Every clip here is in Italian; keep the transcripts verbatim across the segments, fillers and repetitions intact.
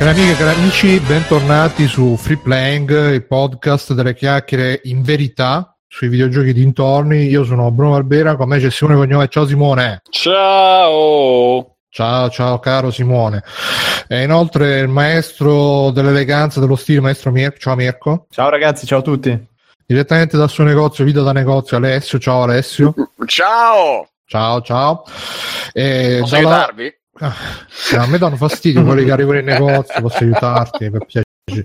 Cari amiche e cari amici, bentornati su Free Playing, il podcast delle chiacchiere in verità sui videogiochi dintorni. Io sono Bruno Barbera, con me c'è Simone Cognome. Ciao Simone. Ciao. Ciao, ciao caro Simone. E inoltre il maestro dell'eleganza, dello stile, maestro Mirko. Ciao Mirko. Ciao ragazzi, ciao a tutti. Direttamente dal suo negozio, Vita da Negozio, Alessio. Ciao Alessio. Ciao. Ciao, ciao. E Posso dalla... aiutarvi? Ah, a me danno fastidio quelli che arrivano in negozio, posso aiutarti per piacere.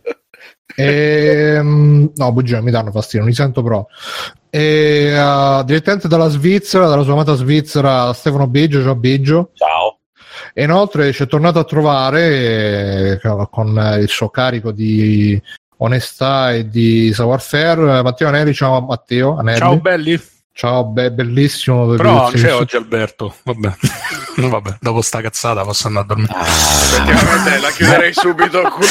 E, no, bugia, mi danno fastidio, non li sento proprio. E, uh, direttamente dalla Svizzera, dalla sua amata Svizzera, Stefano Biggio. Ciao Biggio. Ciao. E inoltre ci è tornato a trovare eh, con il suo carico di onestà e di savoir-faire Matteo Anelli. Ciao Matteo Anelli. Ciao belli. Ciao, be- bellissimo. Però non c'è oggi Alberto. Vabbè. Vabbè, dopo sta cazzata posso andare a dormire. Ah, effettivamente la chiuderei subito qui.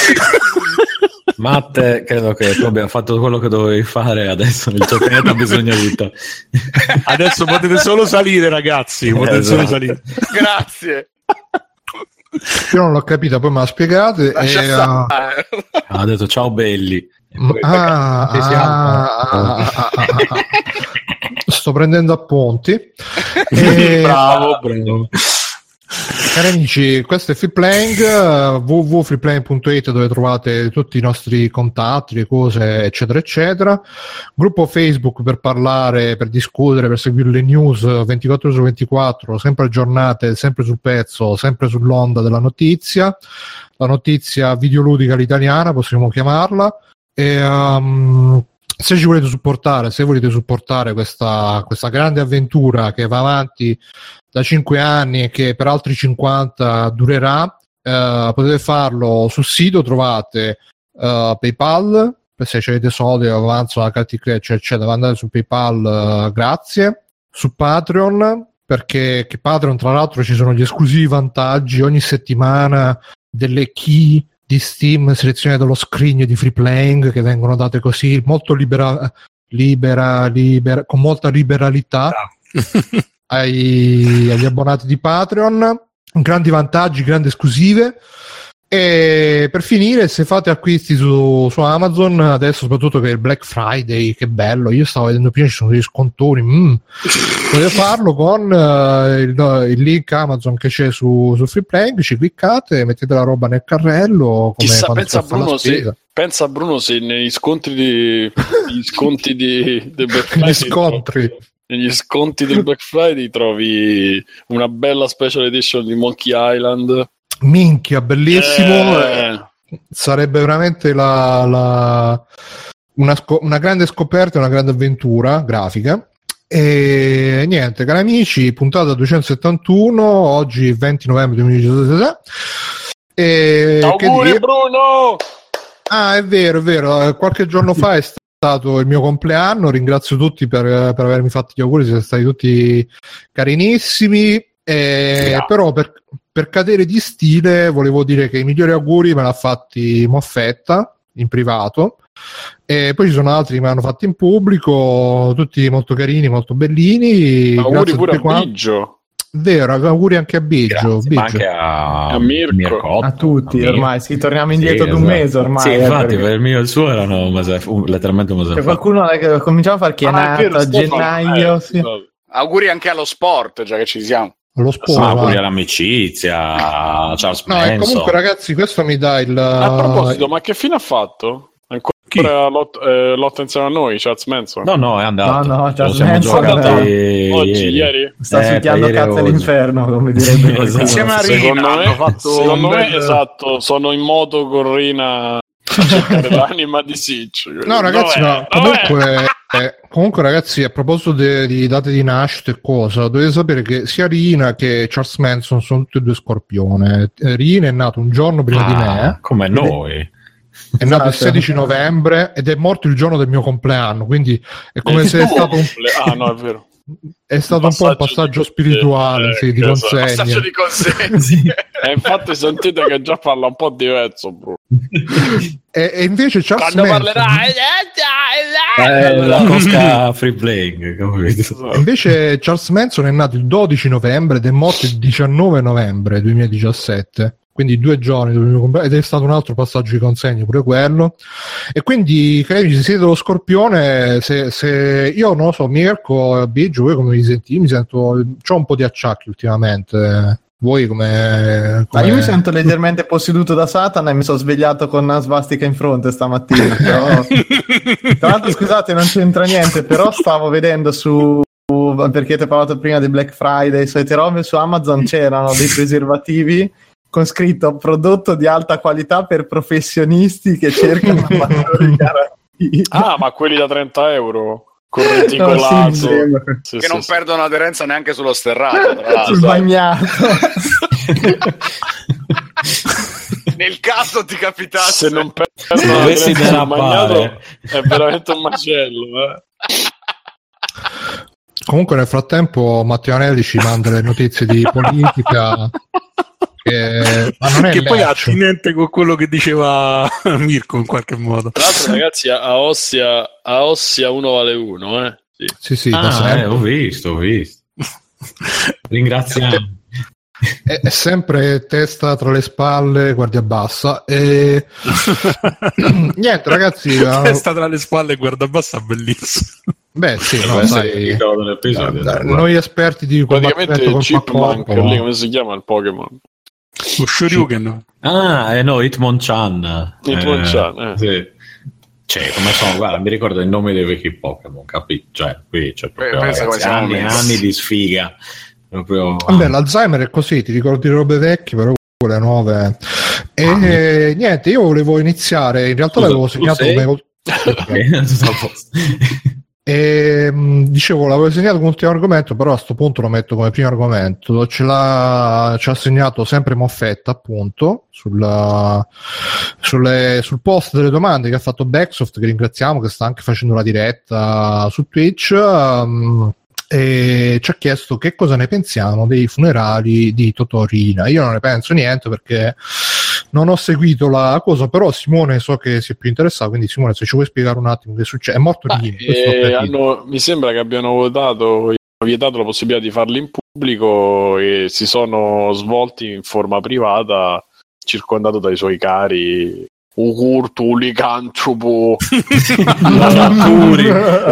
Matte, credo che tu abbia fatto quello che dovevi fare, adesso il tuo pianeta ha bisogno di te. Adesso potete solo salire, ragazzi, potete esatto. solo salire. Grazie. Io non l'ho capita, poi me la spiegate. E, uh... ha detto ciao belli. Ah, ah, ah, ah, ah, ah. Sto prendendo appunti. E... bravo, bravo. Cari amici, questo è Free Playing, w w w punto freeplaying punto it, dove trovate tutti i nostri contatti, le cose, eccetera, eccetera. Gruppo Facebook per parlare, per discutere, per seguire le news ventiquattro ore su ventiquattro, sempre aggiornate, sempre sul pezzo, sempre sull'onda della notizia. La notizia videoludica all'italiana, possiamo chiamarla. E, um, se ci volete supportare, se volete supportare questa, questa grande avventura che va avanti da cinque anni e che per altri cinquanta durerà, uh, potete farlo sul sito, trovate uh, PayPal, se avete soldi, avanzo, la carta di credito, eccetera, andate su PayPal, uh, grazie, su Patreon, perché che Patreon tra l'altro ci sono gli esclusivi vantaggi ogni settimana, delle key di Steam selezionate dallo scrigno di Free Playing che vengono date così molto libera, libera, libera con molta liberalità ai, agli abbonati di Patreon, grandi vantaggi, grandi esclusive. E per finire, se fate acquisti su, su Amazon, adesso soprattutto che è il Black Friday, che bello, io stavo vedendo prima, ci sono degli scontoni, mm. potete farlo con uh, il, il link Amazon che c'è su, su Free Playing, ci cliccate, mettete la roba nel carrello. Come Chissà, pensa a Bruno se, pensa a Bruno se negli scontri di negli sconti di, di Black Friday, negli scontri trovi, negli sconti del Black Friday trovi una bella special edition di Monkey Island. Minchia, bellissimo. Eh. Sarebbe veramente la, la una, sco- una grande scoperta, una grande avventura grafica. E niente, cari amici, puntata duecentosettantuno, oggi venti novembre duemiladiciassette. E auguri che Bruno! Ah, è vero, è vero, qualche giorno fa è stato il mio compleanno, ringrazio tutti per, per avermi fatto gli auguri, siete stati tutti carinissimi. Eh, però per, per cadere di stile volevo dire che i migliori auguri me l'ha fatti Moffetta in privato, e poi ci sono altri che me l'hanno fatti in pubblico, tutti molto carini, molto bellini. Auguri pure a Biggio. Vero, auguri anche a Biggio, Biggio. Ma anche a, a Mirko, Mirko a tutti, a ormai sì, torniamo indietro sì, di un esatto. mese ormai. Sì, eh, infatti perché... per il mio e il suo erano un mese, un, letteralmente un mese cioè, fa. qualcuno eh, cominciava a far che è ah, nata a gennaio. Eh, sì. Auguri anche allo sport, già che ci siamo. Allo sport, ma pure all'amicizia, a Charles no, Manson. e comunque ragazzi, questo mi dà il... A proposito, ma che fine ha fatto? Ancora lot, eh, lotta insieme a noi, Charles Manson? No, no, è andato. No, no, Charles siamo Manson giocati oggi, ieri. ieri. Sta eh, succhiando cazzo all'inferno, come direbbe. Esatto. Insieme a Rina secondo me, hanno fatto secondo me bel... esatto, sono in moto con Rina a cercare l'anima di Sitch. No ragazzi, no, comunque, eh, comunque ragazzi, a proposito de, di date di nascita e cosa, dovete sapere che sia Rina che Charles Manson sono tutti e due scorpione. Rina è nato un giorno prima ah, di me, come noi. È nato il sedici novembre ed è morto il giorno del mio compleanno, quindi è come se è stato un... ah no, è vero. È stato un, un po' un passaggio spirituale, di, sì, eh, di consegna. Passaggio di consegna. Sì. E infatti sentite che già parla un po' diverso, bro. e, e invece Charles quando Manson... parlerà eh, la cosca Free Playing, capito? Invece Charles Manson è nato il dodici novembre ed è morto il diciannove novembre duemiladiciassette. quindi due giorni dovevo comprare, ed è stato un altro passaggio di consegna pure quello. E quindi credi, se siete lo Scorpione, se, se io non lo so, Mirko, Biggio, voi come vi sentite? Mi sento, c'ho un po' di acciacchi ultimamente. Voi come, come... Ma io mi sento leggermente posseduto da Satana e mi sono svegliato con una svastica in fronte stamattina. Però... Tra l'altro, scusate, non c'entra niente, però stavo vedendo su, perché ti ho parlato prima di Black Friday, solite robe, su Amazon c'erano dei preservativi con scritto prodotto di alta qualità per professionisti che cercano maggiori garanzie. Ah, ma quelli da trenta euro? Con reticolato, no, sì, sì, che sì, non sì. perdono aderenza neanche sullo sterrato, tra l'altro. Sul bagnato. Nel caso ti capitasse, se non perdono aderenza sul bagnato, è veramente un macello. Eh. Comunque nel frattempo Matteo Anelli ci manda le notizie di politica. Che, ma non è che poi è attinente con quello che diceva Mirko in qualche modo. Tra l'altro, ragazzi, a Ossia, a Ossia uno vale uno, eh? Sì, sì, sì ah, eh, ho visto, ho visto. Ringraziamo. È, è sempre testa tra le spalle, guardia bassa. E niente, ragazzi. Testa tra le spalle e guardia bassa, bellissimo. Beh, sì, no, beh, sai, da, da, noi esperti di praticamente Chipmunk, lì come si chiama il Pokémon? Lo Shoryuken. Ah, eh no, Hitmonchan. Hitmonchan, eh, eh. Sì. Cioè, come sono, guarda, mi ricordo il nome dei vecchi Pokémon, capito? Cioè, qui c'è proprio Beh, ragazzi, anni e anni di sfiga. Proprio... Vabbè, l'Alzheimer è così, ti ricordi robe vecchie, però quelle nuove. E ah, eh, niente, io volevo iniziare, in realtà l'avevo segnato come... E dicevo, l'avevo segnato come ultimo argomento, però a sto punto lo metto come primo argomento. Ce l'ha, ci ha segnato sempre Moffetta, appunto, sulla, sulle, sul post delle domande che ha fatto Backsoft, che ringraziamo, che sta anche facendo la diretta su Twitch. Um, e ci ha chiesto che cosa ne pensiamo dei funerali di Totò Riina. Io non ne penso niente perché non ho seguito la cosa, però Simone so che si è più interessato, quindi Simone, se ci vuoi spiegare un attimo che succede. È morto Riina. Eh, hanno, mi sembra che abbiano votato, vietato la possibilità di farli in pubblico e si sono svolti in forma privata, circondato dai suoi cari Ucurtu, Licantropo, Comparatori,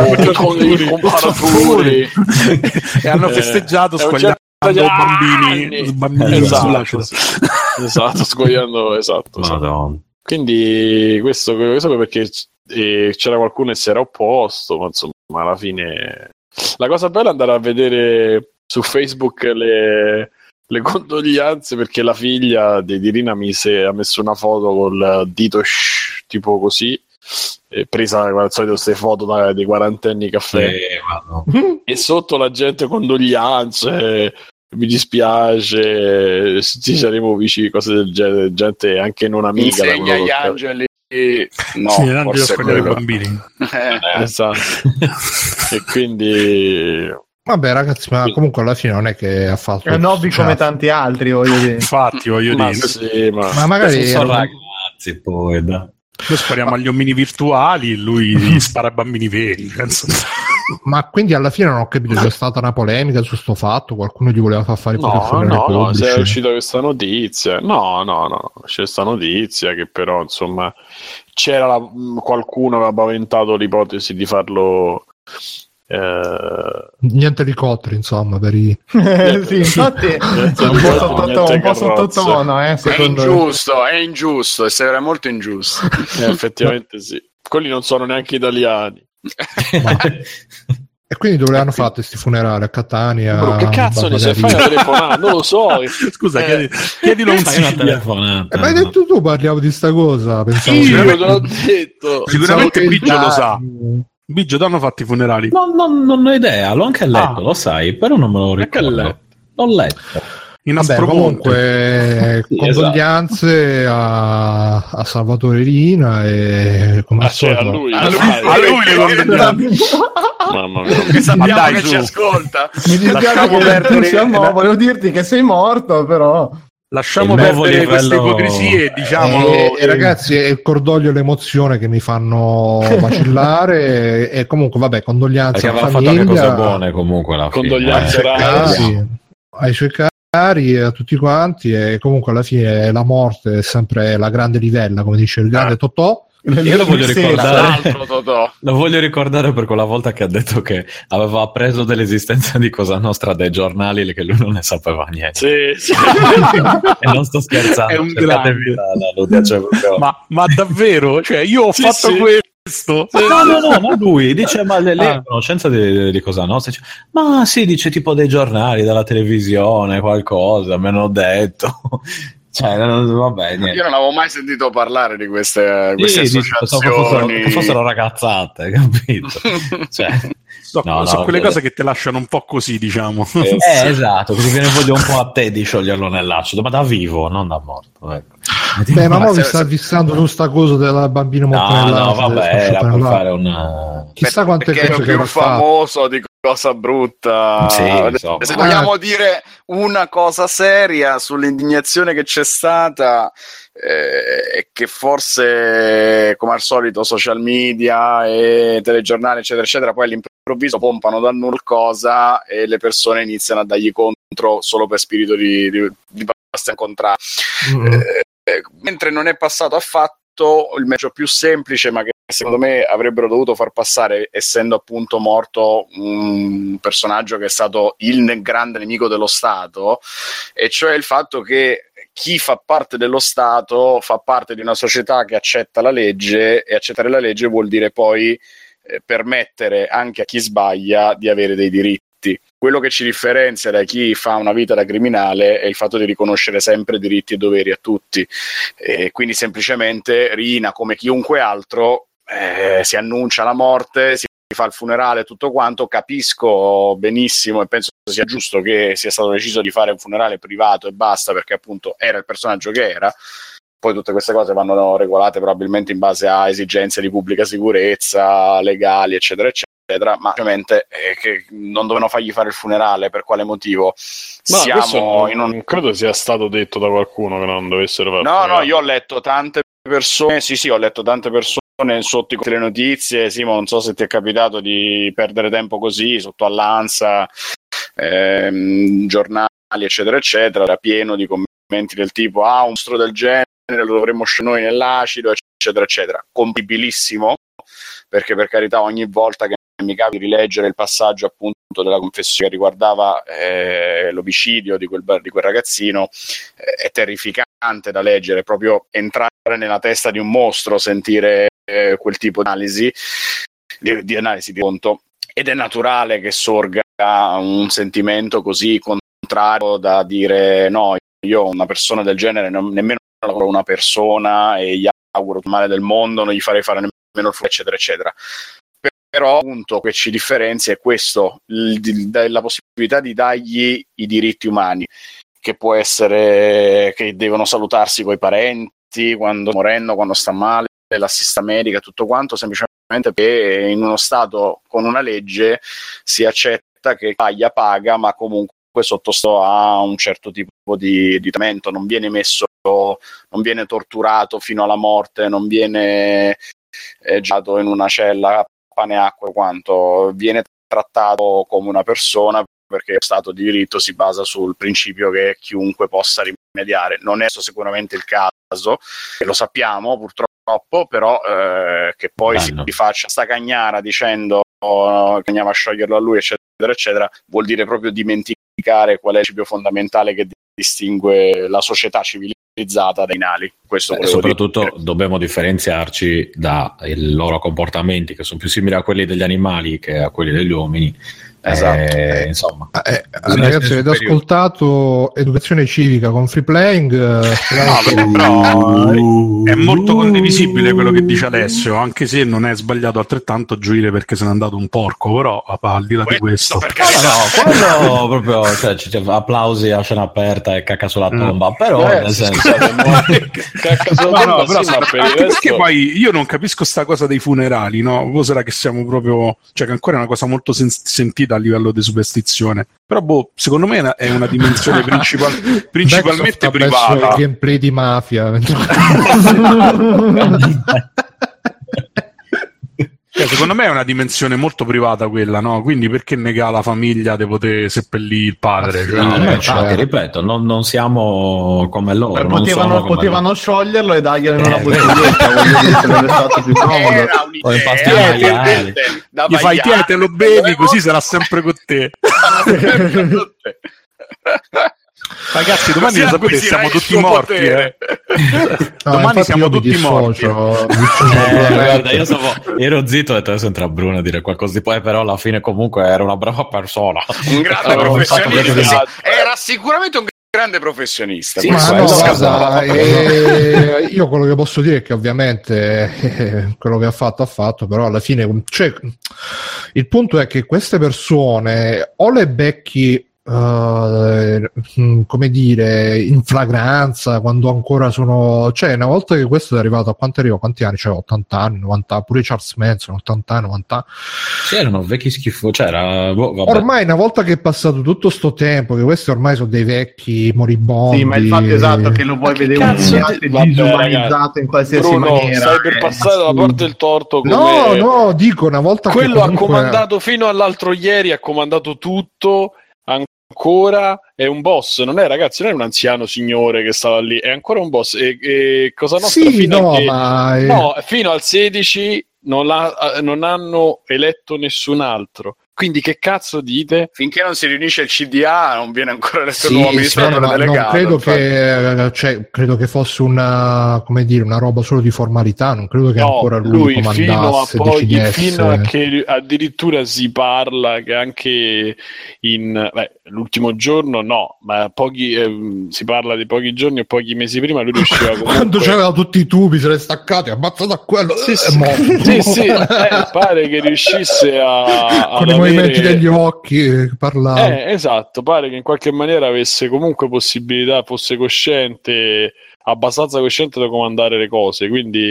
comparatori, e hanno festeggiato squagliando bambini, bambini esatto, esatto, squagliando, esatto, esatto. Quindi questo, questo perché eh, c'era qualcuno che si era opposto, ma insomma alla fine la cosa bella è andare a vedere su Facebook le le condoglianze, perché la figlia di, di Rina mise, ha messo una foto col dito shh, tipo così, eh, presa al solito queste foto da, dei quarantenni caffè, eh, no. E sotto la gente condoglianze, mi dispiace, ci saremo vicini, cose del genere, gente anche non amica. Insegna agli angeli. No, sì, forse quello dei bambini. Eh, esatto. E quindi... Vabbè ragazzi, ma comunque alla fine non è che ha fatto è un hobby come tanti altri, voglio dire. Infatti, voglio ma dire. Sì, ma... ma magari sono ragazzi poi da. Noi spariamo ma... agli omini virtuali, lui spara a bambini veri, penso. Ma quindi alla fine non ho capito, c'è stata una polemica su sto fatto, qualcuno gli voleva far fare no, no, no, se è uscita questa notizia, no, no, no, c'è questa notizia che però insomma c'era la... qualcuno aveva paventato l'ipotesi di farlo. Uh... niente elicotteri insomma per i sì, infatti è un po' sottotono, un po' sottotono eh, è ingiusto, è ingiusto, è sempre molto ingiusto. Eh, effettivamente sì, quelli non sono neanche italiani. Ma... e quindi dove hanno fatto questi funerali? A Catania? Bro, che cazzo ne sai? Fai una telefonata, non lo so. Scusa, eh. chiedi, chiedilo un una telefonata. Eh, ma hai detto tu, parliamo di sta cosa? Pensavo io te l'ho detto. Sicuramente Biggio lo sa. Biggio, dove hanno fatto i funerali? No, no, non ho idea, l'ho anche letto, ah. lo sai, però non me lo ricordo. L'ho letto. In Vabbè, comunque sì, condoglianze esatto. a, a Salvatore Rina e come ah, cioè, a lui, a lui, a lui le condoglianze. Mamma mia, che sappiamo dai, che su. Ci ascolta. Mi dispiace che tu sia mo, volevo dirti che sei morto, però lasciamo perdere livello... queste ipocrisie, diciamo. E, e ragazzi, è il cordoglio e l'emozione che mi fanno vacillare. E comunque, vabbè, condoglianze alla famiglia. Fatto anche cose buone, comunque. La condoglianze ai, ai suoi casi. a tutti quanti, e comunque alla fine la morte è sempre la grande livella, come dice il grande Totò. Io lo voglio ricordare lo voglio ricordare per quella volta che ha detto che aveva appreso dell'esistenza di Cosa Nostra dai giornali che lui non ne sapeva niente. Sì, sì. E non sto scherzando, è un grande. La, la, la, cioè, proprio... ma, ma davvero? Cioè io ho sì, fatto sì. questo? No, no, no, ma lui dice, ma lei ha ah. conoscenza di, di Cosa Nostra? Dice, ma sì, dice tipo dei giornali, dalla televisione, qualcosa, me l'hanno detto. Cioè, vabbè, niente. Io non avevo mai sentito parlare di queste, queste sì, associazioni. Che fossero, che fossero ragazzate, capito? Cioè, so, no, so no, quelle no, cose che te lasciano un po' così, diciamo. Eh, eh esatto, così viene voglia un po' a te di scioglierlo nell'acido, ma da vivo, non da morto. Ecco. Beh, ma mo vi sta fissando su sta cosa della bambina morta no, nell'acido. No, vabbè, era per fare una... Chissà quante cose che è più famoso di cosa brutta. Sì, se vogliamo dire una cosa seria sull'indignazione che c'è stata, eh, che forse come al solito social media e telegiornali eccetera eccetera poi all'improvviso pompano da nulla cosa e le persone iniziano a dargli contro solo per spirito di, di, di basta incontrare. Mm-hmm. Eh, mentre non è passato affatto il messaggio più semplice, ma che secondo me avrebbero dovuto far passare, essendo appunto morto un personaggio che è stato il grande nemico dello Stato, e cioè il fatto che chi fa parte dello Stato fa parte di una società che accetta la legge, e accettare la legge vuol dire poi eh, permettere anche a chi sbaglia di avere dei diritti. Quello che ci differenzia da chi fa una vita da criminale è il fatto di riconoscere sempre diritti e doveri a tutti, e quindi semplicemente Rina, come chiunque altro, eh, si annuncia la morte, si fa il funerale, tutto quanto. Capisco benissimo e penso sia giusto che sia stato deciso di fare un funerale privato e basta, perché appunto era il personaggio che era. Poi tutte queste cose vanno regolate probabilmente in base a esigenze di pubblica sicurezza, legali eccetera eccetera, ma ovviamente eh, che non dovevano fargli fare il funerale. Per quale motivo? Ma Siamo non, in un... credo sia stato detto da qualcuno che non dovessero fare. No, no, io ho letto tante persone, sì sì, ho letto tante persone sotto le notizie. Simo, non so se ti è capitato di perdere tempo così sotto all'Ansa, ehm, giornali eccetera eccetera, era pieno di commenti del tipo ah, un mostro del genere lo dovremmo scegliere noi nell'acido eccetera eccetera. Compibilissimo, perché per carità ogni volta che mi capita di rileggere il passaggio appunto della confessione che riguardava eh, l'omicidio di quel, di quel ragazzino, eh, è terrificante da leggere, proprio entrare nella testa di un mostro, sentire eh, quel tipo di analisi di, di analisi di conto, ed è naturale che sorga un sentimento così contrario da dire no, io una persona del genere non, nemmeno una persona e gli auguro il male del mondo, non gli farei fare nemmeno il fuoco eccetera eccetera. Però appunto che ci differenzia è questo, il, la possibilità di dargli i diritti umani, che può essere che devono salutarsi coi parenti quando morendo, quando sta male, l'assista medica, tutto quanto, semplicemente perché in uno stato con una legge si accetta che paglia paga, ma comunque sottosto a un certo tipo di, di trattamento, non viene messo, non viene torturato fino alla morte, non viene eh, girato in una cella pane e acqua, quanto viene trattato come una persona, perché lo Stato di diritto si basa sul principio che chiunque possa rimediare. Non è sicuramente il caso, e lo sappiamo purtroppo, però eh, che poi Bello. si faccia sta cagnara dicendo oh, che andiamo a scioglierlo a lui eccetera eccetera, vuol dire proprio dimenticare qual è il principio fondamentale che distingue la società civilizzata dai nali. Questo Beh, soprattutto dire. Dobbiamo differenziarci dai loro comportamenti, che sono più simili a quelli degli animali che a quelli degli uomini. Esatto. Eh, insomma, eh, ragazzi, avete ascoltato Educazione Civica con Free Playing? Eh, no, però è molto condivisibile quello che dice Alessio, anche se non è sbagliato altrettanto gioire perché se n'è andato un porco, però al di là di questo, perché no, quello proprio, cioè, c- applausi a scena aperta e cacca sulla tomba, mm. però eh, nel senso cacca sulla tomba, no, no, però, sì, ma per anche perché poi io non capisco sta cosa dei funerali, no? O sarà che siamo proprio, cioè che ancora è una cosa molto sen- sentita a livello di superstizione, però boh, secondo me è una dimensione principal- principalmente privata. Il gameplay di Mafia. Cioè, secondo me è una dimensione molto privata quella, no? Quindi perché negare alla famiglia di poter seppellire il padre? Cioè, no, eh, cioè, cioè, ripeto, non, non siamo come loro. Beh, non potevano sono potevano come scioglierlo e darglielo in eh, una bottiglietta, voglio dire, sarebbe stato più comodo. O in pasti maiali. Gli fai te, te lo bevi, così sarà sempre con te. Ragazzi, domani lo sapete, siamo tutti morti. Eh. No, domani siamo tutti morti. Eh, guarda, io stavo, ero zitto e ho detto adesso entra Bruno a dire qualcosa di poi, però alla fine comunque era una brava persona. Un grande professionista. Era sicuramente un grande professionista. Sì, ma no, guarda, eh, io quello che posso dire è che ovviamente eh, quello che ha fatto ha fatto, però alla fine, cioè, il punto è che queste persone o le becchi Uh, come dire, in flagranza quando ancora sono, cioè una volta che questo è arrivato a quanto arriva, quanti anni, cioè ottanta anni, novanta, pure Charles Manson ottanta anni, novanta anni, c'erano vecchi schifo, c'era boh, ormai una volta che è passato tutto sto tempo, che questi ormai sono dei vecchi moribondi. Sì, ma il fatto esatto che lo puoi vedere umiliato e disumanizzato in qualsiasi Bruno, maniera, stai per passare dalla porta del torto come... no no dico una volta quello che comunque... ha comandato fino all'altro ieri, ha comandato tutto, ancora è un boss, non è, ragazzi, non è un anziano signore che stava lì, è ancora un boss. E, e Cosa Nostra sì, fino, no, che, ma è... no, fino al sedici non, la, non hanno eletto nessun altro. Quindi che cazzo dite? Finché non si riunisce il C D A non viene ancora eletto sì, il nuovo amministratore sì, delegato. Non credo che, cioè, credo che fosse una, come dire, una roba solo di formalità, non credo che no, ancora lui, lui fino comandasse, a poi, decidesse. Fino a che addirittura si parla che anche in beh, l'ultimo giorno no, ma pochi eh, si parla di pochi giorni o pochi mesi prima lui riusciva comunque... quando c'aveva tutti i tubi se li staccati, ammazzato a quello, sì, sì, sì, sì eh, pare che riuscisse a con i movimenti degli occhi parlava. Eh, esatto, pare che in qualche maniera avesse comunque possibilità, fosse cosciente, abbastanza cosciente da comandare le cose,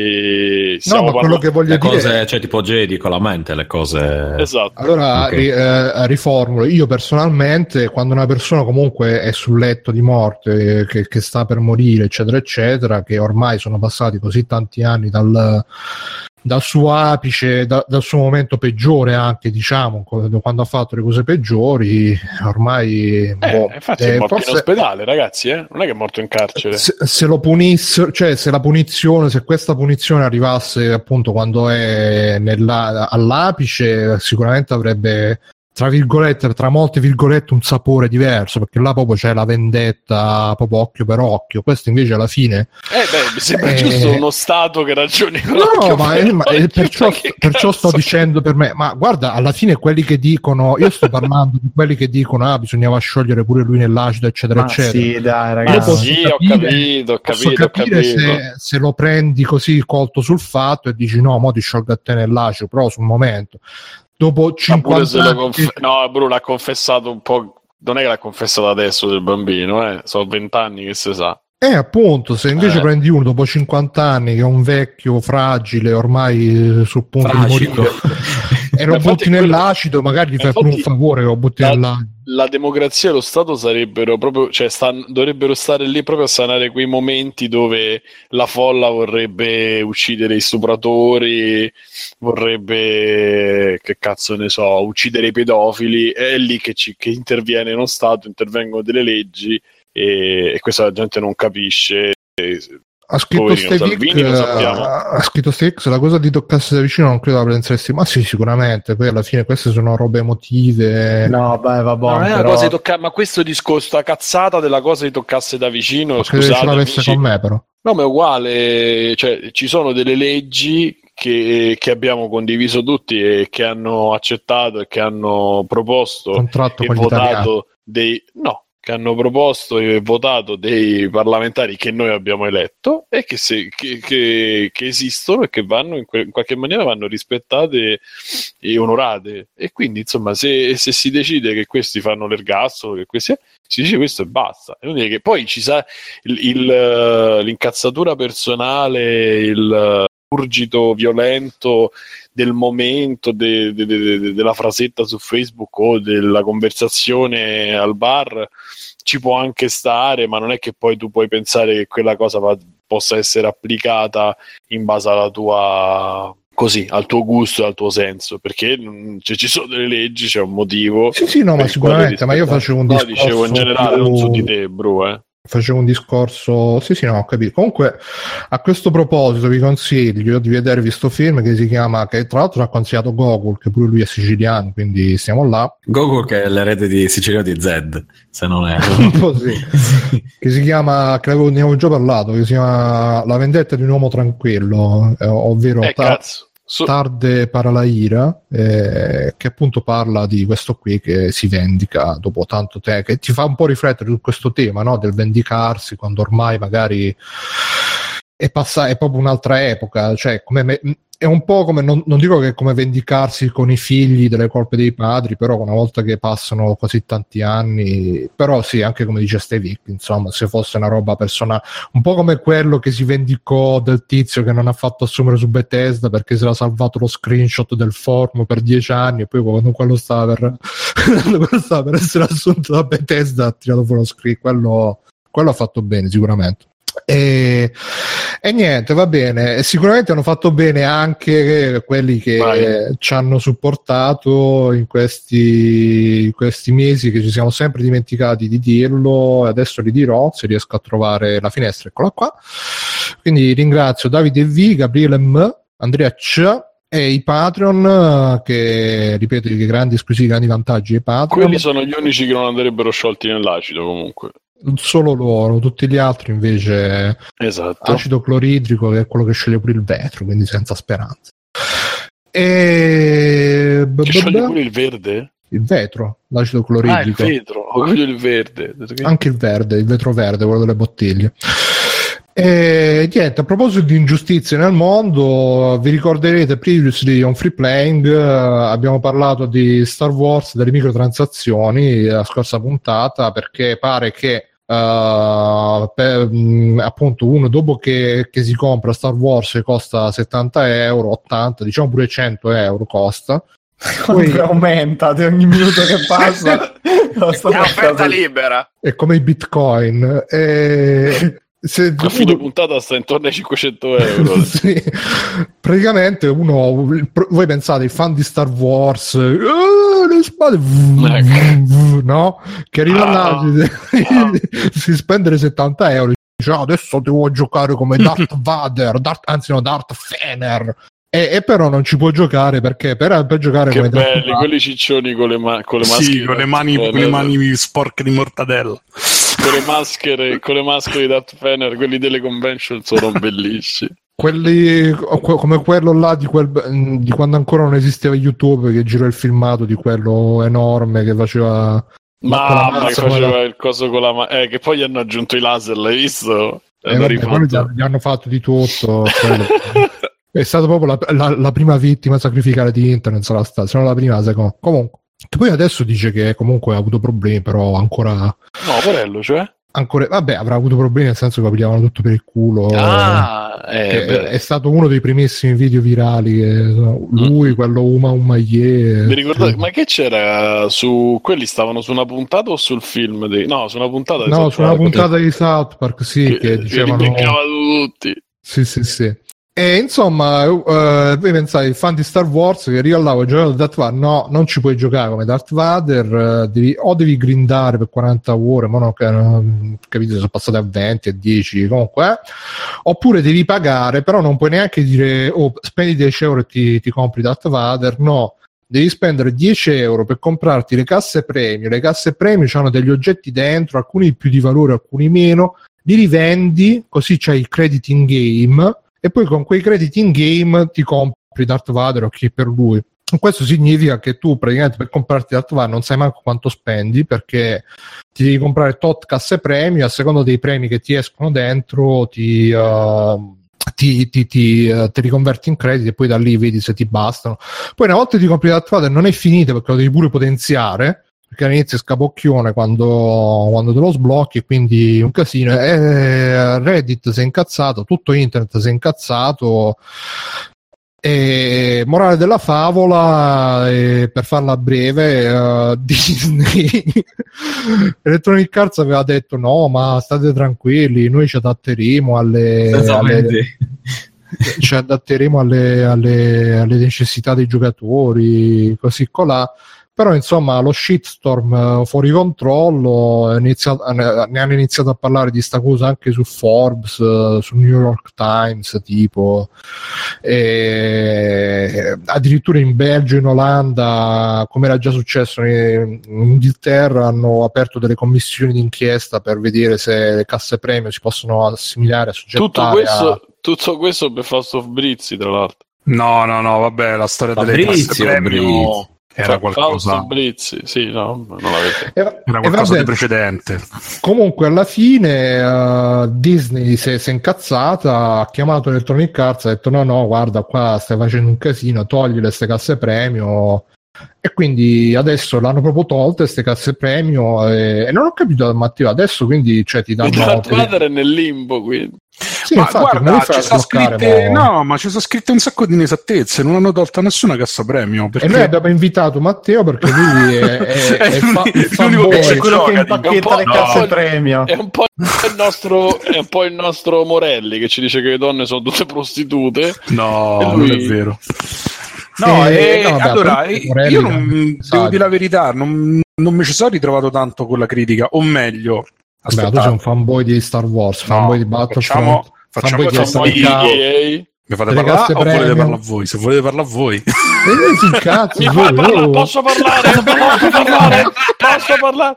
quindi no, ma quello che voglio le dire cose, cioè tipo Jedi con la mente, le cose, esatto. Allora okay. ri, eh, riformulo, io personalmente quando una persona comunque è sul letto di morte, che, che sta per morire eccetera eccetera, che ormai sono passati così tanti anni dal dal suo apice, da, dal suo momento peggiore anche, diciamo, quando ha fatto le cose peggiori, ormai eh, boh, infatti eh, è morto forse, in ospedale, ragazzi, eh? Non è che è morto in carcere. Se, se lo punissero, cioè se la punizione, se questa punizione arrivasse appunto quando è nella, all'apice, sicuramente avrebbe, tra virgolette, tra molte virgolette, un sapore diverso, perché là proprio c'è la vendetta proprio occhio per occhio. Questo invece alla fine eh beh mi sembra eh, giusto uno stato che ragioni con no ma, è, ma è, perciò, perciò sto dicendo per me, ma guarda, alla fine quelli che dicono, io sto parlando di quelli che dicono ah bisognava sciogliere pure lui nell'acido eccetera ma eccetera. Sì, dai ragazzi, sì, capire, ho capito, ho posso capito, capire ho capito. Se, se lo prendi così colto sul fatto e dici no, mo ti sciolgo a te nell'acido, però sul momento dopo cinquanta anni... Conf- no, Bruno ha confessato un po', non è che l'ha confessato adesso del bambino, eh? Sono vent'anni che si sa. Eh, appunto, se invece eh. prendi uno dopo cinquanta anni che è un vecchio fragile, ormai sul punto Fragico. di morire, e lo butti nell'acido, magari gli fai pure un favore che lo butti la, nell'acido. La democrazia e lo Stato sarebbero proprio, cioè stan, dovrebbero stare lì proprio a sanare quei momenti dove la folla vorrebbe uccidere i stupratori, vorrebbe, che cazzo ne so, uccidere i pedofili, è lì che, ci, che interviene lo Stato, intervengono delle leggi e, e questa la gente non capisce. E, ha scritto Stevik, ha scritto Stevik, se la cosa ti toccasse da vicino non credo la penseresti, ma sì, sicuramente, poi alla fine queste sono robe emotive. No, beh, va buono, non è però... una cosa di tocca- ma questo discorso, sta cazzata della cosa ti toccasse da vicino, ma scusate, ce l'avesse amici. con me però. No, ma è uguale, cioè ci sono delle leggi che, che abbiamo condiviso tutti e che hanno accettato e che hanno proposto contratto e con votato dei no che hanno proposto e votato dei parlamentari che noi abbiamo eletto e che, se, che, che, che esistono e che vanno in, que- in qualche maniera vanno rispettate e onorate, e quindi insomma se, se si decide che questi fanno l'ergastolo, che questi si dice questo e basta. È inutile che poi ci sa il, il, l'incazzatura personale, il urgito violento del momento, de, de, de, de, della frasetta su Facebook o della conversazione al bar ci può anche stare, ma non è che poi tu puoi pensare che quella cosa va, possa essere applicata in base alla tua così, al tuo gusto e al tuo senso, perché cioè, ci sono delle leggi, c'è un motivo. Sì, sì, no, ma sicuramente, ma io facevo un no, discorso... dicevo in generale, più... non su di te, bro, eh. Facevo un discorso, sì sì no ho capito. Comunque a questo proposito vi consiglio di vedere questo film che si chiama, che tra l'altro ha consigliato Gogol, che pure lui è siciliano, quindi stiamo là. Gogol che è l'erede di Siciliano di Zed, se non è un po' sì. Che si chiama, che ne avevo già parlato, che si chiama La vendetta di un uomo tranquillo, eh, ovvero eh, ta- cazzo. So- Tarde para la ira, eh, che appunto parla di questo qui che si vendica dopo tanto tempo, che ti fa un po' riflettere su questo tema, no? Del vendicarsi quando ormai magari è passa- è proprio un'altra epoca, cioè come me- è un po' come, non, non dico che è come vendicarsi con i figli delle colpe dei padri, però una volta che passano così tanti anni, però sì, anche come dice Stevie, insomma, se fosse una roba personale, un po' come quello che si vendicò del tizio che non ha fatto assumere su Bethesda perché si era salvato lo screenshot del forum per dieci anni e poi quando quello stava per, quello stava per essere assunto da Bethesda ha tirato fuori lo screen, quello, quello ha fatto bene sicuramente. E, e niente, va bene, e sicuramente hanno fatto bene anche quelli che Vai. ci hanno supportato in questi, in questi mesi, che ci siamo sempre dimenticati di dirlo, e adesso li dirò se riesco a trovare la finestra, eccola qua. Quindi ringrazio Davide V, Gabriele M, Andrea C e i Patreon, che ripeto, che grandi esclusivi, grandi vantaggi ai Patreon. Quelli sono gli unici che non andrebbero sciolti nell'acido comunque. Solo loro, tutti gli altri invece esatto. Acido cloridrico, che è quello che sceglie pure il vetro, quindi senza speranza. E che sceglie pure il verde? Il vetro, l'acido cloridrico. Ah, il vetro, ho capito il verde. Anche il verde, il vetro verde, quello delle bottiglie. E niente, a proposito di ingiustizie nel mondo, vi ricorderete previously on Free Playing uh, abbiamo parlato di Star Wars, delle microtransazioni la scorsa puntata, perché pare che Uh, per, mh, appunto uno dopo che, che si compra Star Wars che costa settanta euro, ottanta, diciamo pure cento euro costa, poi aumenta di ogni minuto che passa. È offerta libera, è come i bitcoin, e se a fine puntata sta intorno ai cinquecento euro. Sì. Praticamente uno, voi pensate, i fan di Star Wars, uh, le spade, ecco. No? Che arriva ah, là, ah. si spende settanta euro, dice oh, adesso devo giocare come Darth Vader, Darth, anzi no, Darth Fener. E, e però non ci può giocare perché per, per giocare che come belli Darth quelli ciccioni con le, ma- con le maschere, sì, con le mani, con le mani sporche di mortadella, con le maschere, con le maschere di Darth Fener, quelli delle convention sono bellissimi. Quelli come quello là di, quel, di quando ancora non esisteva YouTube, che girò il filmato di quello enorme che faceva mamma che faceva quella... il coso con la ma- eh, che poi gli hanno aggiunto i laser, l'hai visto? Eh, vabbè, gli hanno fatto di tutto. È stata proprio la, la, la prima vittima a sacrificare di internet, sarà stata, se non la prima, la seconda. Comunque, che poi adesso dice che comunque ha avuto problemi, però ancora no, porello, cioè ancora, vabbè, avrà avuto problemi nel senso che pigliavano tutto per il culo. Ah, eh, è, è stato uno dei primissimi video virali che, lui, mm. quello Uma Umaye. Mi ricordate, ma che c'era su quelli, stavano su una puntata o sul film dei... no, su una puntata di no, South su una Park, puntata di South Park, sì, che, che dicevano tutti. Sì, sì, sì. E insomma, uh, voi pensate, il fan di Star Wars che arriva là, vuoi giocare a Darth Vader? No, non ci puoi giocare come Darth Vader, uh, devi, o devi grindare per quaranta ore, ma no, uh, capite, sono passate a venti, a dieci, comunque, eh? Oppure devi pagare, però non puoi neanche dire, oh, spendi dieci euro e ti, ti compri Darth Vader, no. Devi spendere dieci euro per comprarti le casse premio. Le casse premio hanno degli oggetti dentro, alcuni più di valore, alcuni meno, li rivendi, così c'hai il credit in game, e poi con quei credit in game ti compri Darth Vader o chi per lui. Questo significa che tu praticamente per comprarti Darth Vader non sai manco quanto spendi, perché ti devi comprare tot casse premio, a seconda dei premi che ti escono dentro ti, uh, ti, ti, ti, uh, ti riconverti in credit e poi da lì vedi se ti bastano. Poi una volta che ti compri Darth Vader non è finita, perché lo devi pure potenziare, perché all'inizio è scapocchione quando, quando te lo sblocchi, e quindi un casino. E Reddit si è incazzato, tutto internet si è incazzato, e morale della favola, e per farla breve, uh, Disney Electronic Arts aveva detto no, ma state tranquilli, noi ci adatteremo alle, alle, ci adatteremo alle, alle, alle necessità dei giocatori, così colà. Però insomma lo shitstorm fuori controllo, è iniziato, ne hanno iniziato a parlare di sta cosa anche su Forbes, su New York Times tipo, e addirittura in Belgio, in Olanda, come era già successo in Inghilterra, hanno aperto delle commissioni d'inchiesta per vedere se le casse premio si possono assimilare, assoggettare tutto questo, a... tutto questo per Fausto Brizzi, tra l'altro. No, no, no, vabbè, la storia delle Fabrizio, casse premio era qualcosa. Fausto Brizzi, sì, no, non l'avete. Era, era qualcosa di precedente. Comunque alla fine uh, Disney si è, si è incazzata, ha chiamato Electronic Arts e ha detto no no guarda qua stai facendo un casino, togli queste casse premio, e quindi adesso l'hanno proprio tolte queste casse premio, e, e non ho capito Matteo adesso, quindi cioè ti danno Darth Vader è nel limbo, quindi. Sì, ma infatti, guarda, ci sono scritte, mo... no, ma ci sono scritte un sacco di inesattezze, non hanno tolto nessuna cassa premio. Perché... E noi abbiamo invitato Matteo perché lui è, è, è, è fa, il l'unico che c'è quello che impacchetta le casse no. premio. È un po' il nostro, è un po' il nostro Morelli che ci dice che le donne sono tutte prostitute. No, lui... non è vero. No, eh, eh, no vabbè, allora Morelli, io non, devo dire la verità, non, non mi ci sono ritrovato tanto con la critica, o meglio. Beh, tu sei un fanboy di Star Wars, no, fanboy di Battlefront, facciamo, facciamo fanboy di Star Wars. Mi fate parlare o volete parlare a voi? Se volete parlare a voi. Eh, cazzo, mi fai parlare, posso parlare? Posso parlare? Posso parlare?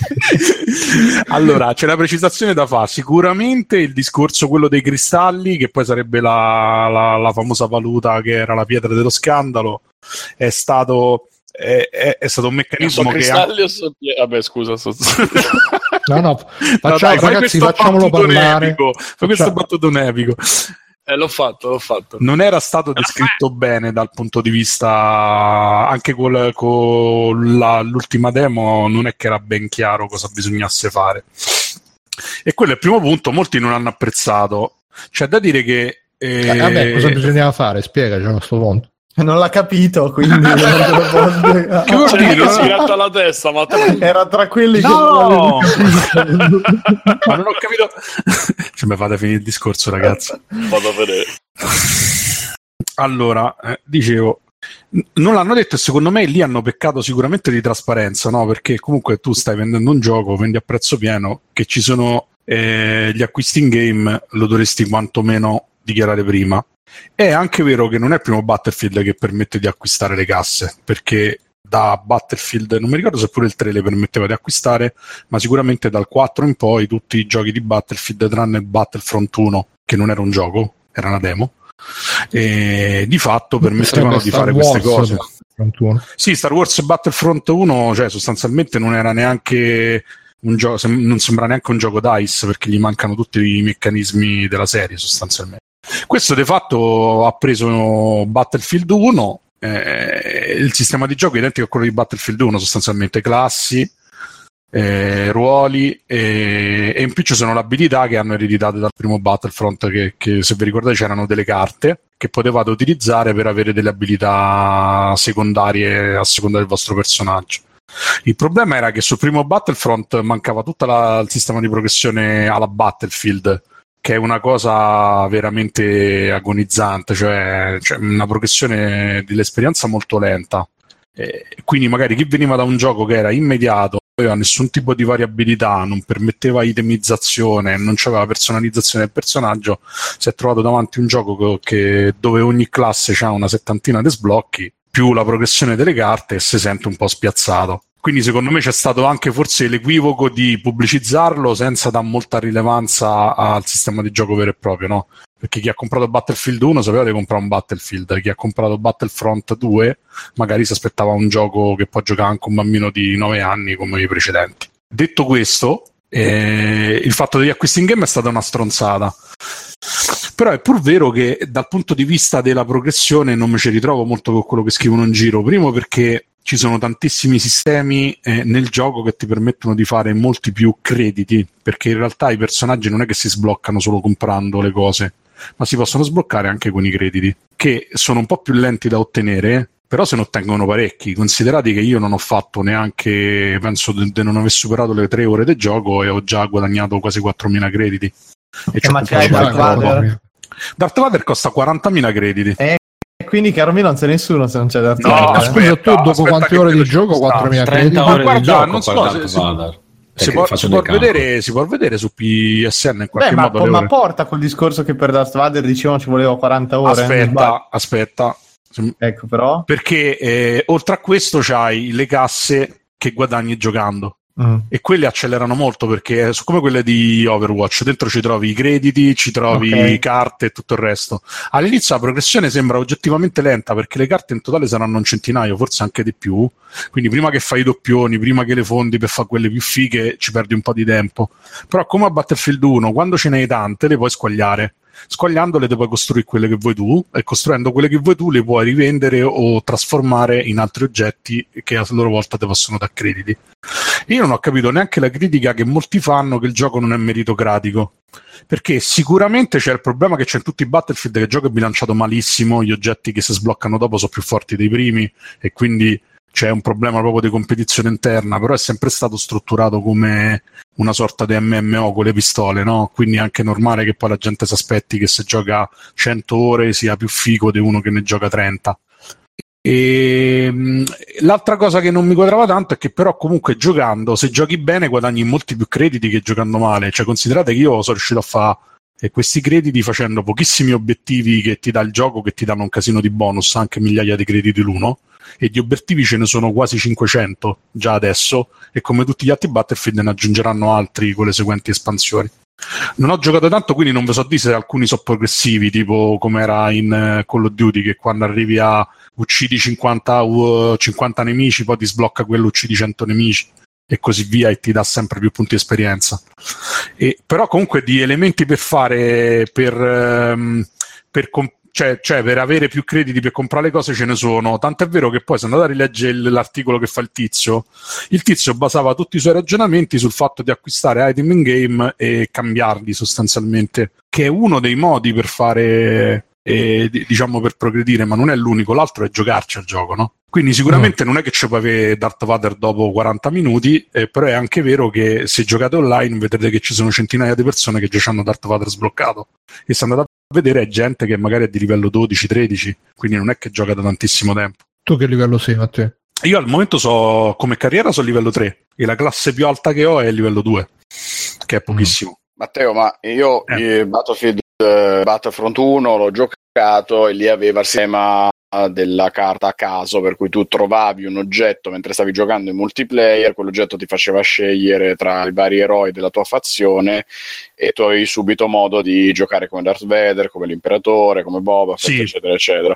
Allora, c'è una precisazione da fare. Sicuramente il discorso, quello dei cristalli, che poi sarebbe la, la, la famosa valuta che era la pietra dello scandalo, è stato... È, è, è stato un meccanismo so che cristalli ha... o so... vabbè scusa so... no no facciamo, no, dai, ragazzi facciamolo parlare epico, fai questo battutone epico. Eh, l'ho fatto, l'ho fatto. Non era stato descritto bene dal punto di vista, anche con, con la, l'ultima demo non è che era ben chiaro cosa bisognasse fare, e quello è il primo punto. Molti non hanno apprezzato. C'è da dire che eh... Eh, vabbè, cosa bisognava fare? Spiegaci a questo punto. Non l'ha capito, quindi non te lo posso spiegare. Che vuol dire? Non si gratta la testa, ma te... era tra quelli no! che non ma non ho capito. Cioè, mi fate finire il discorso, ragazzi. Vado a vedere. Allora, eh, dicevo, n- non l'hanno detto, e secondo me lì hanno peccato sicuramente di trasparenza, no? Perché comunque tu stai vendendo un gioco, vendi a prezzo pieno, che ci sono eh, gli acquisti in game, lo dovresti quantomeno dichiarare prima. È anche vero che non è il primo Battlefield che permette di acquistare le casse, perché da Battlefield, non mi ricordo se pure il tre le permetteva di acquistare, ma sicuramente dal quattro in poi tutti i giochi di Battlefield, tranne Battlefront uno, che non era un gioco, era una demo, e di fatto permettevano di fare queste cose. Sì, Star Wars Battlefront uno, cioè sostanzialmente non era neanche un gioco, non sembra neanche un gioco DICE, perché gli mancano tutti i meccanismi della serie sostanzialmente. Questo di fatto ha preso Battlefield uno, eh, il sistema di gioco è identico a quello di Battlefield uno, sostanzialmente classi, eh, ruoli, eh, e in più ci sono le abilità che hanno ereditato dal primo Battlefront, che, che se vi ricordate c'erano delle carte che potevate utilizzare per avere delle abilità secondarie a seconda del vostro personaggio. Il problema era che sul primo Battlefront mancava tutto il sistema di progressione alla Battlefield, che è una cosa veramente agonizzante, cioè, cioè una progressione dell'esperienza molto lenta. E quindi magari chi veniva da un gioco che era immediato, non aveva nessun tipo di variabilità, non permetteva itemizzazione, non c'aveva personalizzazione del personaggio, si è trovato davanti a un gioco che, dove ogni classe ha una settantina di sblocchi, più la progressione delle carte, e si sente un po' spiazzato. Quindi secondo me c'è stato anche forse l'equivoco di pubblicizzarlo senza dar molta rilevanza al sistema di gioco vero e proprio, no? Perché chi ha comprato Battlefield uno sapeva di comprare un Battlefield, chi ha comprato Battlefront due magari si aspettava un gioco che può giocare anche un bambino di nove anni come i precedenti. Detto questo, eh, il fatto degli acquisti in game è stata una stronzata. Però è pur vero che dal punto di vista della progressione non mi ci ritrovo molto con quello che scrivono in giro. Primo perché ci sono tantissimi sistemi eh, nel gioco che ti permettono di fare molti più crediti, perché in realtà i personaggi non è che si sbloccano solo comprando le cose, ma si possono sbloccare anche con i crediti, che sono un po' più lenti da ottenere, però se ne ottengono parecchi. Considerate che io non ho fatto neanche, penso di non aver superato le tre ore del gioco e ho già guadagnato quasi quattromila crediti. E eh, ma c'hai Darth Vader? Darth Vader costa quarantamila crediti. Eh, quindi caro mio non c'è nessuno se non c'è Darth No, Vader. Scusa, tu dopo quante ore di gioco? quattromila crediti? trenta ore Guarda, di gioco non so per se- Darth se- Vader. Si può, si, può vedere, si può vedere su P S N in qualche Beh, ma, modo. le ma ore. porta quel discorso che per Darth Vader dicevano ci voleva quaranta ore. Aspetta, aspetta. Ecco, però. Perché eh, oltre a questo c'hai le casse che guadagni giocando. Mm. E quelle accelerano molto perché sono come quelle di Overwatch, dentro ci trovi i crediti, ci trovi okay. carte e tutto il resto. All'inizio la progressione sembra oggettivamente lenta perché le carte in totale saranno un centinaio, forse anche di più, quindi prima che fai i doppioni, prima che le fondi per fare quelle più fighe ci perdi un po' di tempo. Però come a Battlefield uno, quando ce ne hai tante le puoi squagliare. Squagliandole te puoi costruire quelle che vuoi tu e costruendo quelle che vuoi tu le puoi rivendere o trasformare in altri oggetti che a loro volta ti possono dare crediti. Io non ho capito neanche la critica che molti fanno che il gioco non è meritocratico, perché sicuramente c'è il problema che c'è in tutti i Battlefield che il gioco è bilanciato malissimo, gli oggetti che si sbloccano dopo sono più forti dei primi e quindi c'è un problema proprio di competizione interna, però è sempre stato strutturato come una sorta di M M O con le pistole, no? Quindi è anche normale che poi la gente si aspetti che se gioca cento ore sia più figo di uno che ne gioca trenta. E mh, l'altra cosa che non mi quadrava tanto è che però comunque giocando, se giochi bene guadagni molti più crediti che giocando male, cioè considerate che io sono riuscito a fare eh, questi crediti facendo pochissimi obiettivi che ti dà il gioco, che ti danno un casino di bonus, anche migliaia di crediti l'uno, e di obiettivi ce ne sono quasi cinquecento già adesso e come tutti gli altri Battlefield ne aggiungeranno altri con le seguenti espansioni. Non ho giocato tanto, quindi non vi so dire se alcuni sono progressivi, tipo come era in uh, Call of Duty, che quando arrivi a uccidi cinquanta, uh, cinquanta nemici, poi ti sblocca quello, uccidi cento nemici e così via e ti dà sempre più punti esperienza. E, però comunque di elementi per fare per, um, per comp- Cioè, cioè per avere più crediti per comprare le cose ce ne sono, tanto è vero che poi se andate a rileggere l'articolo che fa il tizio, il tizio basava tutti i suoi ragionamenti sul fatto di acquistare item in game e cambiarli sostanzialmente, che è uno dei modi per fare eh, diciamo per progredire, ma non è l'unico, l'altro è giocarci al gioco, no? Quindi sicuramente mm. non è che ci puoi avere Darth Vader dopo quaranta minuti, eh, però è anche vero che se giocate online vedrete che ci sono centinaia di persone che già hanno Darth Vader sbloccato e se andate a vedere è gente che magari è di livello dodici tredici, quindi non è che gioca da tantissimo tempo. Tu che livello sei, Matteo? Io al momento so come carriera sono livello tre e la classe più alta che ho è il livello due, che è pochissimo. Mm. Matteo, ma io eh. Battlefield uh, Battlefront uno l'ho giocato e lì aveva il sistema della carta a caso, per cui tu trovavi un oggetto mentre stavi giocando in multiplayer, quell'oggetto ti faceva scegliere tra i vari eroi della tua fazione e tu avevi subito modo di giocare come Darth Vader, come l'imperatore, come Boba Fett, sì. eccetera eccetera.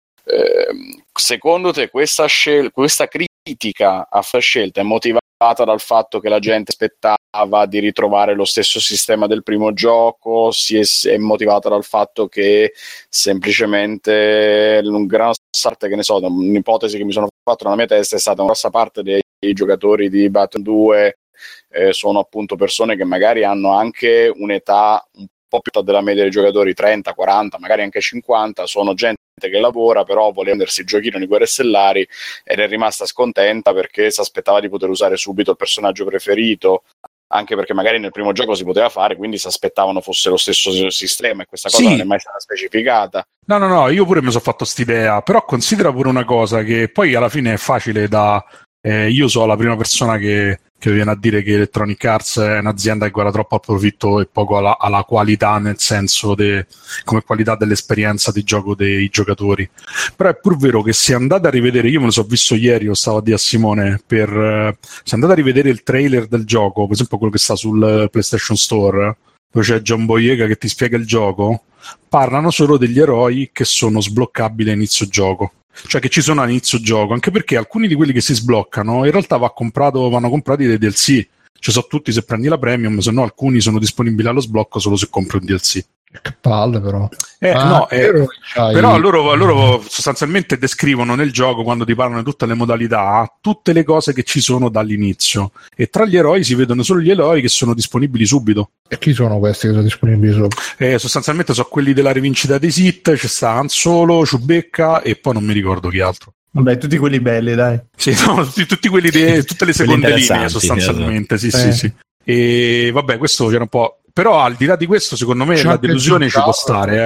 Eh, secondo te questa, scel- questa critica a questa scelta è motivata dal fatto che la gente aspettava di ritrovare lo stesso sistema del primo gioco, si è, è motivata dal fatto che semplicemente un gran parte, che ne so, un'ipotesi che mi sono fatto nella mia testa è stata una grossa parte dei, dei giocatori di Battlefield due eh, sono appunto persone che magari hanno anche un'età un po' più della media dei giocatori, trenta, quaranta, magari anche cinquanta, sono gente che lavora, però voleva prendersi il giochino di Guerre Stellari ed è rimasta scontenta perché si aspettava di poter usare subito il personaggio preferito, anche perché magari nel primo gioco si poteva fare, quindi si aspettavano fosse lo stesso sistema e questa cosa sì. non è mai stata specificata. No, no, no, io pure mi sono fatto st'idea, però considera pure una cosa che poi alla fine è facile da... Eh, io sono la prima persona che, che viene a dire che Electronic Arts è un'azienda che guarda troppo al profitto e poco alla, alla qualità, nel senso de, come qualità dell'esperienza di gioco dei giocatori. Però è pur vero che se andate a rivedere, io me lo so visto ieri, lo stavo a dire a Simone, per, eh, se andate a rivedere il trailer del gioco, per esempio quello che sta sul PlayStation Store, dove c'è John Boyega che ti spiega il gioco, parlano solo degli eroi che sono sbloccabili a inizio gioco. Cioè che ci sono all'inizio gioco, anche perché alcuni di quelli che si sbloccano in realtà va comprato, vanno comprati dei D L C, ci sono tutti se prendi la premium, se no alcuni sono disponibili allo sblocco solo se compri un D L C. Che palle però. Eh, ah, no, eh, però loro, loro sostanzialmente descrivono nel gioco, quando ti parlano di tutte le modalità, tutte le cose che ci sono dall'inizio, e tra gli eroi si vedono solo gli eroi che sono disponibili subito. E chi sono questi che sono disponibili subito? Eh, sostanzialmente sono quelli della rivincita dei Sith, c'è sta Han Solo, Chewbacca e poi non mi ricordo chi altro. Vabbè, tutti quelli belli, dai. Sì, no, tutti, tutti quelli di tutte le seconde linee sostanzialmente, sì, sì, eh. sì. E vabbè, questo c'era un po'. Però al di là di questo, secondo me c'è la delusione ci può stare, eh.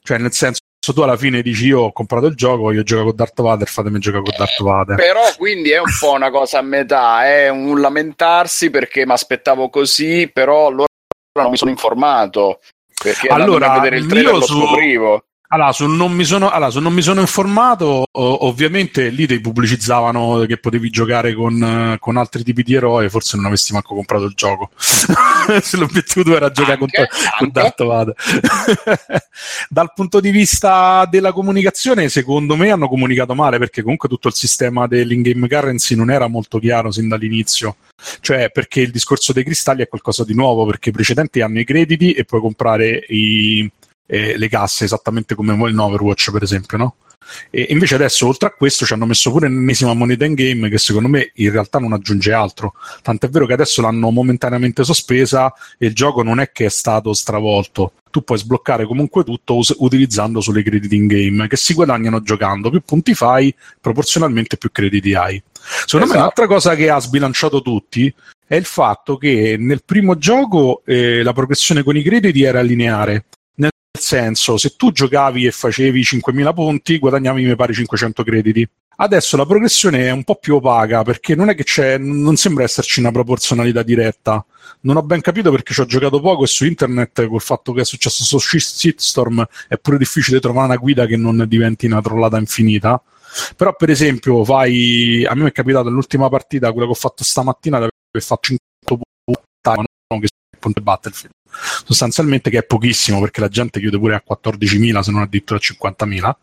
Cioè, nel senso, tu alla fine dici io ho comprato il gioco, voglio giocare con Darth Vader, fatemi giocare con Darth Vader. Però quindi è un po' una cosa a metà, è un lamentarsi perché mi aspettavo così, però allora non mi sono informato, perché allora a vedere il trailer lo su... scoprivo. Allora, su non mi sono, allora, su non mi sono informato, o, ovviamente lì ti pubblicizzavano che potevi giocare con, con altri tipi di eroi, forse non avessi manco comprato il gioco. Se l'obiettivo tuo era giocare anche, con, anche. con Darth Vader. Dal punto di vista della comunicazione, secondo me hanno comunicato male, perché comunque tutto il sistema dell'in-game currency non era molto chiaro sin dall'inizio. Cioè, perché il discorso dei cristalli è qualcosa di nuovo, perché i precedenti hanno i crediti e puoi comprare i... Eh, le casse esattamente come in Overwatch, per esempio, no? E invece adesso oltre a questo ci hanno messo pure l'ennesima moneta in game che secondo me in realtà non aggiunge altro, tant'è vero che adesso l'hanno momentaneamente sospesa e il gioco non è che è stato stravolto, tu puoi sbloccare comunque tutto us- utilizzando solo i crediti in game che si guadagnano giocando, più punti fai proporzionalmente più crediti hai. Secondo esatto. me un'altra cosa che ha sbilanciato tutti è il fatto che nel primo gioco eh, la progressione con i crediti era lineare. Nel senso, se tu giocavi e facevi cinquemila punti, guadagnavi mi pare cinquecento crediti. Adesso la progressione è un po' più opaca, perché non è che c'è, non sembra esserci una proporzionalità diretta. Non ho ben capito perché ci ho giocato poco e su internet, col fatto che è successo su Shitstorm, è pure difficile trovare una guida che non diventi una trollata infinita. Però per esempio, fai, a me è capitato nell'ultima partita, quella che ho fatto stamattina, di aver fatto cinquanta punti, no, che è appunto Battlefield. Sostanzialmente, che è pochissimo perché la gente chiude pure a quattordicimila se non addirittura a cinquantamila,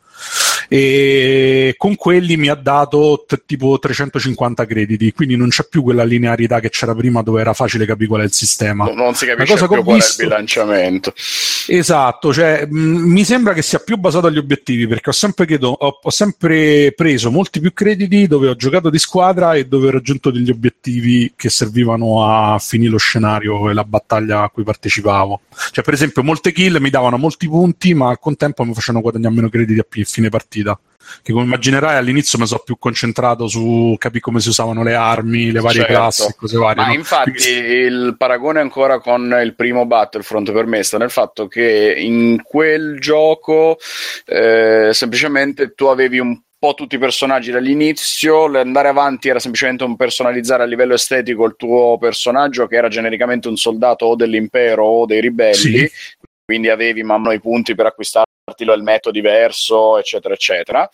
e con quelli mi ha dato t- tipo trecentocinquanta crediti, quindi non c'è più quella linearità che c'era prima dove era facile capire qual è il sistema. No, non si capisce più qual visto... è il bilanciamento. Esatto, cioè mh, mi sembra che sia più basato agli obiettivi, perché ho sempre, credo, ho, ho sempre preso molti più crediti dove ho giocato di squadra e dove ho raggiunto degli obiettivi che servivano a finire lo scenario e la battaglia a cui partecipavo. Cioè, per esempio, molte kill mi davano molti punti, ma al contempo mi facevano guadagnare meno crediti a fine partita. Che come immaginerai all'inizio mi sono più concentrato su capire come si usavano le armi, le varie certo. classi e cose varie. Ma no? infatti Quindi... il paragone ancora con il primo Battlefront per me sta nel fatto che in quel gioco eh, semplicemente tu avevi un po' tutti i personaggi dall'inizio, l'andare avanti era semplicemente un personalizzare a livello estetico il tuo personaggio, che era genericamente un soldato o dell'impero o dei ribelli, sì. Quindi avevi man mano i punti per acquistarlo il metodo diverso, eccetera eccetera.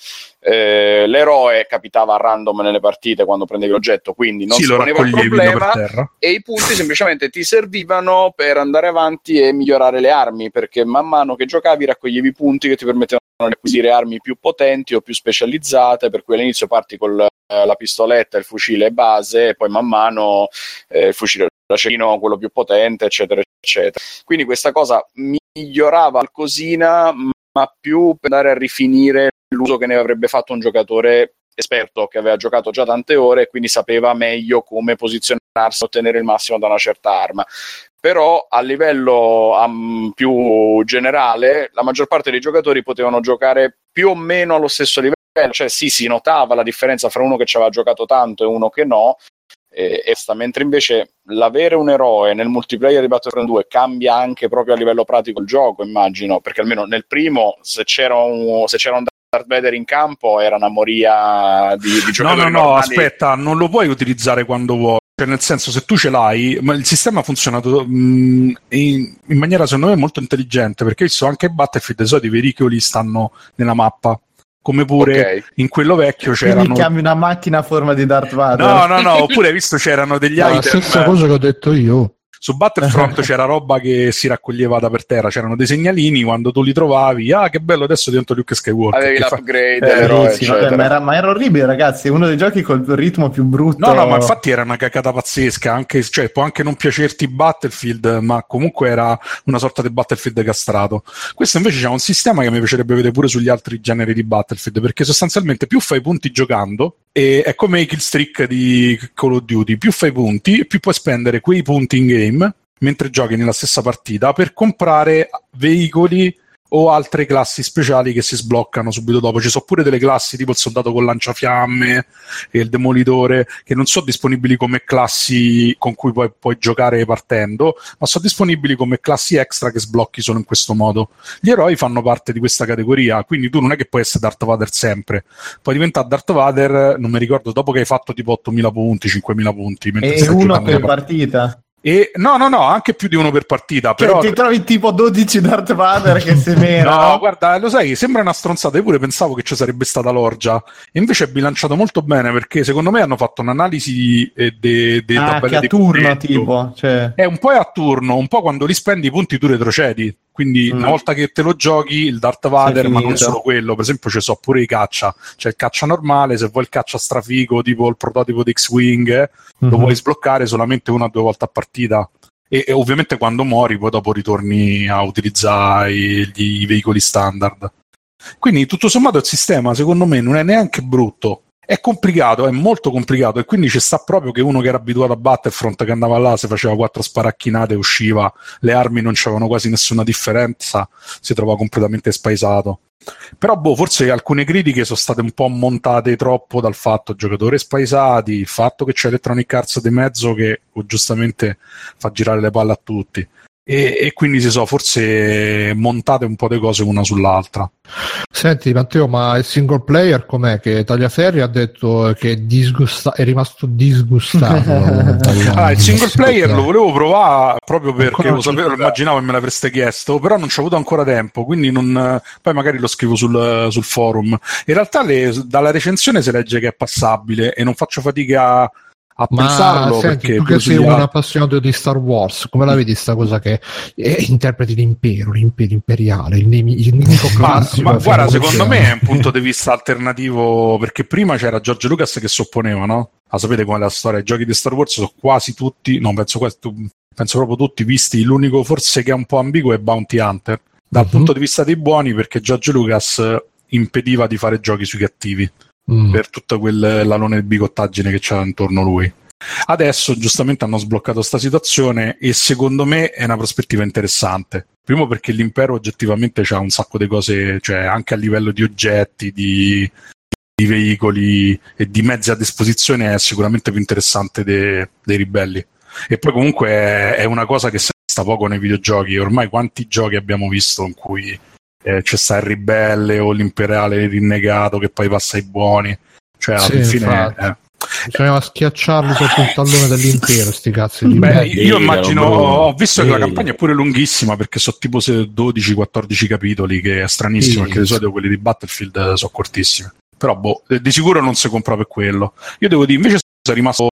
Eh, l'eroe capitava a random nelle partite quando prendevi l'oggetto, quindi non sì, si poneva il problema, e i punti semplicemente ti servivano per andare avanti e migliorare le armi, perché man mano che giocavi raccoglievi punti che ti permettevano di acquisire armi più potenti o più specializzate, per cui all'inizio parti con la pistoletta, il fucile base, e poi man mano eh, il fucile l'acerino, quello più potente, eccetera eccetera. Quindi questa cosa migliorava qualcosina, ma più per andare a rifinire l'uso che ne avrebbe fatto un giocatore esperto che aveva giocato già tante ore e quindi sapeva meglio come posizionarsi e ottenere il massimo da una certa arma. Però a livello um, più generale la maggior parte dei giocatori potevano giocare più o meno allo stesso livello, cioè sì, si notava la differenza fra uno che ci aveva giocato tanto e uno che no, e, e sta, mentre invece l'avere un eroe nel multiplayer di Battlefront due cambia anche proprio a livello pratico il gioco, immagino, perché almeno nel primo se c'era un, se c'era un Darth Vader in campo era una moria di, di giocatori no no no normali. Aspetta, non lo puoi utilizzare quando vuoi, cioè nel senso, se tu ce l'hai, ma il sistema ha funzionato mh, in, in maniera secondo me molto intelligente, perché ho visto anche Battlefield, i soliti veicoli stanno nella mappa, come pure okay. in quello vecchio c'erano. Quindi chiami una macchina a forma di Darth Vader. No no no oppure hai visto c'erano degli no, item, la stessa cosa che ho detto io. Su Battlefront c'era roba che si raccoglieva da per terra, c'erano dei segnalini, quando tu li trovavi, ah che bello, adesso divento Luke Skywalker. Avevi che l'upgrade, fa... eh, vabbè, sì, vabbè, ma, era, ma era orribile, ragazzi, è uno dei giochi col ritmo più brutto. No, no, ma infatti era una cacata pazzesca, anche, cioè, può anche non piacerti Battlefield, ma comunque era una sorta di Battlefield castrato. Questo invece c'è un sistema che mi piacerebbe vedere pure sugli altri generi di Battlefield, perché sostanzialmente più fai punti giocando, e è come i kill streak di Call of Duty, più fai punti, più puoi spendere quei punti in game mentre giochi nella stessa partita per comprare veicoli o altre classi speciali che si sbloccano subito dopo. Ci sono pure delle classi tipo il soldato con lanciafiamme e il demolitore che non sono disponibili come classi con cui puoi, puoi giocare partendo, ma sono disponibili come classi extra che sblocchi solo in questo modo. Gli eroi fanno parte di questa categoria, quindi tu non è che puoi essere Darth Vader sempre, puoi diventare Darth Vader, non mi ricordo, dopo che hai fatto tipo ottomila punti, cinquemila punti, e uno per partita. E no, no, no, anche più di uno per partita. Cioè, però ti trovi tipo dodici Darth Vader che si menano. No, guarda, lo sai, sembra una stronzata. Io pure pensavo che ci sarebbe stata l'orgia. E invece è bilanciato molto bene, perché secondo me hanno fatto un'analisi eh, de, de ah, tabelle che a di turno, punteggio. tipo. Cioè... È un po' a turno, un po' quando li spendi i punti tu retrocedi. Quindi mm. una volta che te lo giochi, il Darth Vader, ma non solo quello, per esempio ci sono pure i caccia. C'è il caccia normale, se vuoi il caccia strafigo, tipo il prototipo di X-Wing, eh, mm-hmm. lo puoi sbloccare solamente una o due volte a partita. E, e ovviamente quando muori poi dopo ritorni a utilizzare i, gli, i veicoli standard. Quindi tutto sommato il sistema secondo me non è neanche brutto. È complicato, è molto complicato, e quindi ci sta proprio che uno che era abituato a Battlefront, che andava là, si faceva quattro sparacchinate e usciva, le armi non c'avevano quasi nessuna differenza, si trova completamente spaesato. Però boh, forse alcune critiche sono state un po' montate troppo dal fatto giocatori spaesati, il fatto che c'è Electronic Arts di mezzo che oh, giustamente fa girare le palle a tutti. E, e quindi si sono forse montate un po' di cose una sull'altra. Senti Matteo, ma il single player com'è? Che Tagliaferri ha detto che è, disgusta- è rimasto disgustato. Ah, il single player lo volevo provare proprio perché lo sapevo, lo immaginavo e me l'avreste chiesto, però non ci ho avuto ancora tempo, quindi non, poi magari lo scrivo sul, sul forum. In realtà le, dalla recensione si legge che è passabile e non faccio fatica a a ma pensarlo. senti, perché tu che sei un appassionato di Star Wars, come la vedi sta cosa che eh, interpreti l'impero, l'impero imperiale, il, nemi- il nemico classico? Ma, ma guarda, secondo me è un punto di vista alternativo, perché prima c'era George Lucas che si opponeva, no? Ah, sapete qual è la storia? I giochi di Star Wars sono quasi tutti, no, penso, quasi, penso proprio tutti visti, l'unico forse che è un po' ambiguo è Bounty Hunter, dal uh-huh. punto di vista dei buoni, perché George Lucas impediva di fare giochi sui cattivi. Mm. Per tutta quell'alone di bigottaggine che c'era intorno a lui. Adesso giustamente hanno sbloccato sta situazione e secondo me è una prospettiva interessante. Primo perché l'impero oggettivamente c'ha un sacco di cose, cioè anche a livello di oggetti, di, di veicoli e di mezzi a disposizione è sicuramente più interessante de, dei ribelli. E poi comunque è, è una cosa che si sta poco nei videogiochi. Ormai quanti giochi abbiamo visto in cui Eh, c'è sta il ribelle o l'imperiale rinnegato che poi passa ai buoni, cioè alla sì, fine eh. bisognava schiacciarli sotto il tallone dell'impero sti cazzi di beh, io immagino, ho visto che la campagna è pure lunghissima perché sono tipo dodici quattordici capitoli, che è stranissimo sì, perché di solito quelli di Battlefield sono cortissimi, però boh, di sicuro non si compra per quello. Io devo dire invece sono rimasto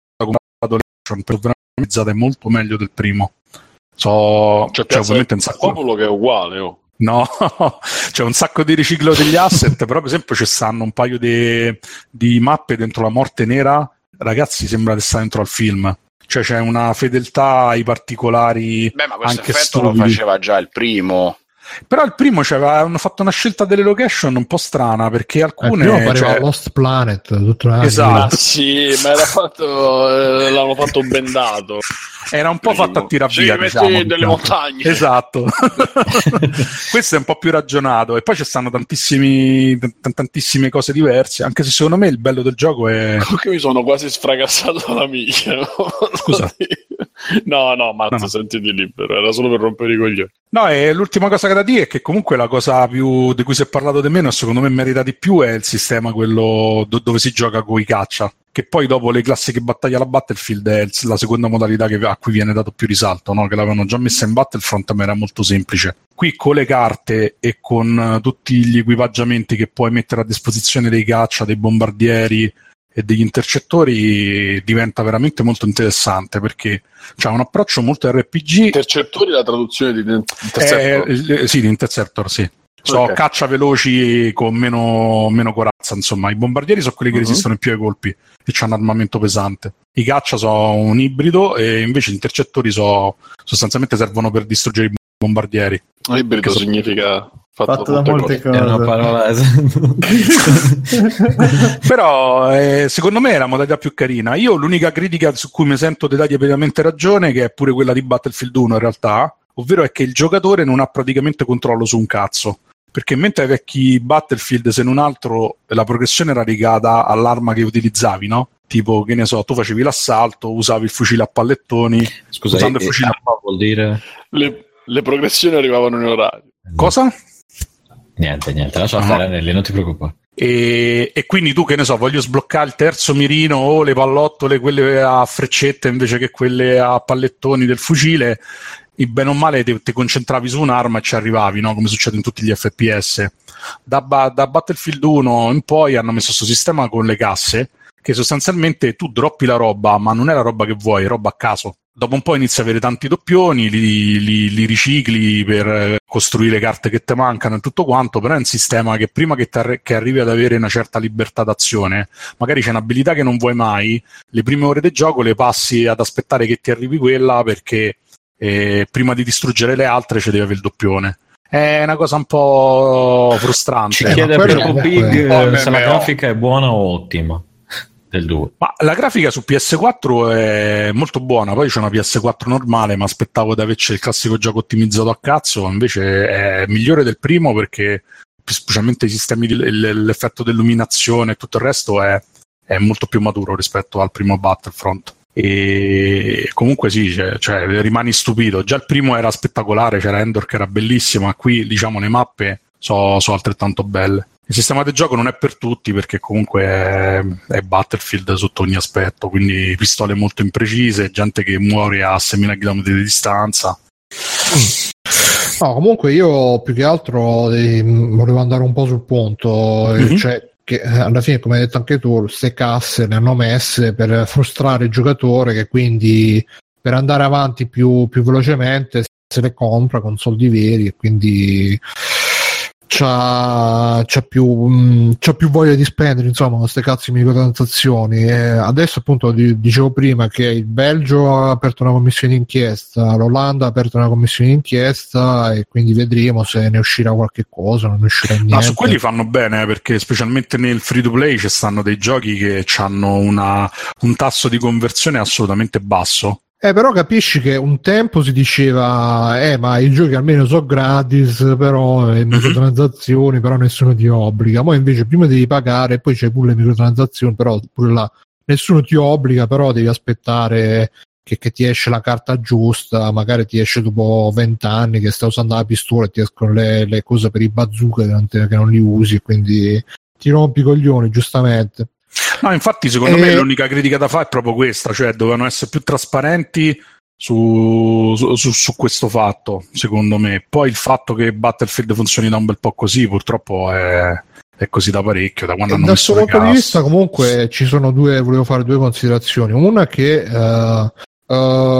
è molto meglio del primo, so, cioè, cioè ovviamente un sacco popolo che è uguale oh. No, c'è un sacco di riciclo degli asset, però per esempio ci stanno un paio di, di mappe dentro la Morte Nera, ragazzi sembra di stare dentro al film, cioè c'è una fedeltà ai particolari. Beh, ma questo anche effetto stupidi. Lo faceva già il primo. Però il primo hanno fatto una scelta delle location un po' strana, perché alcune il primo pareva cioè... Lost Planet tutto esatto. Ah, sì, ma era fatto eh, l'hanno fatto bendato, era un po' fatto a tirar via, sì, diciamo, delle diciamo. montagne, esatto. Questo è un po' più ragionato e poi ci stanno tantissimi t- tantissime cose diverse, anche se secondo me il bello del gioco è che mi sono quasi sfracassato la miglia. Scusa. no no Mazza, no, no. Sentiti libero, era solo per rompere i coglioni. No, e l'ultima cosa che da dire è che comunque la cosa più di cui si è parlato di meno e secondo me merita di più è il sistema quello do- dove si gioca con i caccia, che poi dopo le classiche battaglie alla Battlefield è la seconda modalità che, a cui viene dato più risalto, no? Che l'avevano già messa in Battlefront ma era molto semplice. Qui con le carte e con tutti gli equipaggiamenti che puoi mettere a disposizione dei caccia, dei bombardieri e degli intercettori diventa veramente molto interessante, perché c'ha un approccio molto R P G. Intercettori, la traduzione di Interceptor? Eh, sì, di Interceptor, sì. Sono okay. Caccia veloci con meno, meno corazza, insomma. I bombardieri sono quelli che uh-huh. resistono più ai colpi e hanno un armamento pesante. I caccia sono un ibrido e invece gli intercettori so, sostanzialmente servono per distruggere i bombardieri. Ibrido so... significa fatto, fatto da molte cose, cose. È una parola però eh, secondo me è la modalità più carina. Io l'unica critica su cui mi sento di dargli pienamente ragione, che è pure quella di Battlefield uno in realtà, ovvero è che il giocatore non ha praticamente controllo su un cazzo. Perché mentre ai vecchi Battlefield, se non altro, la progressione era legata all'arma che utilizzavi, no? Tipo, che ne so, tu facevi l'assalto, usavi il fucile a pallettoni. Scusa, usando il fucile a pallettoni vuol dire? Le, le progressioni arrivavano in orario. Cosa? Niente, niente, lascia stare, Anelli, non ti preoccupare. E, e quindi tu, che ne so, voglio sbloccare il terzo mirino o le pallottole, quelle a freccette invece che quelle a pallettoni del fucile, e bene o male ti, ti concentravi su un'arma e ci arrivavi, no? Come succede in tutti gli F P S. Da, da Battlefield uno in poi hanno messo questo sistema con le casse, che sostanzialmente tu droppi la roba, ma non è la roba che vuoi, è roba a caso. Dopo un po' inizi a avere tanti doppioni, li, li, li ricicli per costruire carte che ti mancano e tutto quanto, però è un sistema che prima che, arri- che arrivi ad avere una certa libertà d'azione, magari c'è un'abilità che non vuoi mai, le prime ore del gioco le passi ad aspettare che ti arrivi quella, perché eh, prima di distruggere le altre ci devi avere il doppione. È una cosa un po' frustrante. Ci chiede Peppo Pig eh, se la grafica è buona o ottima. Del due. Ma la grafica su P S quattro è molto buona, poi c'è una P S quattro normale, ma aspettavo di averci il classico gioco ottimizzato a cazzo, invece è migliore del primo perché specialmente i sistemi di, l'effetto dell'illuminazione e tutto il resto è, è molto più maturo rispetto al primo Battlefront. E comunque sì, cioè, cioè rimani stupito. Già il primo era spettacolare, c'era Endor che era bellissimo, ma qui diciamo le mappe sono so altrettanto belle. Il sistema del gioco non è per tutti perché comunque è, è Battlefield sotto ogni aspetto, quindi pistole molto imprecise, gente che muore a seimila chilometri di distanza. No, comunque io più che altro eh, volevo andare un po' sul punto, mm-hmm. cioè che alla fine, come hai detto anche tu, queste casse le hanno messe per frustrare il giocatore che quindi per andare avanti più, più velocemente se le compra con soldi veri e quindi C'ha, c'ha, più, mh, c'ha più voglia di spendere, insomma, queste cazzo di microtransazioni. E adesso appunto di, dicevo prima che il Belgio ha aperto una commissione d'inchiesta, l'Olanda ha aperto una commissione d'inchiesta e quindi vedremo se ne uscirà qualche cosa, non ne uscirà niente. Ma su quelli fanno bene, perché specialmente nel free to play ci stanno dei giochi che hanno una, un tasso di conversione assolutamente basso. Eh, però capisci che un tempo si diceva eh ma i giochi almeno sono gratis, però le microtransazioni, mm-hmm. però nessuno ti obbliga. Poi invece prima devi pagare e poi c'è pure le microtransazioni, però pure là nessuno ti obbliga, però devi aspettare che, che ti esce la carta giusta, magari ti esce dopo vent'anni che stai usando la pistola e ti escono le, le cose per i bazooka che non, te, che non li usi e quindi ti rompi i coglioni, giustamente. No, infatti secondo e... me l'unica critica da fare è proprio questa, cioè dovevano essere più trasparenti su, su, su, su questo fatto, secondo me. Poi il fatto che Battlefield funzioni da un bel po' così purtroppo è, è così da parecchio, da quando e hanno dal messo suo punto di vista comunque ci sono due, volevo fare due considerazioni. Una che uh,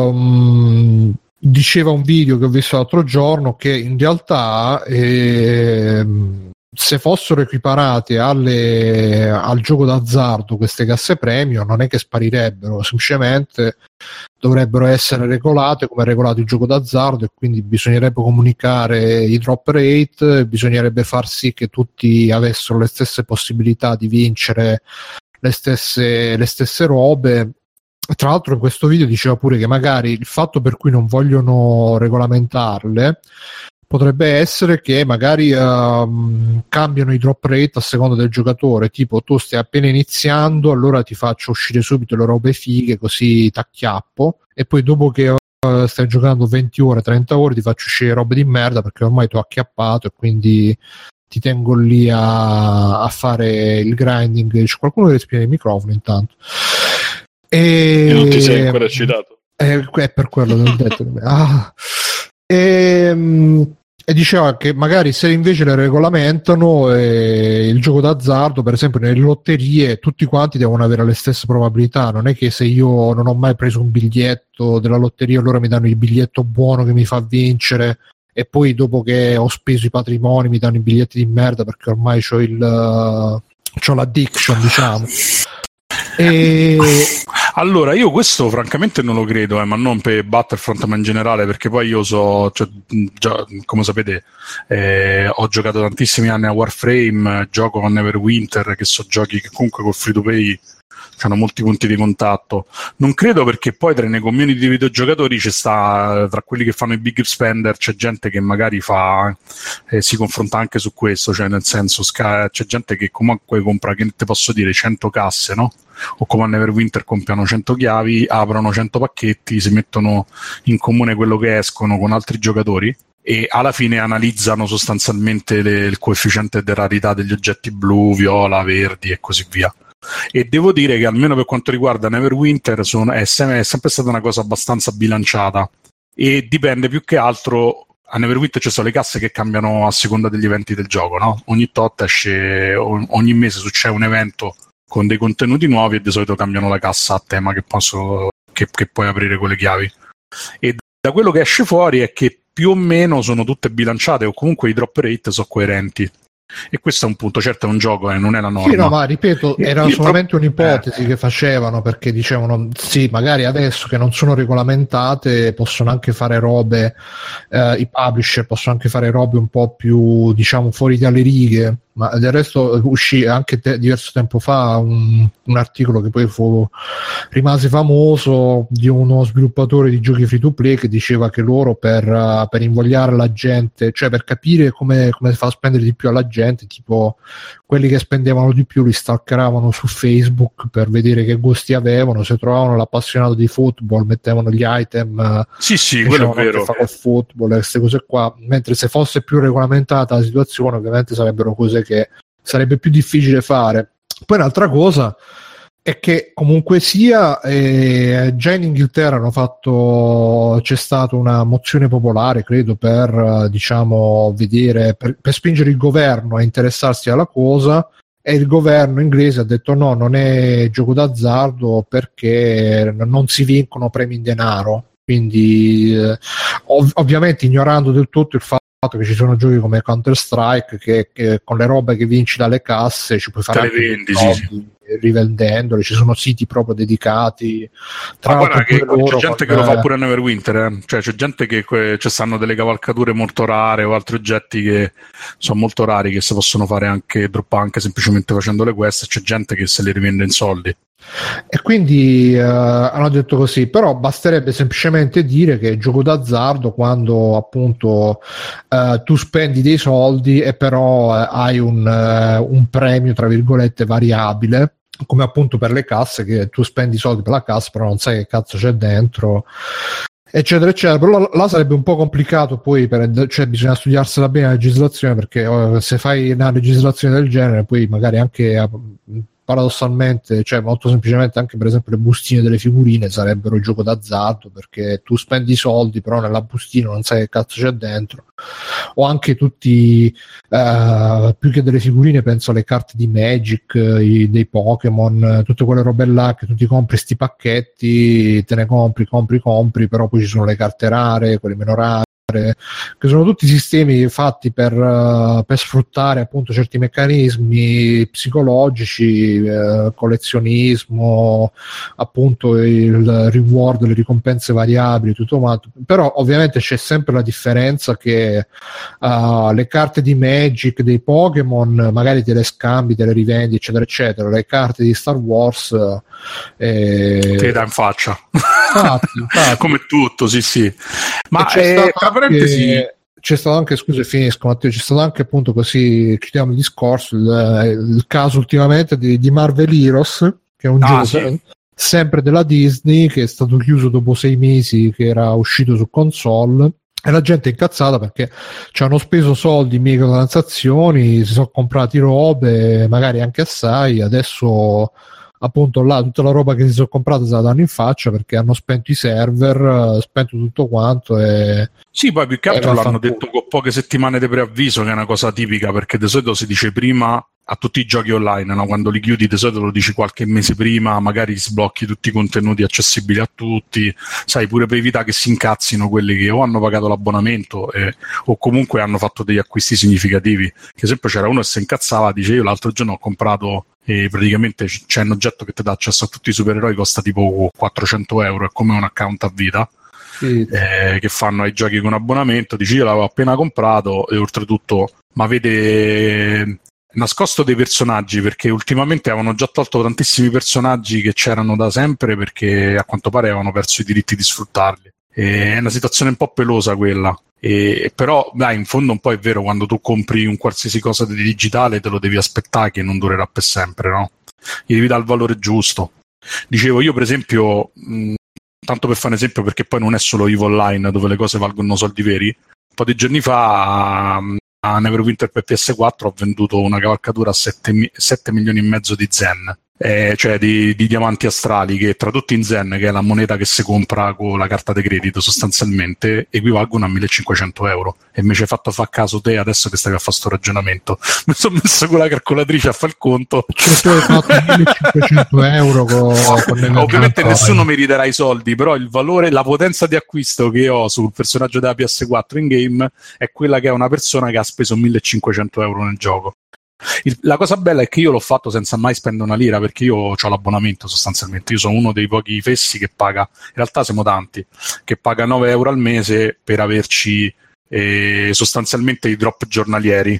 um, diceva un video che ho visto l'altro giorno che in realtà eh, se fossero equiparate alle, al gioco d'azzardo queste casse premium non è che sparirebbero, semplicemente dovrebbero essere regolate come è regolato il gioco d'azzardo e quindi bisognerebbe comunicare i drop rate, bisognerebbe far sì che tutti avessero le stesse possibilità di vincere le stesse, le stesse robe. Tra l'altro in questo video diceva pure che magari il fatto per cui non vogliono regolamentarle potrebbe essere che magari uh, cambiano i drop rate a seconda del giocatore, tipo tu stai appena iniziando, allora ti faccio uscire subito le robe fighe così t'acchiappo, e poi dopo che uh, stai giocando venti ore, trenta ore ti faccio uscire robe di merda perché ormai ti ho acchiappato e quindi ti tengo lì a, a fare il grinding. C'è qualcuno che respira il microfono intanto. E, e non ti sei ancora citato. È, è per quello che ho detto. ah. E, e diceva che magari se invece le regolamentano eh, il gioco d'azzardo, per esempio nelle lotterie, tutti quanti devono avere le stesse probabilità. Non è che se io non ho mai preso un biglietto della lotteria allora mi danno il biglietto buono che mi fa vincere e poi dopo che ho speso i patrimoni mi danno i biglietti di merda perché ormai c'ho il uh, c'ho l'addiction, diciamo. E... Allora, io questo francamente non lo credo, eh, ma non per Battlefront ma in generale, perché poi io so, cioè, già, come sapete, eh, ho giocato tantissimi anni a Warframe, gioco con Neverwinter, che sono giochi che comunque col free to play hanno molti punti di contatto. Non credo, perché poi tra le community di videogiocatori c'è sta, tra quelli che fanno i big spender c'è gente che magari fa eh, si confronta anche su questo, cioè nel senso sca- c'è gente che comunque compra, che te posso dire, cento casse, no? O come a Neverwinter compiano cento chiavi, aprono cento pacchetti, si mettono in comune quello che escono con altri giocatori e alla fine analizzano sostanzialmente le, il coefficiente di rarità degli oggetti blu, viola, verdi e così via. E devo dire che almeno per quanto riguarda Neverwinter sono, è, sem- è sempre stata una cosa abbastanza bilanciata e dipende più che altro. A Neverwinter ci sono le casse che cambiano a seconda degli eventi del gioco, no? Ogni tot esce, ogni mese succede un evento con dei contenuti nuovi e di solito cambiano la cassa a tema che, posso, che, che puoi aprire con le chiavi. E da quello che esce fuori è che più o meno sono tutte bilanciate o comunque i drop rate sono coerenti. E questo è un punto, certo è un gioco e eh, non è la norma. Sì, no, ma ripeto, era il solamente pro- un'ipotesi eh. che facevano, perché dicevano sì, magari adesso che non sono regolamentate possono anche fare robe, eh, i publisher possono anche fare robe un po' più, diciamo, fuori dalle righe, ma del resto uscì anche te, diverso tempo fa un, un articolo che poi fu, rimase famoso, di uno sviluppatore di giochi free to play che diceva che loro per, uh, per invogliare la gente, cioè per capire come, come fa a spendere di più alla gente, tipo quelli che spendevano di più li stalkeravano su Facebook per vedere che gusti avevano, se trovavano l'appassionato di football mettevano gli item, sì sì, quello è vero, che fa col football e queste cose qua, mentre se fosse più regolamentata la situazione ovviamente sarebbero cose che sarebbe più difficile fare. Poi un'altra cosa è che comunque sia eh, già in Inghilterra hanno fatto, c'è stata una mozione popolare credo per diciamo vedere, per, per spingere il governo a interessarsi alla cosa, e il governo inglese ha detto no, non è gioco d'azzardo perché non si vincono premi in denaro, quindi eh, ov- ovviamente ignorando del tutto il fatto che ci sono giochi come Counter Strike che, che con le robe che vinci dalle casse ci puoi fare anche vendi, sì, sì. rivendendole, ci sono siti proprio dedicati. Tra ma guarda che c'è gente con, che lo fa pure a Neverwinter, eh? Cioè c'è gente che que- ci stanno delle cavalcature molto rare o altri oggetti che sono molto rari che si possono fare anche drop anche semplicemente facendo le quest, c'è gente che se le rivende in soldi. E quindi uh, hanno detto così, però basterebbe semplicemente dire che è gioco d'azzardo quando appunto uh, tu spendi dei soldi e però uh, hai un, uh, un premio tra virgolette variabile, come appunto per le casse, che tu spendi soldi per la cassa però non sai che cazzo c'è dentro, eccetera eccetera. Però là, là sarebbe un po' complicato poi per, cioè bisogna studiarsela bene la legislazione, perché uh, se fai una legislazione del genere poi magari anche uh, paradossalmente, cioè molto semplicemente anche per esempio le bustine delle figurine sarebbero il gioco d'azzardo, perché tu spendi i soldi però nella bustina non sai che cazzo c'è dentro. O anche tutti uh, più che delle figurine penso alle carte di Magic, i, dei Pokémon, tutte quelle robe là che tu ti compri sti pacchetti, te ne compri, compri, compri, però poi ci sono le carte rare, quelle meno rare, che sono tutti sistemi fatti per, uh, per sfruttare appunto certi meccanismi psicologici, uh, collezionismo, appunto il reward, le ricompense variabili, tutto quanto. Però ovviamente c'è sempre la differenza che uh, le carte di Magic, dei Pokémon magari te le scambi, te le rivendi eccetera eccetera, le carte di Star Wars eh... te le dà in faccia. Infatti, infatti. Come tutto, sì sì. Ma c'è, eh, stato anche, parentesi... c'è stato anche, scusa finisco Matteo, c'è stato anche appunto, così chiudiamo il discorso, il, il caso ultimamente di, di Marvel Heroes, che è un ah, gioco sì. sempre della Disney, che è stato chiuso dopo sei mesi che era uscito su console, e la gente è incazzata perché ci hanno speso soldi in microtransazioni, si sono comprati robe magari anche assai, adesso appunto là tutta la roba che si sono comprata se la danno in faccia perché hanno spento i server, spento tutto quanto e sì, poi più che altro l'hanno detto con poche settimane di preavviso, che è una cosa tipica, perché di solito si dice prima a tutti i giochi online, no? Quando li chiudi di solito lo dici qualche mese prima, magari sblocchi tutti i contenuti accessibili a tutti, sai, pure per evitare che si incazzino quelli che o hanno pagato l'abbonamento eh, o comunque hanno fatto degli acquisti significativi. Che esempio c'era uno che si incazzava, dice io l'altro giorno ho comprato e praticamente c'è un oggetto che ti dà accesso a tutti i supereroi, costa tipo quattrocento euro, è come un account a vita. Sì. Eh, che fanno ai giochi con abbonamento, dici io l'avevo appena comprato e oltretutto ma avete nascosto dei personaggi, perché ultimamente avevano già tolto tantissimi personaggi che c'erano da sempre, perché a quanto pare avevano perso i diritti di sfruttarli. E è una situazione un po' pelosa quella. E, però dai, in fondo un po' è vero, quando tu compri un qualsiasi cosa di digitale te lo devi aspettare che non durerà per sempre, no? Gli devi dare il valore giusto. Dicevo, io per esempio, mh, tanto per fare un esempio, perché poi non è solo EVE Online dove le cose valgono soldi veri, un po' di giorni fa a, a Neverwinter per P S quattro ho venduto una cavalcatura a sette milioni e mezzo di Zen, eh, cioè di, di diamanti astrali, che tradotto in Zen, che è la moneta che si compra con la carta di credito sostanzialmente, equivalgono a millecinquecento euro. E mi ci hai fatto fa caso te adesso che stavi a fare sto ragionamento. Mi sono messo con la calcolatrice a fare il conto. Cioè, tu hai fatto millecinquecento euro con, con ovviamente nessuno mi ridarà i soldi, però il valore, la potenza di acquisto che ho sul personaggio della P S quattro in game è quella che è una persona che ha speso millecinquecento euro nel gioco. Il, la cosa bella è che io l'ho fatto senza mai spendere una lira, perché io ho l'abbonamento sostanzialmente. Io sono uno dei pochi fessi che paga, in realtà siamo tanti, che paga nove euro al mese per averci eh, sostanzialmente i drop giornalieri.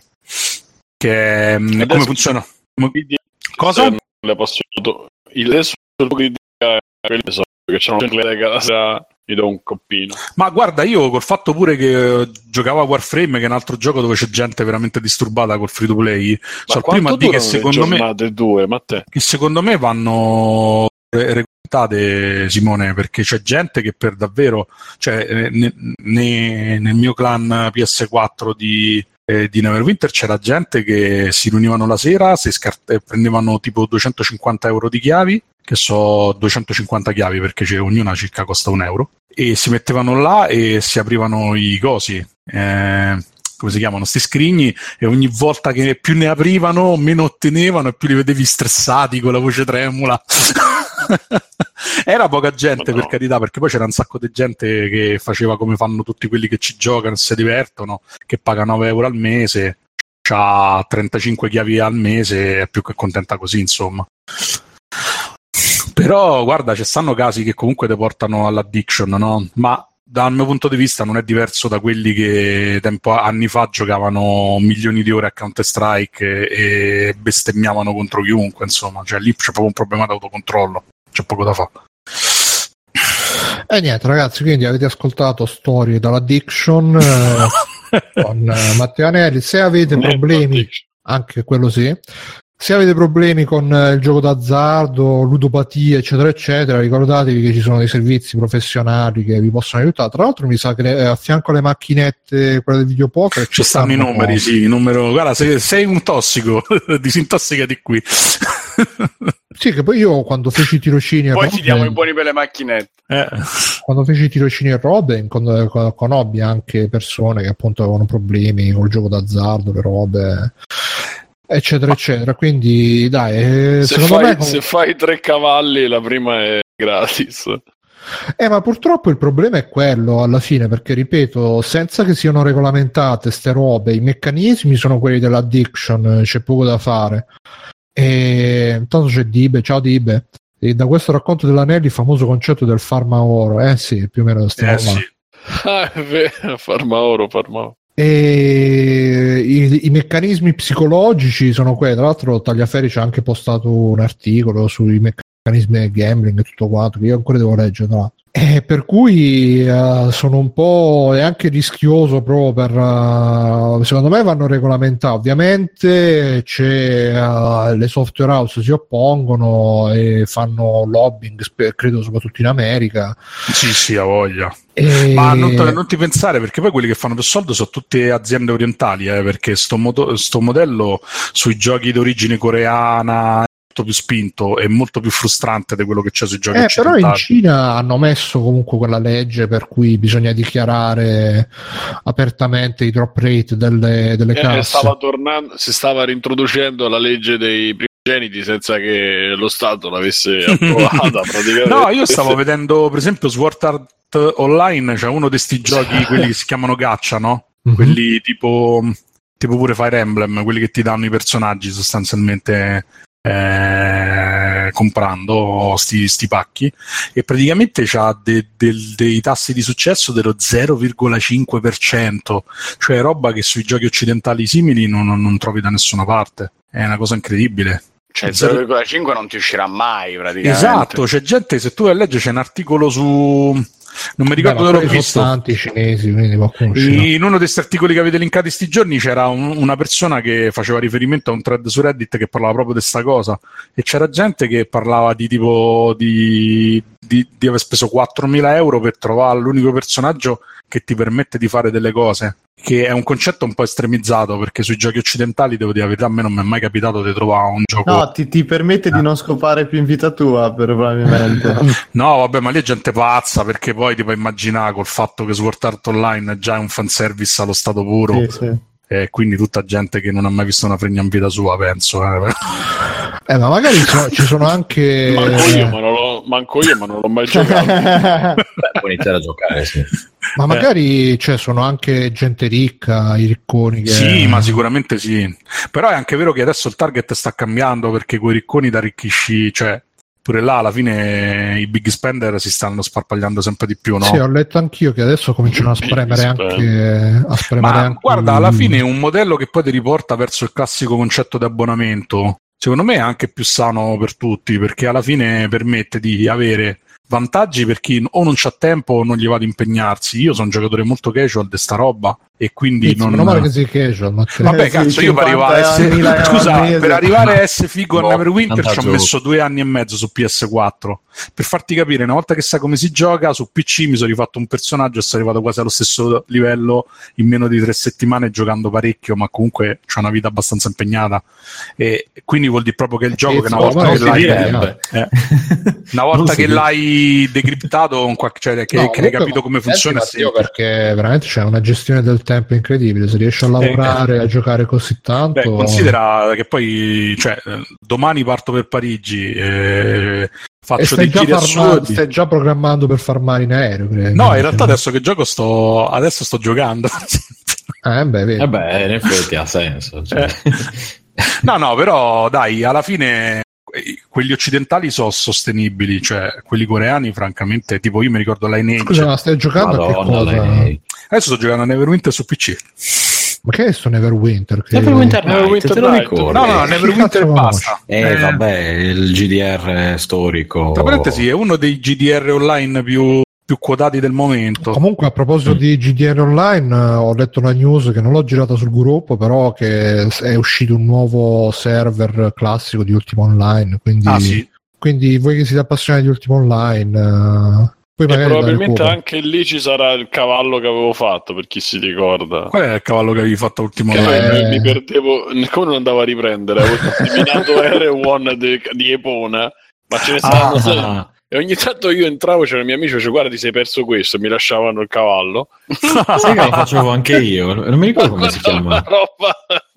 Che eh, come funziona? Cosa? Le posso il adesso quelli che c'hanno le casa, mi do un coppino. Ma guarda, io col fatto pure che giocavo a Warframe, che è un altro gioco dove c'è gente veramente disturbata col free to play, so prima di che secondo me due, ma te? che secondo me vanno recuperate, Simone, perché c'è gente che per davvero, cioè ne, ne, nel mio clan P S quattro di eh, di Neverwinter c'era gente che si riunivano la sera, si scart- prendevano tipo duecentocinquanta euro di chiavi, che so duecentocinquanta chiavi, perché c'è, ognuna circa costa un euro, e si mettevano là e si aprivano i cosi, eh, come si chiamano, sti scrigni, e ogni volta che più ne aprivano meno ottenevano e più li vedevi stressati con la voce tremula. Era poca gente, no, per carità, perché poi c'era un sacco di gente che faceva come fanno tutti quelli che ci giocano e si divertono, che paga nove euro al mese, c'ha trentacinque chiavi al mese, è più che contenta così, insomma. Però guarda, ci stanno casi che comunque ti portano all'addiction, no? Ma dal mio punto di vista non è diverso da quelli che tempo anni fa giocavano milioni di ore a Counter-Strike e, e bestemmiavano contro chiunque, insomma, cioè lì c'è proprio un problema d'autocontrollo, c'è poco da fare. E niente ragazzi, quindi avete ascoltato storie dall'addiction eh, con eh, Matteo Anelli. Se avete problemi, anche quello sì, se avete problemi con eh, il gioco d'azzardo, ludopatie eccetera eccetera, ricordatevi che ci sono dei servizi professionali che vi possono aiutare. Tra l'altro mi sa che le, a fianco alle macchinette, quelle del videopoker, ci, ci stanno, stanno i numeri, no? Sì, il numero, guarda, se sei un tossico disintossicati qui. Sì, che poi io quando feci i tirocini poi a ti diamo i buoni per le macchinette, eh. quando feci i tirocini a Robin con, con, conobbi anche persone che appunto avevano problemi col gioco d'azzardo, le robe eccetera eccetera, quindi dai, se secondo fai, me come... se fai tre cavalli la prima è gratis. Eh, ma purtroppo il problema è quello alla fine, perché ripeto, senza che siano regolamentate ste robe, i meccanismi sono quelli dell'addiction, c'è poco da fare. E intanto c'è Dibe, ciao Dibe, e da questo racconto dell'Anelli il famoso concetto del farma oro, eh sì, più o meno stiamo eh, sì. Ah, è vero, farma oro, farma oro. E i, i meccanismi psicologici sono quelli. Tra l'altro Tagliaferri ci ha anche postato un articolo sui meccanismi del gambling e tutto quanto, che io ancora devo leggere, no? E per cui uh, sono un po' è anche rischioso proprio per uh, secondo me vanno regolamentati. Ovviamente c'è uh, le software house si oppongono e fanno lobbying, credo soprattutto in America. Sì, sì, ha voglia. E... Ma non, non ti pensare, perché poi quelli che fanno più soldi sono tutte aziende orientali, eh, perché sto, modo, sto modello sui giochi d'origine coreana più spinto e molto più frustrante di quello che c'è sui giochi eh, occidentali. Però in Cina hanno messo comunque quella legge per cui bisogna dichiarare apertamente i drop rate delle, delle eh, casse. Stava tornando, si stava reintroducendo la legge dei primogeniti senza che lo Stato l'avesse approvata praticamente. No, io stavo vedendo per esempio Sword Art Online, c'è cioè uno di questi giochi, quelli che si chiamano gacha, no? Mm-hmm. Quelli tipo tipo pure Fire Emblem, quelli che ti danno i personaggi sostanzialmente Eh, comprando sti, sti pacchi, e praticamente c'ha de, de, dei tassi di successo dello zero virgola cinque per cento, cioè roba che sui giochi occidentali simili non, non trovi da nessuna parte. è una cosa incredibile. Cioè zero virgola cinque non ti uscirà mai praticamente. Esatto, c'è gente, se tu vai a leggere c'è un articolo su, non mi ricordo dove l'ho visto, tanti cinesi, quindi in uno di questi articoli che avete linkato sti giorni c'era un, una persona che faceva riferimento a un thread su Reddit che parlava proprio di sta cosa, e c'era gente che parlava di tipo di, di, di aver speso quattromila euro per trovare l'unico personaggio che ti permette di fare delle cose, che è un concetto un po' estremizzato, perché sui giochi occidentali, devo dire la verità, a me non mi è mai capitato di trovare un gioco. No, ti, ti permette eh. di non scopare più in vita tua, probabilmente. No, vabbè, ma lì è gente pazza, perché poi ti puoi immaginare col fatto che Sword Art Online è già un fanservice allo stato puro, sì, sì. E quindi tutta gente che non ha mai visto una fregna in vita sua, penso. Eh, eh ma magari so, ci sono anche. Manco io, ma non l'ho, manco io, ma non l'ho mai giocato. Beh, puoi iniziare a giocare, sì. Ma magari cioè, sono anche gente ricca, i ricconi che... Sì, ma sicuramente sì. Però è anche vero che adesso il target sta cambiando, perché quei ricconi da arricchisci, cioè pure là alla fine i big spender si stanno sparpagliando sempre di più, no? Sì, ho letto anch'io che adesso cominciano a spremere anche a spremere ma anche guarda, i... alla fine è un modello che poi ti riporta verso il classico concetto di abbonamento. Secondo me è anche più sano per tutti, perché alla fine permette di avere vantaggi per chi o non c'ha tempo o non gli va ad impegnarsi. Io sono un giocatore molto casual di sta roba, e quindi sì, non... non male che sei casual, ma te... vabbè, eh, cazzo, sì, io per arrivare a essere... Scusa, per arrivare a essere figo no, a Neverwinter ci ho gioco. messo due anni e mezzo su P S quattro. Per farti capire, una volta che sai come si gioca, su P C mi sono rifatto un personaggio e sono arrivato quasi allo stesso livello in meno di tre settimane, giocando parecchio, ma comunque c'ho una vita abbastanza impegnata, e quindi vuol dire proprio che il gioco, che una volta che l'hai, eh, una volta che l'hai decriptato, un qual- cioè che, no, che hai capito come funziona, io perché veramente c'è una gestione del tempo incredibile. Se riesci a lavorare, eh, a giocare così tanto, beh, considera che poi, cioè, domani parto per Parigi, eh, faccio dei giri assurdi. Stai già programmando per farmare in aereo, credo. No, in realtà adesso che gioco sto adesso sto giocando. Eh beh, vedi. Eh beh, in effetti ha senso, cioè. eh. No, no, però dai, alla fine quelli occidentali sono sostenibili, cioè quelli coreani francamente, tipo io mi ricordo Lineage. Scusa, ma stai giocando Madonna, a che cosa? Lineage. Adesso sto giocando a Neverwinter su P C. Ma che è sto Neverwinter? Che... Neverwinter Night, Neverwinter te lo Night. ricordi? No, no, Neverwinter basta. Eh, eh, vabbè, il G D R storico. Tra parentesi, è uno dei G D R online più, più quotati del momento. Comunque, a proposito mm. di G D R online, eh, ho letto una news che non l'ho girata sul gruppo, però che è uscito un nuovo server classico di Ultima Online. Quindi, ah, sì. quindi voi che siete appassionati di Ultima Online... Eh, e probabilmente anche lì ci sarà il cavallo che avevo fatto, per chi si ricorda. Qual è il cavallo che avevi fatto l'ultimo che live? Eh... Mi perdevo, come non andavo a riprendere, avevo terminato Area One di, di Epona, ma ce ne stavano ah. E ogni tanto io entravo, c'erano i miei amici, dicevo guarda ti sei perso questo, e mi lasciavano il cavallo. Sai che lo facevo anche io, non mi ricordo come si chiama. Roba.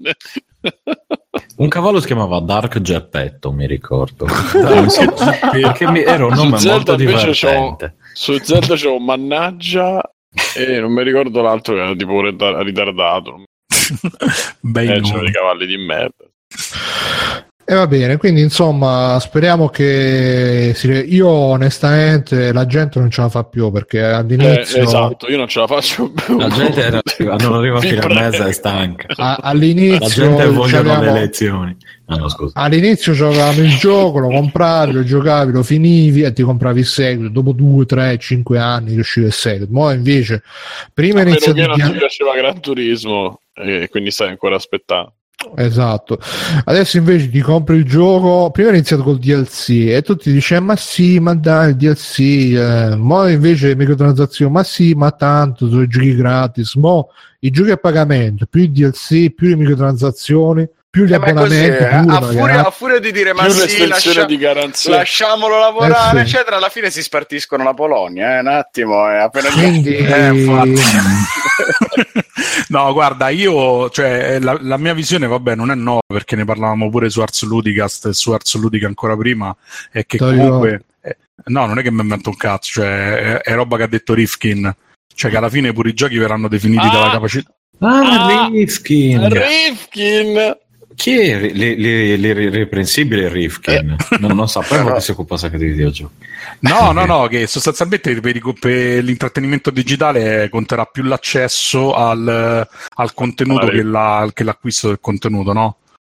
Un cavallo si chiamava Dark Geppetto, mi ricordo. Perché mi, era un nome molto divertente. Su Zelda c'avevo Mannaggia e non mi ricordo l'altro che era tipo ritardato. Bei eh, c'erano dei cavalli di merda. E va bene, quindi insomma speriamo che si... io onestamente la gente non ce la fa più, perché all'inizio eh, esatto, io non ce la faccio più. La gente era... non arriva fino a mezza e stanca. A, all'inizio la gente vogliono le elezioni. Ah, no, scusa. All'inizio giocavamo il gioco, lo compravi, lo giocavi, lo finivi e ti compravi il seguito. Dopo due, tre, cinque anni usciva il seguito. Ma invece prima a iniziato meno che non ti piaceva Gran Turismo e quindi stai ancora aspettando. Esatto, adesso invece ti compri il gioco. Prima è iniziato col D L C e tutti dicevano ma sì, ma dai il D L C, eh. Mo invece microtransazioni, ma sì, ma tanto sono i giochi gratis. Mo i giochi a pagamento, più il D L C, più le microtransazioni, più gli eh, abbonamenti, a, furia, a furia di dire ma sì, lascia, di lasciamolo lavorare, eh sì. eccetera, alla fine si spartiscono la Polonia, eh, un attimo, eh, appena quindi eh, no, guarda, io, cioè, la, la mia visione, vabbè, non è nuova, perché ne parlavamo pure su Ars Ludicast e su Ars Ludica ancora prima, è che Toglio. comunque, eh, no, non è che mi invento un cazzo, cioè, è, è roba che ha detto Rifkin, cioè che alla fine pure i giochi verranno definiti ah, dalla capacità. Ah, ah Rifkin! Rifkin! Chi è l'irreprensibile Rifkin? Eh. Non, non sapevo no. che si occupasse anche di videogiochi. No, no, no, che sostanzialmente per, per l'intrattenimento digitale conterà più l'accesso al, al contenuto ah, che, la, che l'acquisto del contenuto, no?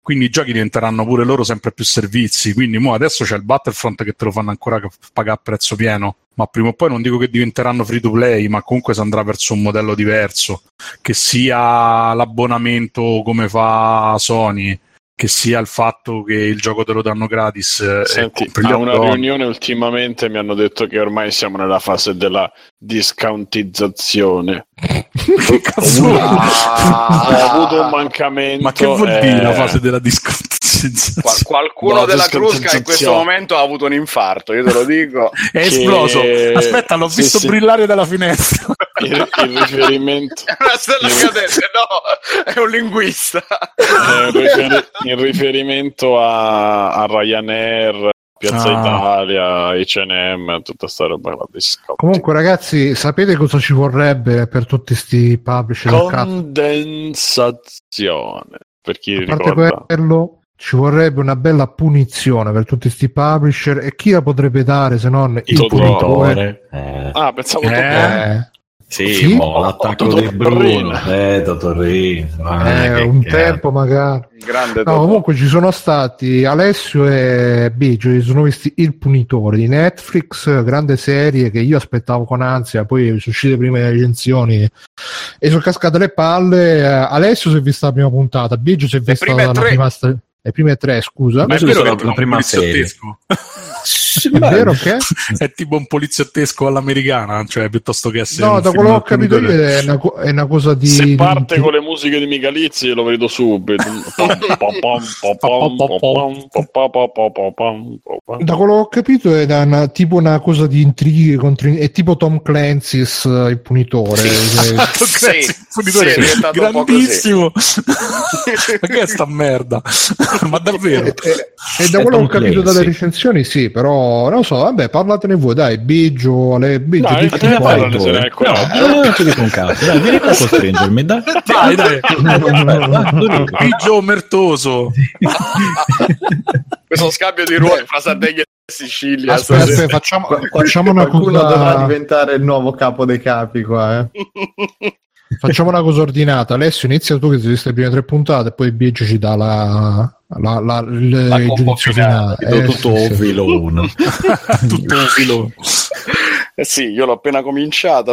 quindi i giochi diventeranno pure loro sempre più servizi, quindi mo adesso c'è il Battlefront che te lo fanno ancora pagare a prezzo pieno, ma prima o poi non dico che diventeranno free to play, ma comunque si andrà verso un modello diverso, che sia l'abbonamento come fa Sony, che sia il fatto che il gioco te lo danno gratis. Senti, a una riunione ultimamente mi hanno detto che ormai siamo nella fase della discountizzazione. Che cazzo? Ah, ho avuto un mancamento. Ma che vuol eh... dire la fase della discountizzazione? Qual- qualcuno no, della Crusca in questo momento ha avuto un infarto, io te lo dico. È esploso. Che... Aspetta, l'ho sì, visto sì. brillare dalla finestra. Il, il riferimento è una stella cadente, no, è un linguista. È un riferi- il riferimento a, a Ryanair, Piazza ah. Italia, H and M, tutta sta roba. Comunque ragazzi, sapete cosa ci vorrebbe per tutti sti publisher? Condensazione, per chi a parte ricorda. Quello, ci vorrebbe una bella punizione per tutti sti publisher, e chi la potrebbe dare se non il punitore? Eh. Ah, pensavo eh. eh. Sì, sì? Oh, l'attacco di Bruno, eh, Totorrino, eh, un cazzo. Tempo magari. Grande no, comunque ci sono stati Alessio e Biggio, si sono visti Il Punitore di Netflix, grande serie che io aspettavo con ansia, poi sono uscite le prime recensioni e sono cascate le palle. Alessio si è vista la prima puntata, Biggio si è vista la prima stagione. Le prime tre, scusa. Ma è vero che è la prima serie. È vero che è tipo un poliziottesco all'americana, cioè piuttosto che essere no, da quello che ho capito io è una, è una cosa di se parte di... con le musiche di Michalizzi lo vedo subito. Da quello che ho capito è una, tipo una cosa di intrighi contro, è tipo Tom Clancy's Il Punitore. Sì, Clancy, il punitore sì, è grandissimo. Ma che è sta merda? Ma davvero? E, e, e da quello che ho capito dalle recensioni sì, però non so, vabbè, parlatene voi, dai, Biggio, le Biggio, dai, Biggio te ne poi, no, no, non ti dico un cazzo, dai, vieni a costringermi, dai, dai, dai, Biggio omertoso. Questo scambio di ruoli fra Sardegna e Sicilia. Aspetta, aspetta, facciamo, facciamo una cosa. Dovrà diventare il nuovo capo dei capi qua, eh. Facciamo una cosa ordinata. Alessio, inizia tu che ti viste le prime tre puntate e poi Biggio ci dà la, la, la, il, la il giudizio finale. Eh, tutto sì, filone. Tutto filone. Eh sì, io l'ho appena cominciata,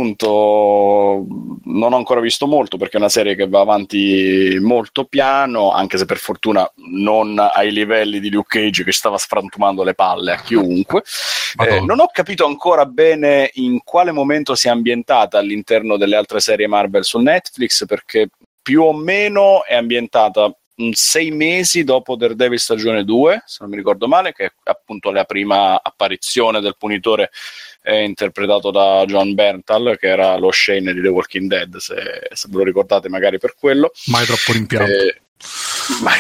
appunto, non ho ancora visto molto perché è una serie che va avanti molto piano, anche se per fortuna non ai livelli di Luke Cage che stava sfrantumando le palle a chiunque. Eh, non ho capito ancora bene in quale momento si è ambientata all'interno delle altre serie Marvel su Netflix, perché più o meno è ambientata un sei mesi dopo Daredevil stagione due, se non mi ricordo male, che è appunto la prima apparizione del Punitore, è interpretato da John Bernthal, che era lo Shane di The Walking Dead, se, se ve lo ricordate magari per quello. Mai troppo rimpianto. Eh, mai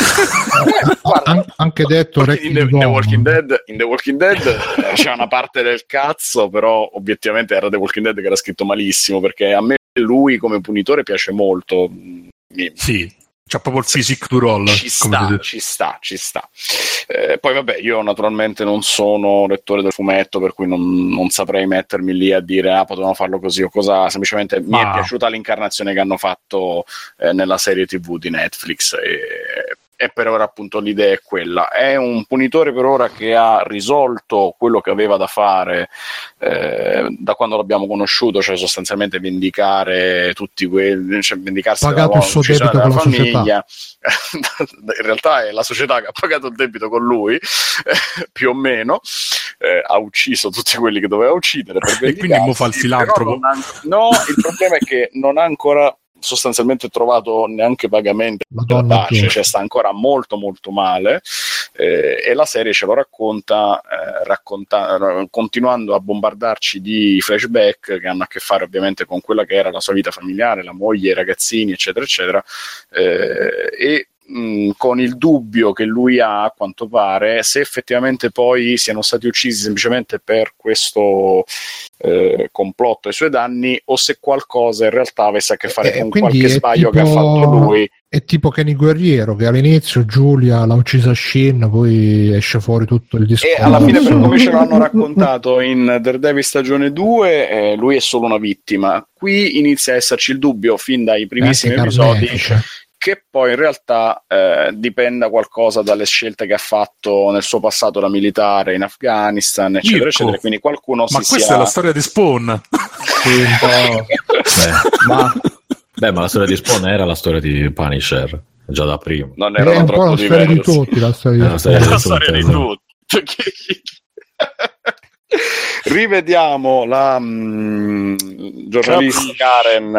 Guarda, An- anche detto in the, in, the Walking Dead, in The Walking Dead c'è una parte del cazzo, però obiettivamente era The Walking Dead che era scritto malissimo, perché a me lui come Punitore piace molto. Mi... Sì. C'ha proprio il physique du roll. Ci sta, ci sta, ci sta. Eh, poi vabbè, io naturalmente non sono lettore del fumetto, per cui non, non saprei mettermi lì a dire ah, potevano farlo così o cosa. Semplicemente Ma... mi è piaciuta l'incarnazione che hanno fatto eh, nella serie tivù di Netflix e, e per ora appunto l'idea è quella. È un Punitore per ora che ha risolto quello che aveva da fare eh, da quando l'abbiamo conosciuto, cioè sostanzialmente vendicare tutti quelli, cioè vendicarsi pagato della, il suo debito della con la famiglia. In realtà è la società che ha pagato il debito con lui, eh, più o meno, eh, ha ucciso tutti quelli che doveva uccidere per e quindi mo fa il filantropo. Ha, no, il problema è che non ha ancora sostanzialmente trovato neanche vagamente la pace, cioè sta ancora molto molto male, eh, e la serie ce lo racconta, eh, racconta continuando a bombardarci di flashback che hanno a che fare ovviamente con quella che era la sua vita familiare, la moglie, i ragazzini eccetera eccetera, eh, e mh, con il dubbio che lui ha, a quanto pare, se effettivamente poi siano stati uccisi semplicemente per questo Eh, complotto ai suoi danni o se qualcosa in realtà avesse a che fare eh, con qualche sbaglio tipo, che ha fatto lui. È tipo Kenny Guerriero, che all'inizio Giulia l'ha uccisa Shin, poi esce fuori tutto il discorso. E alla fine, per come ce l'hanno raccontato in Daredevil stagione due, eh, lui è solo una vittima. Qui inizia a esserci il dubbio fin dai primissimi episodi che poi in realtà eh, dipenda qualcosa dalle scelte che ha fatto nel suo passato da militare in Afghanistan, eccetera, Mirko, eccetera. Quindi qualcuno ma si questa sia... è la storia di Spawn. Sì, un po'. Beh, ma... Beh, ma la storia di Spawn era la storia di Punisher già da prima. Non È erano un po' troppo la storia di diversi. tutti, la storia È di la storia È la di storia di tutti, tutti. Rivediamo la mm, giornalista Karen.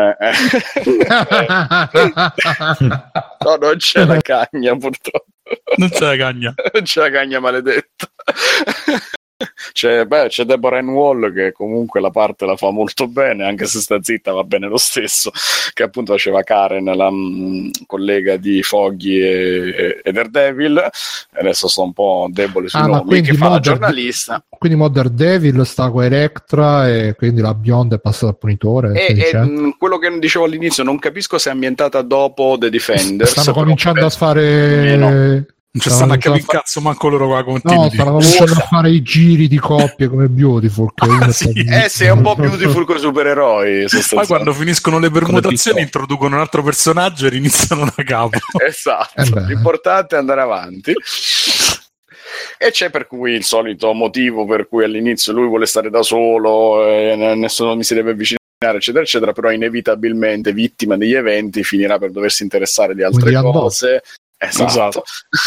No, non c'è la cagna, purtroppo. Non c'è la cagna. Non c'è la cagna, maledetta. C'è, beh, c'è Deborah Ann Wall che comunque la parte la fa molto bene, anche se sta zitta va bene lo stesso, che appunto faceva Karen, la mh, collega di Foggy e, e Daredevil. Adesso sto un po' debole sui ah, nomi, che fa la Modern, giornalista. Quindi Modern Devil sta con Electra e quindi la bionda è passata al punitore. E, e mh, quello che dicevo all'inizio, non capisco se è ambientata dopo The Defenders. Stanno cominciando a fare... Eh, no. Non ci stanno a capire in cazzo manco loro qua con no, stanno cominciando a fare i giri di coppie come Beautiful che ah, sì. Eh sì, è un po' Beautiful con i supereroi. Poi quando finiscono le permutazioni introducono un altro personaggio e iniziano da capo. Esatto, eh l'importante è andare avanti. E c'è per cui il solito motivo per cui all'inizio lui vuole stare da solo e nessuno mi si deve avvicinare, eccetera eccetera, però inevitabilmente vittima degli eventi finirà per doversi interessare di altre Quindi cose. Esatto.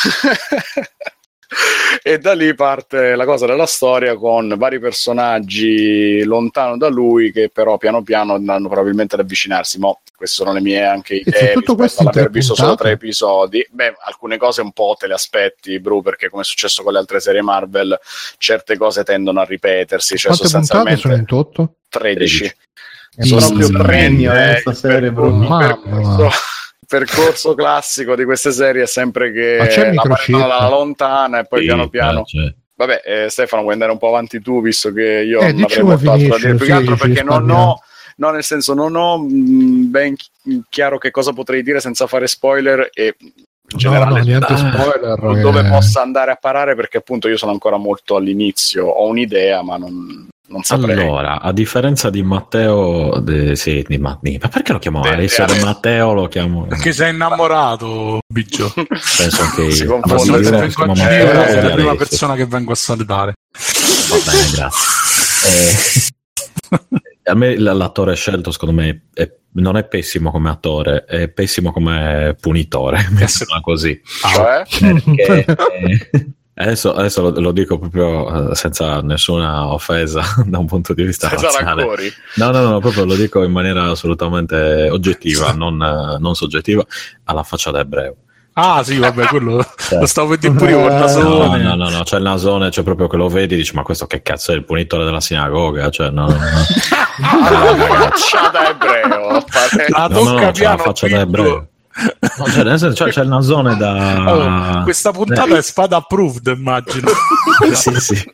E da lì parte la cosa della storia con vari personaggi lontano da lui che però piano piano andranno probabilmente ad avvicinarsi. Mo, queste sono le mie anche idee tutto questo aver visto solo tre episodi. Beh, alcune cose un po' te le aspetti, Bru, perché come è successo con le altre serie Marvel certe cose tendono a ripetersi, cioè quante sostanzialmente sono in tutto? tredici. È proprio premio eh, questa serie, Bru. Percorso classico di queste serie è sempre che la prendono dalla lontana e poi sì, piano piano c'è. Vabbè, eh, Stefano, vuoi andare un po' avanti tu, visto che io eh, non avrei molto altro da dire, più che altro perché non ho no, nel senso non ho mh, ben chiaro che cosa potrei dire senza fare spoiler e in generale no, no, spoiler, dove eh. possa andare a parare, perché appunto io sono ancora molto all'inizio, ho un'idea ma non non saprei. Allora, a differenza di Matteo, de, sì, di, ma, di, ma perché lo chiamo de, adesso? De, Matteo lo chiamo. Perché sei innamorato, Biggio. Penso che si io. Sei la prima persona che vengo a salutare. Va bene, grazie. Eh, a me l'attore scelto, secondo me, è, non è pessimo come attore, è pessimo come punitore. Mettiamola così. Cioè? Perché. Eh, Adesso, adesso lo, lo dico proprio uh, senza nessuna offesa da un punto di vista senza razziale. Rancori. No, no, no, proprio lo dico in maniera assolutamente oggettiva, non, uh, non soggettiva, alla faccia da ebreo. Ah sì, vabbè, quello cioè. Lo stavo vedendo pure io col nasone. No, no, no, no, c'è il nasone, c'è proprio che lo vedi e dici ma questo che cazzo è il punitore della sinagoga? Cioè, no, no, no. La faccia da ebreo. La no, no, no, c'è la faccia da ebreo. No, cioè, nel senso, cioè, c'è il nasone da oh, questa puntata eh. è spada approved, immagino. Sì, sì.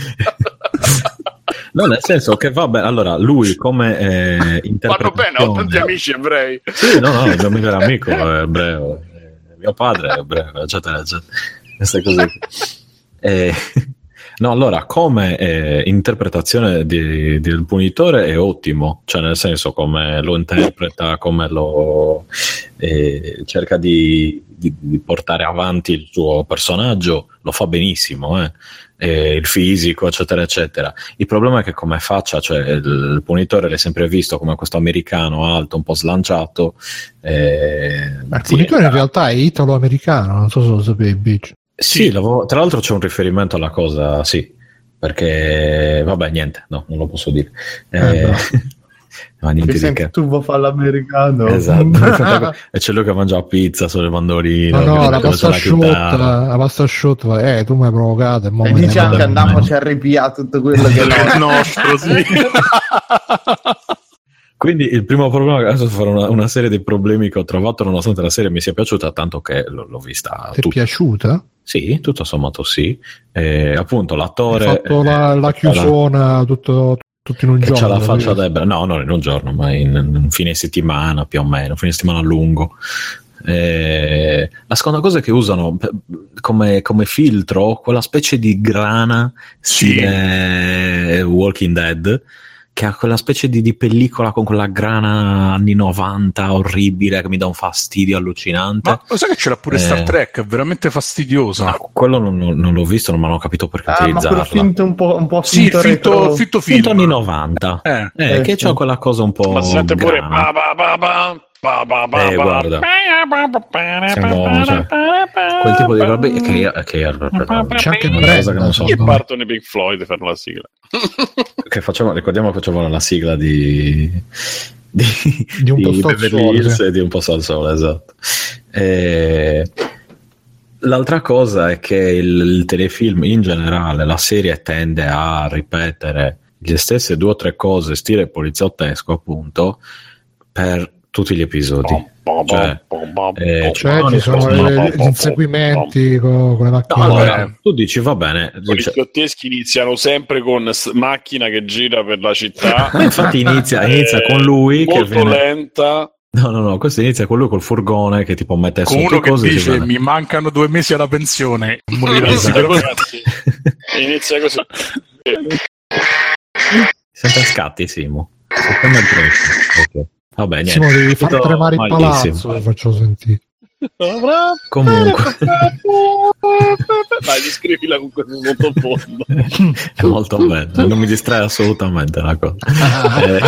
No, nel senso che va bene. Allora, lui come eh, interpretazione... Vanno bene, ho tanti amici ebrei. Sì, no, no, il mio migliore amico è ebreo, eh, mio padre è ebreo, eccetera, eccetera. Queste cose. Eh, no, allora, come eh, interpretazione di, di, del punitore è ottimo, cioè nel senso come lo interpreta, come lo eh, cerca di, di, di portare avanti il suo personaggio, lo fa benissimo, eh. Eh, il fisico, eccetera, eccetera. Il problema è che come faccia, cioè il, il punitore l'hai sempre visto come questo americano alto, un po' slanciato. Eh, il punitore in realtà è italo-americano, non so se lo sapevi, Bitch. Sì, l'avevo, tra l'altro c'è un riferimento alla cosa, sì, perché vabbè, niente, no, non lo posso dire. Eh, eh, ma niente di che. Tu vuoi fare l'americano. Esatto. E c'è lui che mangia la pizza sulle mandorine. No, no, la pasta asciutta, la pasta asciutta, eh, tu mi hai provocato. E, e dice anche andiamoci a ripiare tutto quello che è nostro, sì. Quindi il primo problema, adesso farò una, una serie di problemi che ho trovato nonostante la serie mi sia piaciuta, tanto che l- l'ho vista. Ti è piaciuta? Sì, tutto sommato sì. E, appunto l'attore... Hai fatto la, la chiusona tutto, tutto in un giorno. C'ha la faccia da ebreo. No, non in un giorno, ma in, in un fine settimana più o meno, un fine settimana lungo. E, la seconda cosa è che usano come, come filtro quella specie di grana sì. stile Walking Dead, che ha quella specie di, di pellicola con quella grana anni novanta orribile che mi dà un fastidio allucinante. Ma lo sai che c'era pure eh, Star Trek, è veramente fastidiosa. No, quello non, non l'ho visto, non mi hanno capito perché ah, utilizzarla. Ma quello finto un po', un po' sì, finto, finto, finto, finto anni novanta eh, eh, eh, che sì. C'ha quella cosa un po' ma sente pure ba, ba, ba, ba. Ba, ba, ba, eh, guarda, siamo, cioè, quel tipo di robe che, io, che io, c'è anche una cosa che non so. Che partono i Pink Floyd fanno la sigla. Che facciamo, ricordiamo che facevano la sigla di di, di un po' Beverly Hills e di un po' al sole, esatto. E l'altra cosa è che il, il telefilm in generale, la serie tende a ripetere le stesse due o tre cose stile poliziottesco, appunto, per tutti gli episodi. Cioè, eh, cioè ci sono gli inseguimenti con, con le macchine. No, allora, tu dici va bene. I poliziotteschi iniziano sempre con s- macchina che gira per la città. Ma infatti inizia, inizia con lui molto che viene... lenta. No, no, no, questo inizia con lui col furgone che tipo mette con uno che dice mi mancano due mesi alla pensione. Inizia così. Inizia così. Sempre a scatti, Simo. Ok. Vabbè, niente. Simo, devi far tremare il palazzo, lo faccio sentire. Comunque dai, descrivila con questo sottofondo. È molto bello, non mi distrae assolutamente la cosa. eh.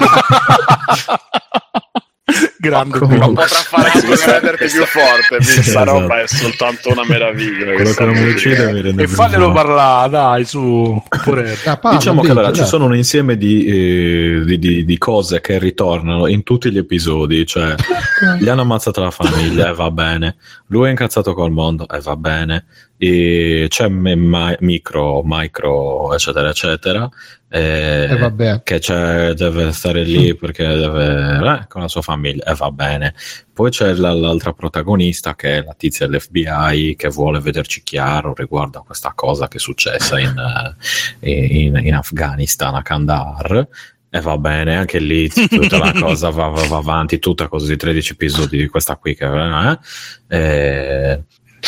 Grande, non potrà fare altro che renderti più forte. Sì, sta esatto. roba è soltanto una meraviglia. Quello che non mi uccide mi rende e faglielo parlare, dai, su. Pure... Ah, parla, diciamo che allora, ci sono un insieme di, eh, di, di, di cose che ritornano in tutti gli episodi. Cioè, gli hanno ammazzato la famiglia e va bene. Lui è incazzato col mondo e va bene. E c'è ma- micro, micro, eccetera, eccetera. Eh, e vabbè. Che c'è, deve stare lì perché deve eh, con la sua famiglia e va bene. Poi c'è la, l'altra protagonista che è la tizia dell'F B I che vuole vederci chiaro riguardo a questa cosa che è successa in, in, in Afghanistan, a Kandahar. E va bene, anche lì tutta la cosa va, va, va avanti, tutta così, tredici episodi di questa qui che eh, eh,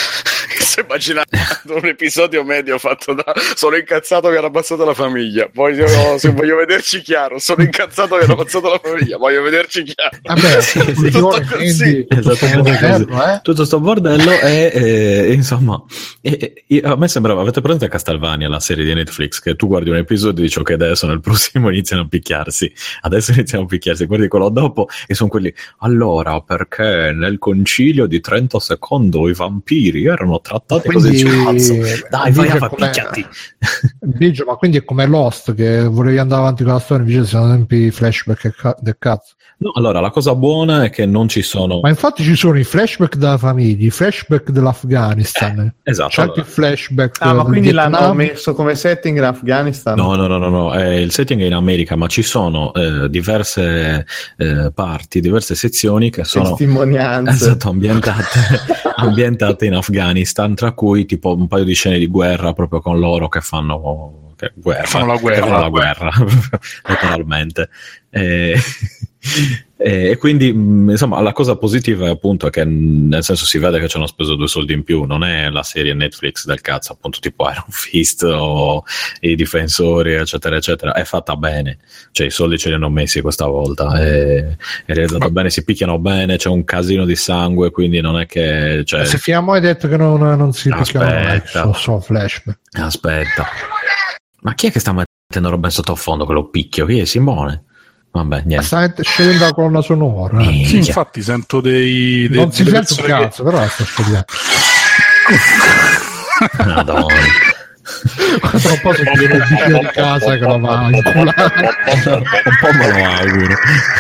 sto immaginando un episodio medio fatto da sono incazzato che hanno ammazzato la famiglia, poi io, se voglio vederci chiaro sono incazzato che hanno ammazzato la famiglia, voglio vederci chiaro. Vabbè, sì, sì, tutto così, eh? Tutto sto bordello e, e insomma e, e, a me sembrava, avete presente Castlevania, la serie di Netflix, che tu guardi un episodio e dici ok, adesso nel prossimo iniziano a picchiarsi, adesso iniziano a picchiarsi, guardi quello dopo e sono quelli, allora perché nel concilio di Trento secondo i vampiri erano trattati quindi, così, cazzo dai vai a picchiati Biggio, ma quindi è come Lost che volevi andare avanti con la storia invece sono sempre flashback del cazzo. No, allora la cosa buona è che non ci sono, ma infatti ci sono i flashback della famiglia, i flashback dell'Afghanistan, eh, esatto, c'è allora. anche il flashback ah ma quindi Vietnam. L'hanno messo come setting l'Afghanistan? No no no no, no. Eh, il setting è in America, ma ci sono eh, diverse eh, parti, diverse sezioni che sono testimonianze esatto, ambientate ambientate in Afghanistan, tra cui tipo un paio di scene di guerra proprio con loro che fanno che guerra, fanno la guerra, fanno la guerra letteralmente. E, e quindi insomma la cosa positiva è appunto che nel senso si vede che ci hanno speso due soldi in più, non è la serie Netflix del cazzo appunto tipo Iron Fist o i difensori eccetera eccetera, è fatta bene, cioè i soldi ce li hanno messi questa volta, è, è realizzato Ma... bene, si picchiano bene, c'è un casino di sangue, quindi non è che cioè... se fino hai detto che non, non si picchiano mai, so, so flashback. Aspetta, ma chi è che sta mettendo roba in sottofondo quello picchio? Chi è? Simone? Vabbè, niente. Sta scegliendo la colonna sonora. Eh, sì, infatti sento dei, dei non si sente un cazzo, che... però la sto scegliendo. Madonna. Tra un po' se viene il vicino di casa che lo va a inculare. Un po' me lo auguro.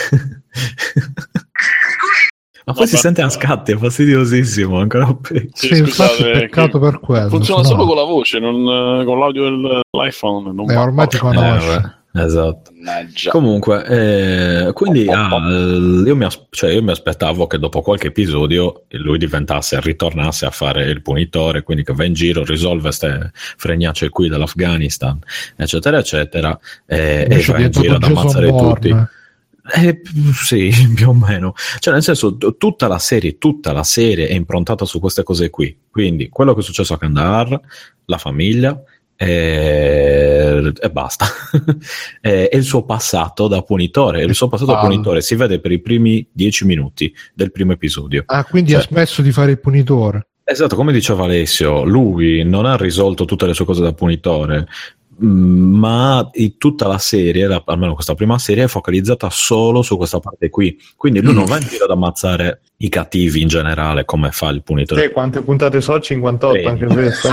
Ma poi no, si ma... sente a scatti, è fastidiosissimo, ancora peggio. Sì, sì, infatti è peccato per quello. Funziona no. solo con la voce, non con l'audio dell'iPhone. Non eh, ormai ti conosci. Eh, esatto. Naggia. Comunque, eh, quindi oh, oh, oh. Ah, io, mi as- cioè, io mi aspettavo che dopo qualche episodio lui diventasse, ritornasse a fare il punitore, quindi che va in giro, risolve queste fregnacce qui dell'Afghanistan, eccetera, eccetera, e, e va in giro ad ammazzare tutti. Eh, sì, più o meno, cioè nel senso t- tutta la serie tutta la serie è improntata su queste cose qui, quindi quello che è successo a Kandahar, la famiglia e, e basta. E il suo passato da punitore, il suo passato da punitore si vede per i primi dieci minuti del primo episodio. Ah, quindi cioè, ha smesso di fare il punitore. Esatto, come diceva Alessio, lui non ha risolto tutte le sue cose da punitore, ma tutta la serie, la, almeno questa prima serie, è focalizzata solo su questa parte qui. Quindi lui non va in giro ad ammazzare i cattivi in generale come fa il punitore. Sì, quante puntate so? cinquantotto Bene. Anche questo.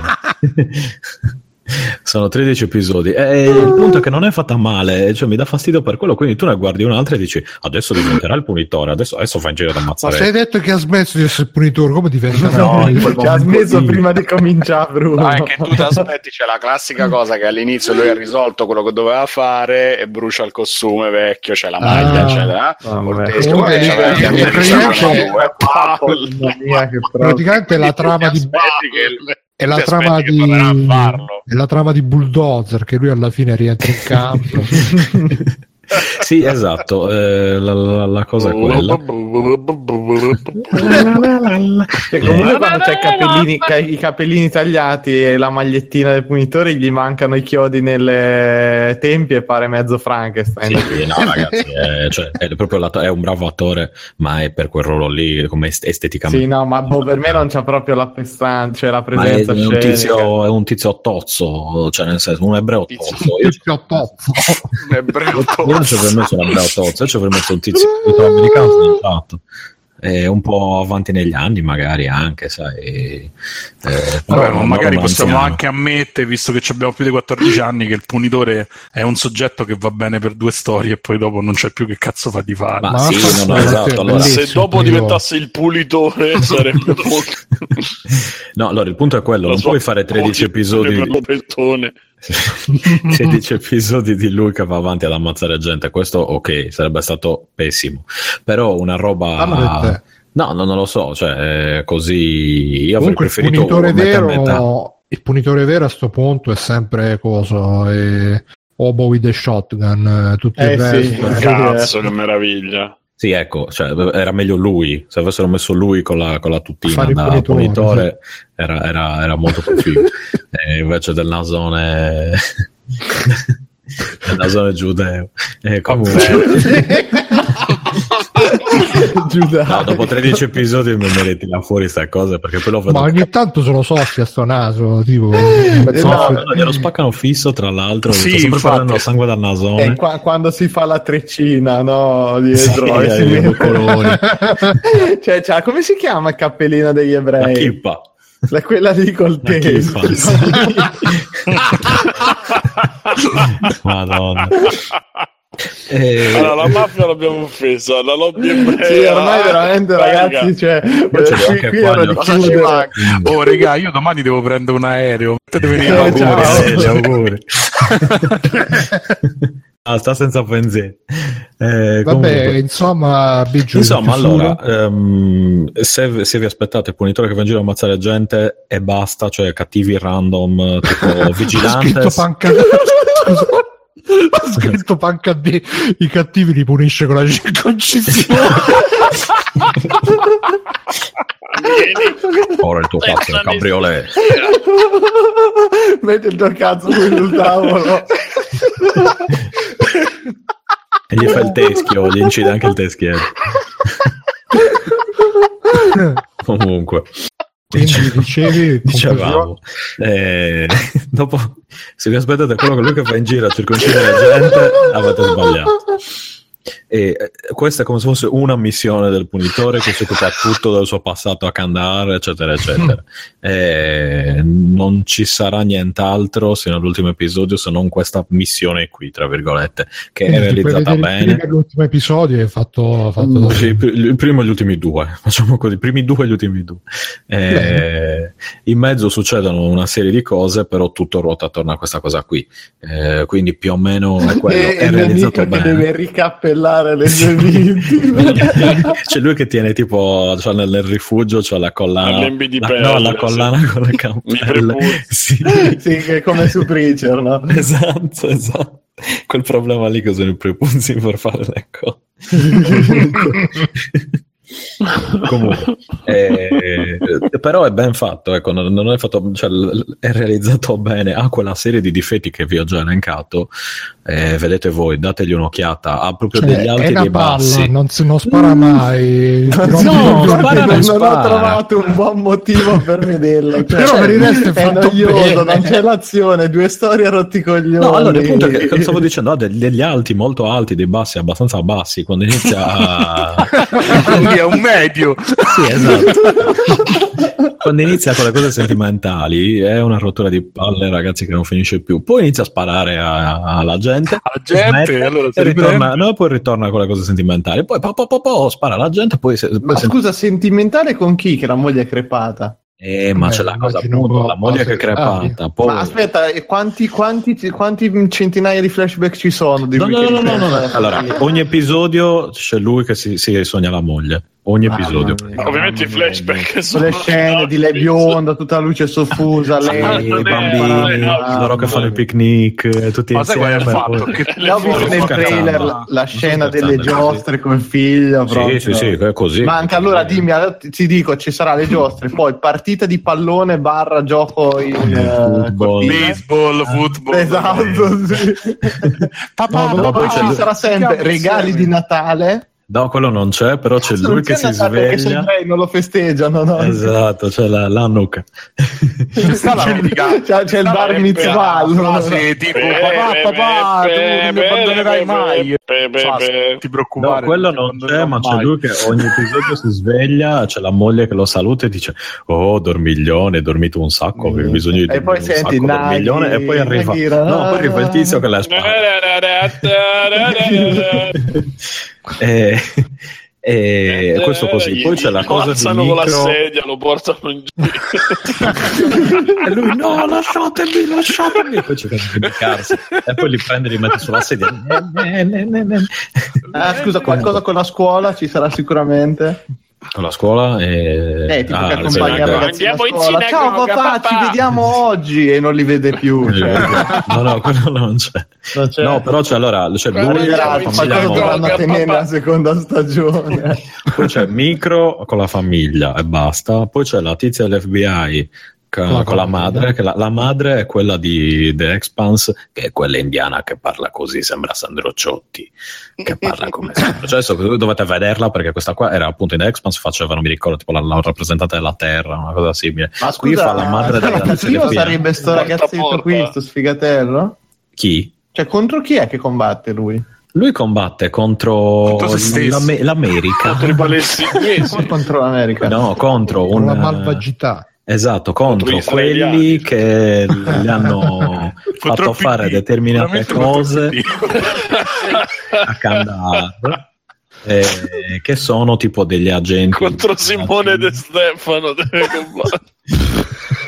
Sono tredici episodi e il punto è che non è fatta male, cioè mi dà fastidio per quello, quindi tu ne guardi un'altra e dici adesso diventerà il punitore, adesso, adesso fa in giro ad ammazzare. Ma se hai detto che ha smesso di essere il punitore, come diventa? No, no, ha smesso prima di cominciare, Bruno. No, è che tu ti aspetti, c'è la classica cosa che all'inizio lui ha risolto quello che doveva fare e brucia il costume vecchio, c'è la maglia, ah, c'è la praticamente la trama di è la, trama di, è la trama di Bulldozer, che lui alla fine rientra in campo. Sì, esatto, eh, la, la, la cosa è quella. E comunque quando c'è i capellini, i capellini tagliati e la magliettina del punitore, gli mancano i chiodi nelle tempie e pare mezzo Frankenstein. Sì, no ragazzi, è, cioè, è proprio la, è un bravo attore, ma è per quel ruolo lì come esteticamente. Sì, no, ma boh, per me non c'è proprio la prestanza, cioè la presenza è, è un tizio, è un tizio tozzo, cioè nel senso un ebreo tozzo. Io tizio tozzo. Un ebreo tozzo. Io non ci avrei messo un ebreo tozzo, io ci avrei messo un tizio americano fatto. È un po' avanti negli anni magari anche, sai, eh, vabbè, ma magari possiamo anziano. Anche ammettere, visto che abbiamo più di quattordici anni, che il punitore è un soggetto che va bene per due storie e poi dopo non c'è più che cazzo fa di fare. Ma, ma sì, no, no, esatto, allora, se dopo diventasse il pulitore sarebbe molto... No, allora il punto è quello, non puoi fare tredici episodi di... tredici episodi di lui che va avanti ad ammazzare gente, questo ok, sarebbe stato pessimo, però una roba ah, no, no, non lo so, cioè così io comunque avrei preferito il punitore vero metà. Il punitore vero a sto punto è sempre cosa è Obo with the Shotgun, tutto eh, il resto sì, cazzo che meraviglia. Sì, ecco, cioè, era meglio lui, se avessero messo lui con la, con la tutina da punitore, punitore sì. era, era, era molto più figo. E invece del nasone del nasone giudeo. E comunque no, dopo tredici episodi mi meriti là fuori sta cosa, perché poi lo vedo. Ma ogni cap- tanto se lo soffia sto naso, tipo no, no, glielo spaccano fisso, tra l'altro, sì, sto sempre prendendo sangue dal nasone. E qua, quando si fa la treccina, no, dietro sì, si i colori. Cioè, cioè, come si chiama il cappellino degli ebrei? La chippa. La, quella lì col tempo. Madonna. Eh, allora la mafia l'abbiamo offesa, la lobby ebrea, sì, ormai veramente ragazzi, cioè, qui, qui ero di chiudere. Oh regà, io domani devo prendere un aereo, potete venire. Auguri, eh, auguri. Ah, sta senza benzina. Eh, vabbè, comunque. insomma, Biggio, insomma, allora, um, se, se vi aspettate il punitore che va in giro a ammazzare gente e basta, cioè cattivi random, tipo vigilantes. Ha scritto Panca D, i cattivi li punisce con la circoncisione. Ora il tuo cazzo è cabriolet. Metti il tuo cazzo sul tavolo e gli fa il teschio, gli incide anche il teschiere. Comunque, quindi dicevi, dicevamo, eh, dopo se vi aspettate quello che lui che fa in giro a circoncidere la gente, avete sbagliato. E eh, questa è come se fosse una missione del punitore che si occupa tutto del suo passato a Kandahar, eccetera eccetera. E non ci sarà nient'altro sino all'ultimo episodio se non questa missione qui, tra virgolette, che è realizzata bene. L'ultimo episodio è fatto, fatto mm, sì, il primo e gli ultimi due, facciamo così, i primi due e gli ultimi due. E in mezzo succedono una serie di cose, però tutto ruota attorno a questa cosa qui. Eh, quindi più o meno è quello, e è realizzato bene. Deve ricappellare le sue vittime. C'è lui che tiene tipo, cioè nel, nel rifugio c'è la collana, di la, pelle, no, la collana sì. Con le campelle, sì. Sì, che è come su Preacher, no? Esatto, esatto. Quel problema lì che sono i prepunzi per fare le cose. Comunque, eh, però è ben fatto, ecco, non, non è fatto, cioè, è realizzato bene, ha quella serie di difetti che vi ho già elencato, eh, vedete voi, dategli un'occhiata, ha proprio cioè, degli alti e dei palla, bassi, non, si, non spara mai, no, non, non, spara, non, non ho trovato un buon motivo per vederlo, cioè, però per il resto è, è fatto noioso, bene. non c'è l'azione, due storie a rotti coglioni. no, allora il punto è che stavo dicendo, ha degli, degli alti molto alti, dei bassi abbastanza bassi, quando inizia a quindi è un medio. Sì, esatto. Quando inizia con le cose sentimentali è una rottura di palle, ragazzi, che non finisce più. Poi inizia a sparare a- alla gente, La gente, smette, allora si e ritorna, riprende. no, poi ritorna con le cose sentimentali. Poi po, po, po, po, spara alla gente, poi, se, poi Ma senti- scusa, sentimentale con chi? Che la moglie è crepata. Eh, ma Beh, c'è la cosa immagino appunto, un po' la moglie che è cose- crepata. ah, Poi... Ma aspetta, e quanti, quanti, quanti centinaia di flashback ci sono? Di No, lui no, che no, no, no, no. ripensa? Allora, ogni episodio c'è lui che si, si sogna la moglie. Ogni Mamma episodio. mia. Ovviamente i flashback sono le scene di lei bionda, tutta la luce soffusa, Sì, lei i non è- bambini, no, no, loro che fanno il picnic, tutti Ma sai qual è il insieme. fatto? poi- Che L'ho visto nel trailer la, la scena delle giostre col figlio proprio. Sì, sì, sì, è così. Ma anche allora dimmi, allora ti ti dico, ci sarà le giostre, poi partita di pallone barra gioco in eh, Football. cortina. baseball, football. Esatto, sì. Papà, No, papà, poi ci sarà sempre regali di Natale. No, quello non c'è, però c'è Non lui che c'è si Natale perché sveglia. gli ebrei non lo festeggiano, no? Esatto, c'è la, la nuca. sta la musica. C'è, c'è il bar Vabbè, mitzvah. Frase tipo papà, papà, tu non mi abbandonerai mai. Fa, ti No, preoccupare. quello non non ti c'è, ma c'è abbandonerò lui che ogni episodio si sveglia, c'è la moglie che lo saluta e dice: oh, dormiglione, hai dormito un sacco, avevi bisogno di E poi un senti, sacco, Naghi, dormiglione, e poi arriva, Naghi, no, poi arriva il tizio che la spara. e, e questo così, poi c'è la cosa di con la micro, sedia, lo portano in giro. e lui no, lasciatemi, lasciatemi, e poi cerca di vendicarsi e poi li prende e li mette sulla sedia. Ne, ne, ne, ne. Ah, scusa, qualcosa con la scuola ci sarà sicuramente. Con la scuola e Eh, tipo ah, che accompagna sì, i ragazzi alla Andiamo in scuola. Ciao sinagoga, papà, papà. ci vediamo oggi e non li vede più. Cioè. no, no, quello non c'è. Non c'è. No, però c'è allora c'è lui, Arriverà, c'è la qualcosa famiglia dovranno Moglie. tenere nella seconda stagione. poi c'è Micro con la famiglia e basta, poi c'è la tizia dell'F B I con, La con la famiglia. madre, che la, la madre è quella di The Expanse, che è quella indiana che parla così, sembra Sandro Ciotti, che parla come Sandro. Cioè, adesso dovete vederla perché questa qua era appunto in The Expanse, faceva, non mi ricordo, tipo la, la rappresentante della Terra, una cosa simile. Ma Qui scusa, fa la madre della tizia cattivo dell'F B I. sarebbe sto Porta ragazzetto porta. qui, sto sfigatello? Chi? Cioè, contro chi è che combatte lui? Lui combatte contro, Contro se stesso. l'Ame- l'America. Contro i palestinesi. Contro l'America. No, contro con un la malvagità. esatto, contro Contro gli quelli israeliani. che gli hanno Contro fatto il P D, fare determinate veramente contro cose il P D. a Kandahar, eh, che sono tipo degli agenti Contro Simone De Stefano deve combattere.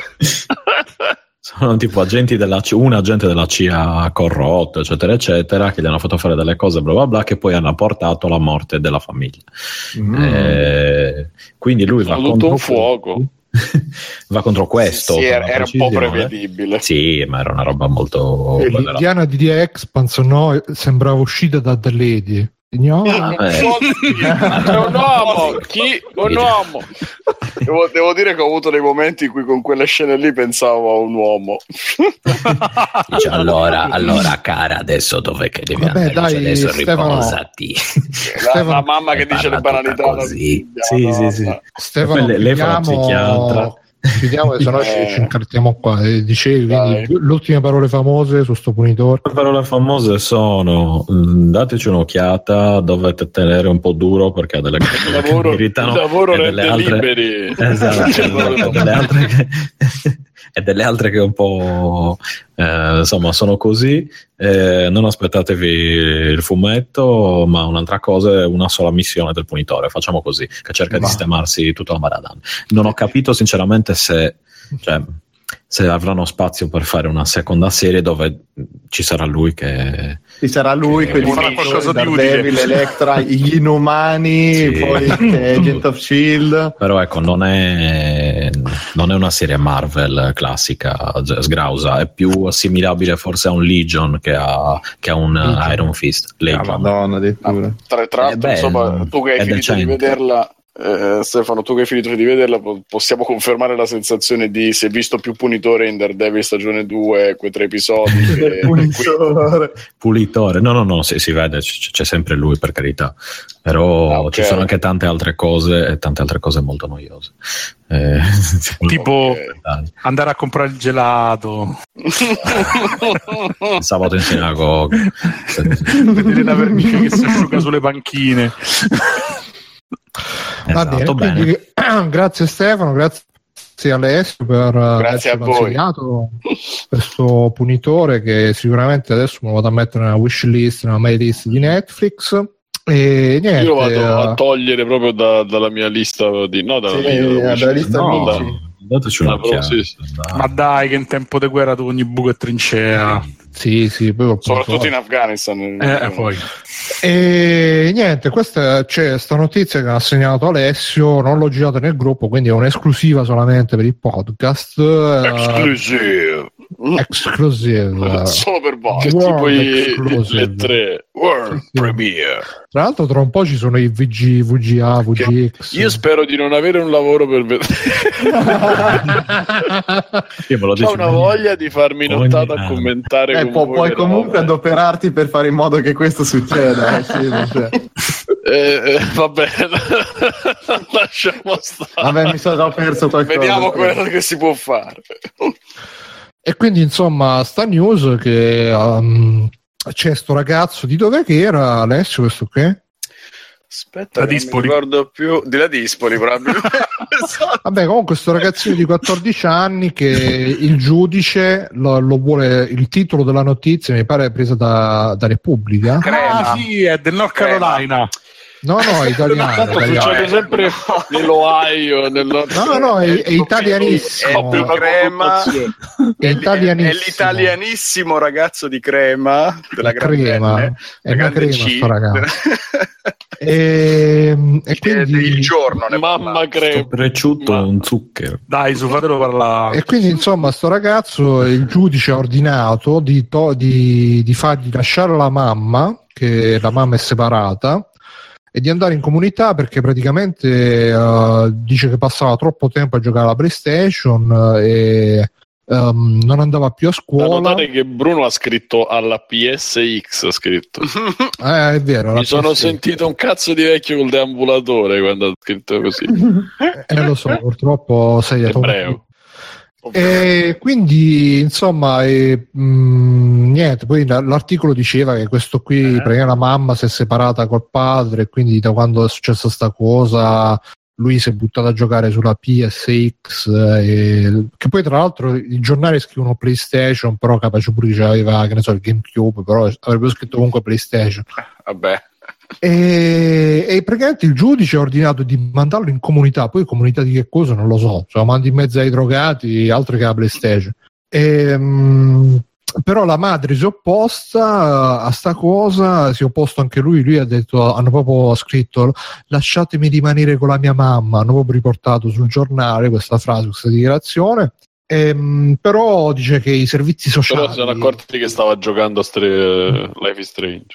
sono tipo agenti della C- un agente della C I A corrotto, eccetera eccetera, che gli hanno fatto fare delle cose bla bla bla, che poi hanno portato alla morte della famiglia. Mm. Eh, quindi lui va Sono tutto contro un fuoco. va contro questo Sì, per era, la era un po' precisione. prevedibile. Sì, ma era una roba molto E l'indiana di The Expanse no, sembrava uscita da The Lady. No, Eh. È un uomo, chi? Un uomo. Devo, devo dire che ho avuto dei momenti in cui con quelle scene lì pensavo a un uomo. Dice, allora, allora cara, adesso dov'è che devi Vabbè, andare? Dice, dai, adesso Stefano. riposati. La, la mamma che E dice le parla tutta banalità. così. della Sì, Madonna. sì, sì. Stefano, Poi lei- lei fa la chiudiamo- psichiatra. chiudiamo, se no ci, Eh. ci incartiamo qua. Eh, Dicevi, Dai. quindi, le ultime parole famose su sto punitore. Le parole famose sono mh, dateci un'occhiata, dovete tenere un po' duro perché ha delle cose Il che lavoro, mi irritano il lavoro e delle rende altre liberi. esatto, e delle altre che e delle altre che un po' eh, insomma sono così. Eh, non aspettatevi il fumetto, ma un'altra cosa è una sola missione del punitore, facciamo così, che cerca di Va. sistemarsi tutto a Baradan. Non ho capito sinceramente se cioè, se avranno spazio per fare una seconda serie dove ci sarà lui che Ci sarà lui, Che quelli farà qualcosa di Daredevil, utile. Electra, gli inumani, Sì. poi Agent of Shield. però ecco non è non è una serie Marvel classica sgrausa, è più assimilabile forse a un Legion che a, che a un Legion. Iron Fist. Ah, Legion. Madonna, addirittura. Tra, tra Eh l'altro, beh, insomma, tu che hai è finito decente. di vederla, Eh, Stefano, tu che hai finito di vederla, po- possiamo confermare la sensazione di si è visto più punitore in Daredevil stagione due, quei tre episodi. che... Punitore. Pulitore, no, no, no, si, si vede, c- c'è sempre lui, per carità, però Ah, okay. ci sono anche tante altre cose e tante altre cose molto noiose. Eh, Tipo Ok. andare a comprare il gelato, il sabato in sinagoga. vedere la vernice che si asciuga sulle panchine. Va bene, Esatto, bene. quindi, grazie Stefano, grazie Alessio per Grazie averci a voi. consigliato questo punitore che sicuramente adesso me lo vado a mettere nella wish list, nella mail list di Netflix. E niente, Io lo vado a eh, togliere proprio da- dalla mia lista di no, dalla Sì, mia dalla lista No, amici. dateci Ah, un'occhiata. però sì, sì. dai. Ma dai, che in tempo di guerra tu ogni buco è trincea. sì, sì, poi col Soprattutto punitore. in Afghanistan. Eh, poi. E niente, questa c'è sta notizia che ha segnalato Alessio, non l'ho girata nel gruppo, quindi è un'esclusiva solamente per il podcast. eh, Exclusive. exclusive. Solo per voi. World Tipo i- exclusive. le tre World Sì. Premiere. Tra l'altro tra un po' ci sono i V G, V G A, V G X. Io spero di non avere un lavoro per vedere. Io me lo Ho dico una ogni- voglia di farmi ogni nottata a anno. commentare Eh, con pu- voi puoi le comunque robe. adoperarti per fare in modo che questo succeda. eh, sì, cioè. Eh, eh, va bene. Lasciamo stare. Vabbè, mi sono perso qualcosa. Vediamo quello che si può fare. E quindi insomma sta news che um, c'è sto ragazzo di dove che era Alessio questo qui? Aspetta, La che non mi Dispoli. ricordo più. Di la Dispoli, probabilmente. Esatto. Vabbè, comunque sto ragazzino di quattordici anni che il giudice lo, lo vuole, il titolo della notizia mi pare è presa da, da Repubblica. Crema. Ah, sì, è del North Crema. Carolina. No, no, è italiano. Tanto italiano. succede sempre nell'Ohio, nel No, no, è, è italianissimo. È di Crema. È È italianissimo. l'italianissimo ragazzo di Crema della Crema. grande È una crema C. sto ragazzo. E, e Che quindi il giorno ne Mamma parla. Sto crema. prosciutto Ma- un zucchero. Dai, su, fatelo parlare. E quindi insomma sto ragazzo, il giudice ha ordinato di, to- di, di fargli lasciare la mamma, che la mamma è separata, e di andare in comunità perché praticamente uh, dice che passava troppo tempo a giocare alla PlayStation uh, e um, non andava più a Da scuola. notare che Bruno ha scritto alla P S X, ha scritto. Eh, è vero, la Mi sono P S X. sentito un cazzo di vecchio col deambulatore quando ha scritto così. Eh, lo so, purtroppo sei Ebreo. E quindi insomma eh, mh, niente, poi l- l'articolo diceva che questo qui Eh. praticamente la mamma si è separata col padre e quindi da quando è successa sta cosa lui si è buttato a giocare sulla P S X e, che poi tra l'altro i giornali scrivono PlayStation, però capace pure che aveva, che ne so, il GameCube, però avrebbe scritto comunque PlayStation. Vabbè. E, e praticamente il giudice ha ordinato di mandarlo in comunità, poi comunità di che cosa non lo so, se lo mandi in mezzo ai drogati, altro che la PlayStation. E, mh, però la madre si è opposta a sta cosa, si è opposto anche lui, lui ha detto, hanno proprio scritto lasciatemi rimanere con la mia mamma, hanno proprio riportato sul giornale questa frase, questa dichiarazione. Ehm, però dice che i servizi sociali Però si sono accorti che stava giocando a stre- Life is Strange.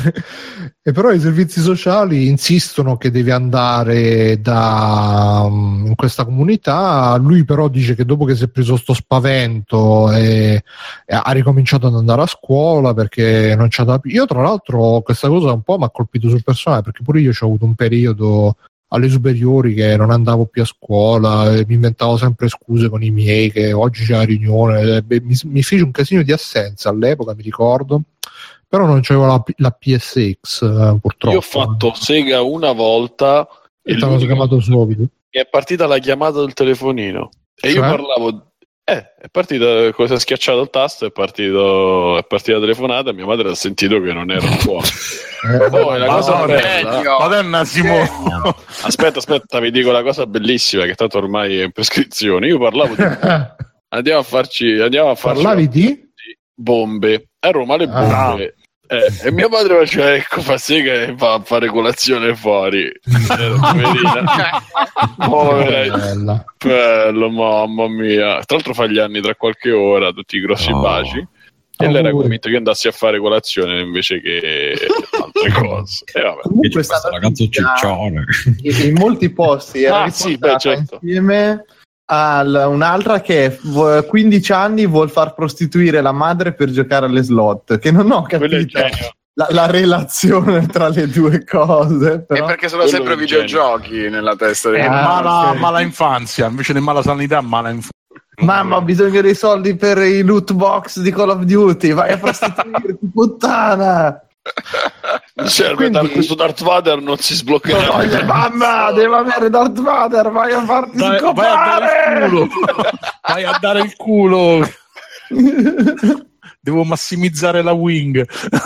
e però i servizi sociali insistono che deve andare da, um, in questa comunità. Lui però dice che dopo che si è preso sto spavento e, e ha ricominciato ad andare a scuola perché non c'è da più. Io tra l'altro questa cosa un po' mi ha colpito sul personale perché pure io c'ho avuto un periodo alle superiori che non andavo più a scuola e mi inventavo sempre scuse con i miei che oggi c'è la riunione. E, beh, mi, mi fece un casino di assenza all'epoca, mi ricordo, però non c'avevo la, la P S X eh, purtroppo. Io ho fatto Sega una volta e e ti hanno l'unico- chiamato subito. è partita la chiamata del telefonino e io Cioè? parlavo eh, è partita, cosa ha schiacciato il tasto, è partito, è partita la telefonata e mia madre ha sentito che non era un po'. Eh, Poi la cosa Madonna, bella, Madonna Simo. aspetta aspetta vi dico la cosa bellissima che tanto ormai è in prescrizione. Io parlavo di andiamo a farci andiamo a farci Parlavi di? bombe a Roma, le bombe. Eh, e mia madre faceva ecco fa sega e va a fare colazione fuori. Eh, poverina. Povera. Bella. Bello, mamma mia. Tra l'altro fa gli anni tra qualche ora, tutti i grossi Oh. baci. E lei era convinto che andassi a fare colazione invece che altre cose. E vabbè. Comunque sta ragazzo ciccione. In molti posti era ah, sì, beh, certo. insieme a un'altra che quindici anni vuol far prostituire la madre per giocare alle slot, che non ho capito la, la relazione tra le due cose. Però. È perché sono sempre videogiochi genio. Nella testa. È ah, mala, okay. mala infanzia, invece di mala sanità, mala infanzia. Mamma, ho bisogno dei soldi per i loot box di Call of Duty, vai a prostituirti, puttana! Cioè, quindi... questo Darth Vader non si sbloccherà. No, voglio, mamma, devo avere Darth Vader, vai a farti Dai, scopare! Vai a dare il culo! Vai a dare il culo! Devo massimizzare la wing.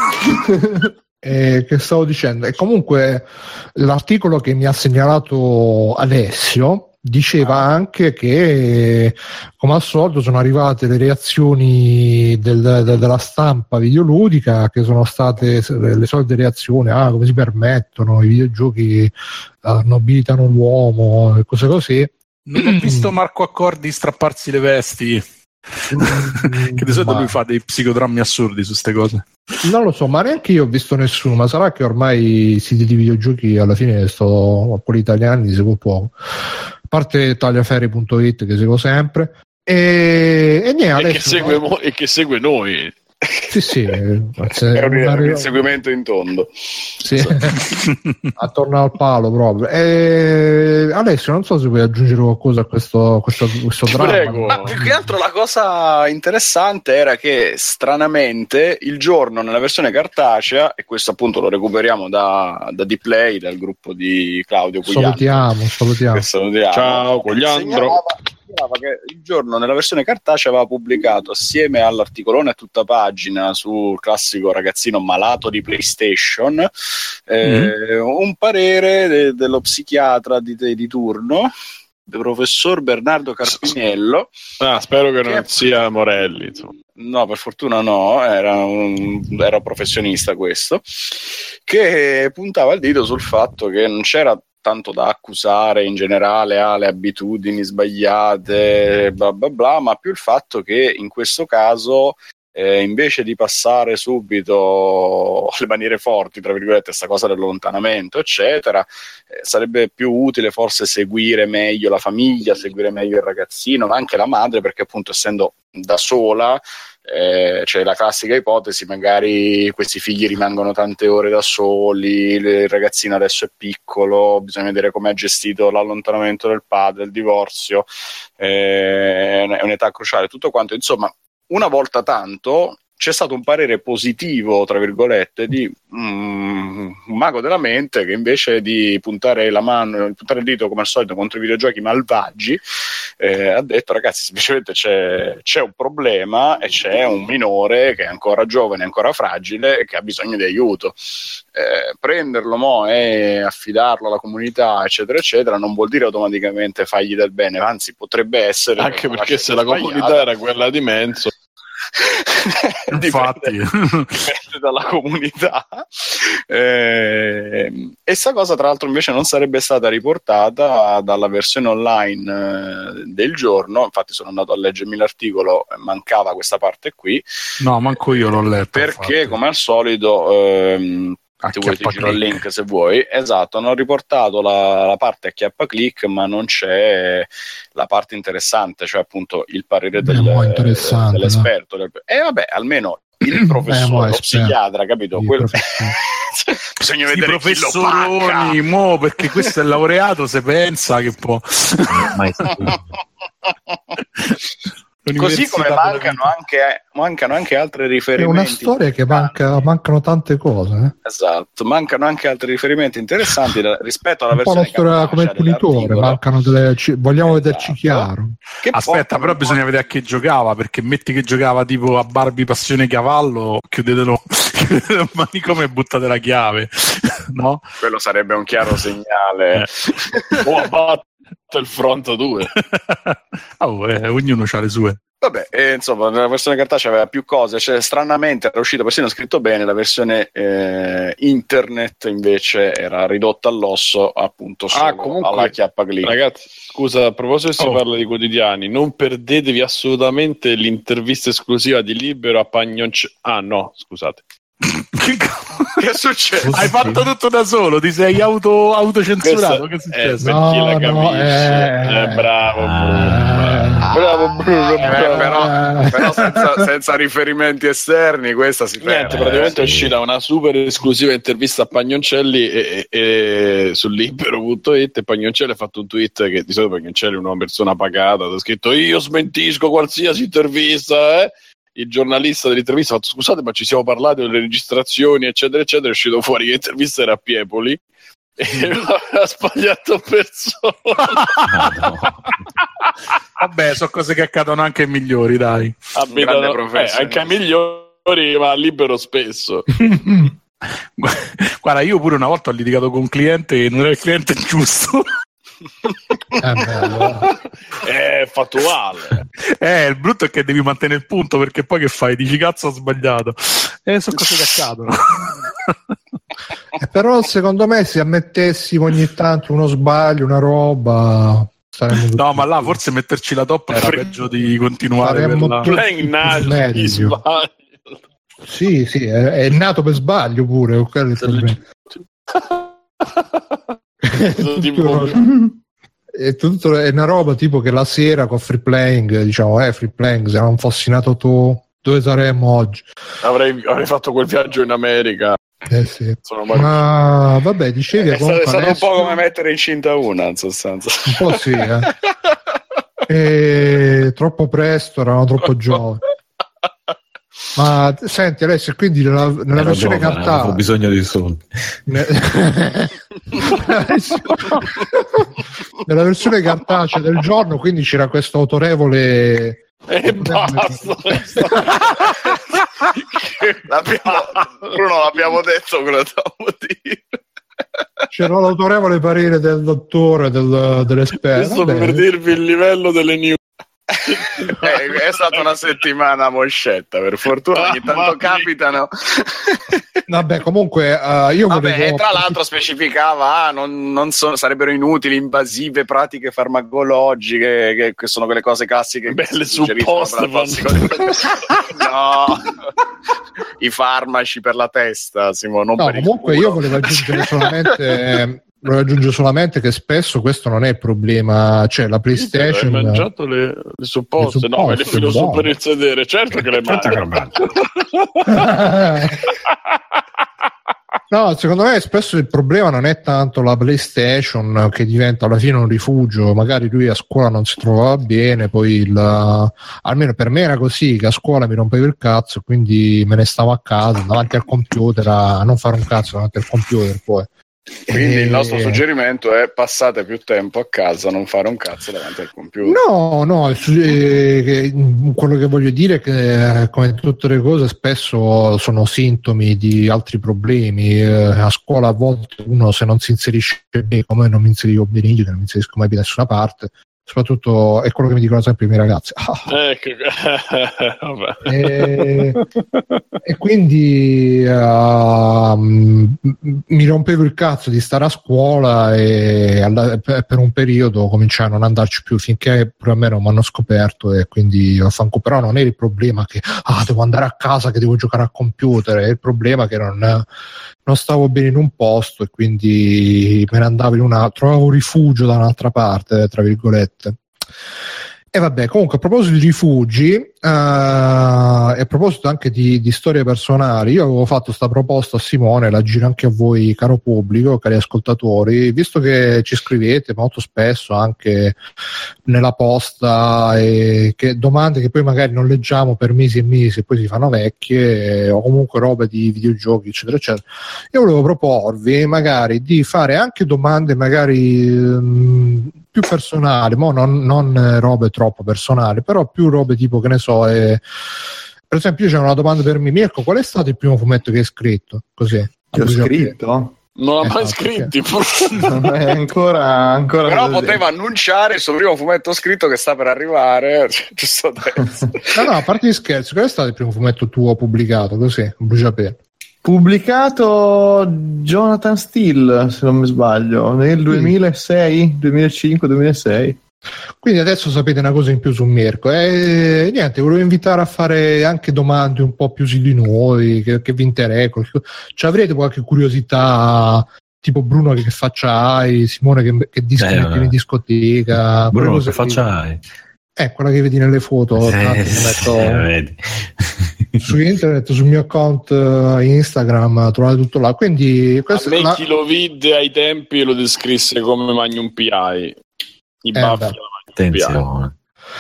Eh, che stavo dicendo? E comunque l'articolo che mi ha segnalato Alessio diceva ah. anche che, come al solito, sono arrivate le reazioni del, del, della stampa videoludica, che sono state le solite reazioni: ah, come si permettono, i videogiochi uh, nobilitano l'uomo e cose così. Non ho visto Marco Accordi strapparsi le vesti. Che di solito ma... lui fa dei psicodrammi assurdi su queste cose. Non lo so, ma neanche io ho visto nessuno, ma sarà che ormai i siti di videogiochi alla fine sto quelli italiani li seguo poco, a parte tagliaferri punto it che seguo sempre e, e, niente, e, adesso, che segue mo- e che segue noi. Sì, sì, è un arrivo... seguimento in tondo. Sì. Attorno al palo proprio. E... Alessio, non so se vuoi aggiungere qualcosa a questo, questo, questo dramma. Ma più che altro la cosa interessante era che stranamente il giorno nella versione cartacea, e questo appunto lo recuperiamo da, da Dplay, dal gruppo di Claudio Cugliandro. Salutiamo, salutiamo. salutiamo. Ciao Cugliandro. Che il giorno nella versione cartacea aveva pubblicato, assieme all'articolone a tutta pagina sul classico ragazzino malato di PlayStation, eh, mm-hmm. un parere de- dello psichiatra di, de- di turno, del professor Bernardo Carpinello. Ah, spero che, che non è... sia Morelli, insomma. No, per fortuna no, era un, era un professionista questo, che puntava il dito sul fatto che non c'era tanto da accusare in generale alle abitudini sbagliate, bla bla bla, ma più il fatto che in questo caso eh, invece di passare subito alle maniere forti, tra virgolette, questa cosa dell'allontanamento, eccetera, eh, sarebbe più utile forse seguire meglio la famiglia, seguire meglio il ragazzino, ma anche la madre, perché appunto essendo da sola, Eh, c'è la classica ipotesi, magari questi figli rimangono tante ore da soli, il ragazzino adesso è piccolo, bisogna vedere come ha gestito l'allontanamento del padre, il divorzio, eh, è un'età cruciale, tutto quanto. Insomma, una volta tanto c'è stato un parere positivo, tra virgolette, di mm, un mago della mente che invece di puntare la mano, puntare il dito come al solito contro i videogiochi malvagi, eh, ha detto: ragazzi, semplicemente c'è, c'è un problema e c'è un minore che è ancora giovane, ancora fragile e che ha bisogno di aiuto. Eh, prenderlo mo e affidarlo alla comunità, eccetera, eccetera, non vuol dire automaticamente fargli del bene, anzi potrebbe essere anche perché se la comunità era quella di Menzo, infatti dipende, dipende dalla comunità, eh, e sta cosa tra l'altro invece non sarebbe stata riportata dalla versione online eh, del giorno. Infatti sono andato a leggermi l'articolo, mancava questa parte qui. No, manco io l'ho letto, perché infatti. Come al solito ehm, ti vuoi ti giro il link se vuoi. Esatto, hanno riportato la, la parte acchiappa click, ma non c'è la parte interessante, cioè appunto il parere del, dell'esperto. No? E eh, vabbè, almeno il professore, lo psichiatra, capito? Quello... Bisogna sì, vedere professoroni, mo, perché questo è laureato, se pensa che può. Così come mancano anche, mancano anche altri riferimenti. È una storia che manca, mancano tante cose. Eh? Esatto, mancano anche altri riferimenti interessanti da, rispetto alla versione. Un po' la storia come il punitore, mancano delle, ci, vogliamo esatto. vederci chiaro. Che Aspetta, però bisogna vedere a che giocava, perché metti che giocava tipo a Barbie Passione Cavallo, chiudetelo, chiudetelo il manicomio e buttate la chiave, no? Quello sarebbe un chiaro segnale. Eh. O a Battlefront due. Oh, eh, ognuno ha le sue. Vabbè, eh, insomma, nella versione cartacea aveva più cose, cioè stranamente era uscito persino scritto bene, la versione eh, internet invece era ridotta all'osso appunto solo ah, comunque, alla chiappa click. Ragazzi, scusa, a proposito si oh. parla di quotidiani, non perdetevi assolutamente l'intervista esclusiva di Libero a Pagnoncelli. Ah no, scusate. Che è successo? Hai fatto tutto da solo, ti sei auto autocensurato. Che è successo? Eh, per chi la capisce, no, eh, eh, bravo, ah, bravo, Bruno, bravo. Eh, però, però senza, senza riferimenti esterni, questa si perde. Niente, praticamente eh, è uscita una super esclusiva intervista a Pagnoncelli e, e, e su libero punto it e Pagnoncelli ha fatto un tweet che di solito Pagnoncelli è una persona pagata, ha scritto io smentisco qualsiasi intervista, eh. Il giornalista dell'intervista ha fatto scusate ma ci siamo parlati delle registrazioni eccetera eccetera, è uscito fuori che l'intervista era a Piepoli e ha sbagliato persona. No. Vabbè, sono cose che accadono anche ai migliori, dai. Abitano, eh, anche ai migliori, ma libero spesso. Guarda, io pure una volta ho litigato con un cliente e non era il cliente giusto. È fattuale. Eh, il brutto è che devi mantenere il punto, perché poi che fai? Dici cazzo ho sbagliato. E eh, sono cose che accadono. Eh, però secondo me se ammettessimo ogni tanto uno sbaglio, una roba, no, ma là forse metterci la top era peggio di continuare per la... meglio. Sì, sì, è, è nato per sbaglio pure. tutto, è, tutto, è una roba tipo che la sera con free playing, diciamo, eh, free playing, se non fossi nato tu, dove saremmo oggi? Avrei, avrei fatto quel viaggio in America. Eh sì. Ma vabbè, dicevi è stato, è stato adesso... un po' come mettere incinta una, in sostanza. Un po' sì, eh. E... troppo presto, eravamo troppo giovani. Ma senti Alessio, quindi nella, nella versione cartacea ho bisogno di soldi. Nella versione cartacea del giorno, quindi c'era questo autorevole e basta. l'abbiamo, Bruno, l'abbiamo detto quello che dovevamo dire. C'era l'autorevole parere del dottore, del, dell'esperto. Questo per dirvi il livello delle news. eh, è stata una settimana moscetta, per fortuna ogni tanto ah, capitano. Vabbè, comunque uh, io Vabbè, volevo... e tra l'altro specificava ah, non, non so, sarebbero inutili, invasive pratiche farmacologiche, che, che sono quelle cose classiche belle supposte. No, i farmaci per la testa, Simo, non no, per comunque il io volevo aggiungere solamente lo aggiungo solamente che spesso questo non è il problema, cioè la PlayStation hai mangiato le, le supposte, le supposte no, me le filo su per il sedere, certo che le mangio. No, secondo me spesso il problema non è tanto la PlayStation che diventa alla fine un rifugio, magari lui a scuola non si trovava bene, poi il, almeno per me era così, che a scuola mi rompevo il cazzo, quindi me ne stavo a casa davanti al computer a non fare un cazzo davanti al computer poi. Quindi il nostro suggerimento è passate più tempo a casa, non fare un cazzo davanti al computer. No, no, eh, quello che voglio dire è che come tutte le cose spesso sono sintomi di altri problemi. Eh, a scuola a volte uno se non si inserisce bene, come non mi inserivo bene io, che non mi inserisco mai da nessuna parte, soprattutto è quello che mi dicono sempre i miei ragazzi. Ecco. e, e quindi uh, mi rompevo il cazzo di stare a scuola e alla, per un periodo cominciai a non andarci più finché pure a me non mi hanno scoperto e quindi vaffanculo. Però non era il problema che ah, devo andare a casa, che devo giocare al computer, è il problema che non, non stavo bene in un posto e quindi me ne andavo in una, trovavo rifugio da un'altra parte, tra virgolette. E vabbè, comunque a proposito di rifugi uh, e a proposito anche di, di storie personali, io avevo fatto questa proposta a Simone, la giro anche a voi caro pubblico, cari ascoltatori, visto che ci scrivete molto spesso anche nella posta e che domande che poi magari non leggiamo per mesi e mesi e poi si fanno vecchie, o comunque robe di videogiochi eccetera eccetera, io volevo proporvi magari di fare anche domande magari um, più personali, mo non, non robe troppo personali, però più robe tipo, che ne so, eh, per esempio io c'è una domanda per me, Mirko, qual è stato il primo fumetto che hai scritto? Così. Che ho scritto? Non l'ha esatto, mai scritti. Non è ancora, ancora Però poteva annunciare il suo primo fumetto scritto che sta per arrivare. Giusto adesso. No, no, a parte gli scherzi, qual è stato il primo fumetto tuo pubblicato? Così, bruciapelo. Pubblicato Jonathan Steele, se non mi sbaglio, nel duemilasei, duemilacinque, duemilasei. Quindi adesso sapete una cosa in più su Mirko. E niente, volevo invitare a fare anche domande un po' più su di noi, che, che vi interessa. Ci avrete qualche curiosità, tipo Bruno che faccia hai, Simone che, che dischi eh, metti in discoteca. Bruno che faccia hai. Eh, quella che vedi nelle foto. Eh, metto eh, vedi. su internet, sul mio account Instagram, trovate tutto là. Quindi a me la... chi lo vide ai tempi lo descrisse come Magnum P I. I eh, baffi attenzione.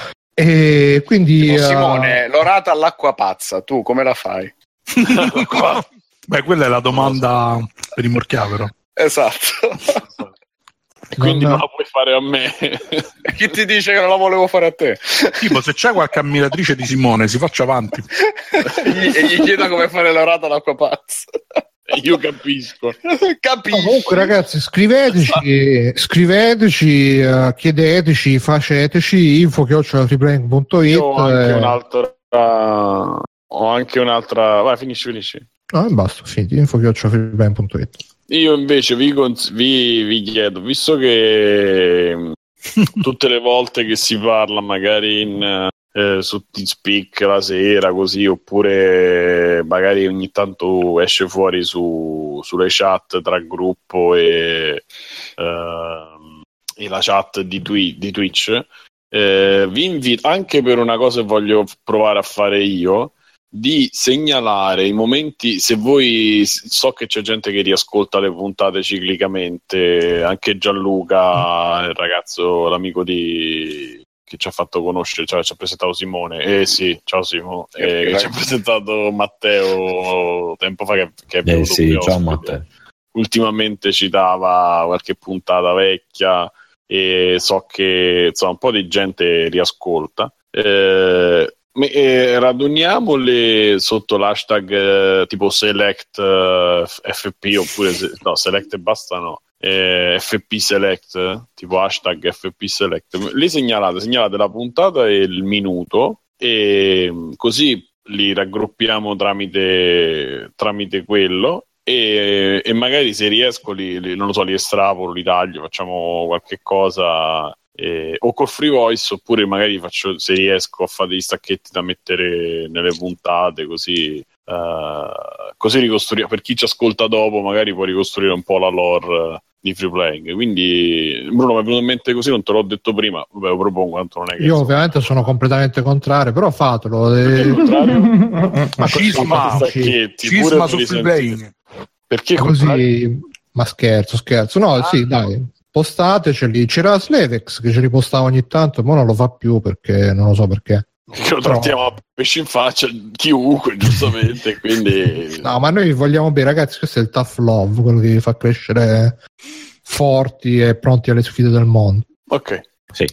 E quindi tipo, Simone, uh... l'orata all'acqua pazza, tu come la fai? Beh, quella è la domanda per il Morchiavero. Esatto. Quindi non la puoi fare a me. Chi ti dice che non la volevo fare a te? Tipo, se c'è qualche ammiratrice di Simone, si faccia avanti e gli chieda come fare l'orata all'acqua pazza. Io capisco. Capisco. No, comunque, ragazzi, scriveteci, scriveteci, uh, chiedeteci, faceteci info chiocciola freeplaying punto it. Io ho anche eh... un'altra. Ho anche un'altra. Vai, finisci, finisci. No, basta, finiti. info chiocciola freeplaying punto it. Io invece vi, cons- vi, vi chiedo, visto che tutte le volte che si parla, magari in. Eh, su TeamSpeak la sera così, oppure magari ogni tanto esce fuori su, sulle chat tra gruppo e, uh, e la chat di, twi- di Twitch, eh, vi invito anche per una cosa che voglio provare a fare io, di segnalare i momenti, se voi, so che c'è gente che riascolta le puntate ciclicamente, anche Gianluca, il ragazzo, l'amico di che ci ha fatto conoscere, cioè, ci ha presentato Simone, eh sì, ciao Simo, eh, che ci ha presentato Matteo tempo fa che, che è venuto eh sì, ciao Matteo. Ultimamente citava qualche puntata vecchia e so che insomma un po' di gente riascolta. Eh, eh, raduniamole sotto l'hashtag eh, tipo select eh, F P oppure se, no, select e basta no. Eh, F P Select, tipo hashtag F P Select, li segnalate, segnalate la puntata e il minuto e così li raggruppiamo tramite, tramite quello e, e magari se riesco li, li, non lo so, li estrapolo, li taglio, facciamo qualche cosa eh, o col free voice oppure magari faccio, se riesco a fare degli stacchetti da mettere nelle puntate così. Uh, così ricostruire per chi ci ascolta dopo magari può ricostruire un po' la lore di Free Playing. Quindi Bruno mi è venuto in mente così, non te l'ho detto prima, vabbè lo propongo, tanto non è che io so. Ovviamente sono completamente contrario, però fatelo eh. ma cisma cisma su Free Playing perché così contrario? Ma scherzo scherzo no ah, sì dai postateceli, c'era Slevex che ce li postava ogni tanto ma non lo fa più perché non lo so perché che lo trattiamo a pesci in faccia chiunque giustamente quindi no ma noi vogliamo bene ragazzi, questo è il tough love, quello che vi fa crescere forti e pronti alle sfide del mondo. Ok, sì,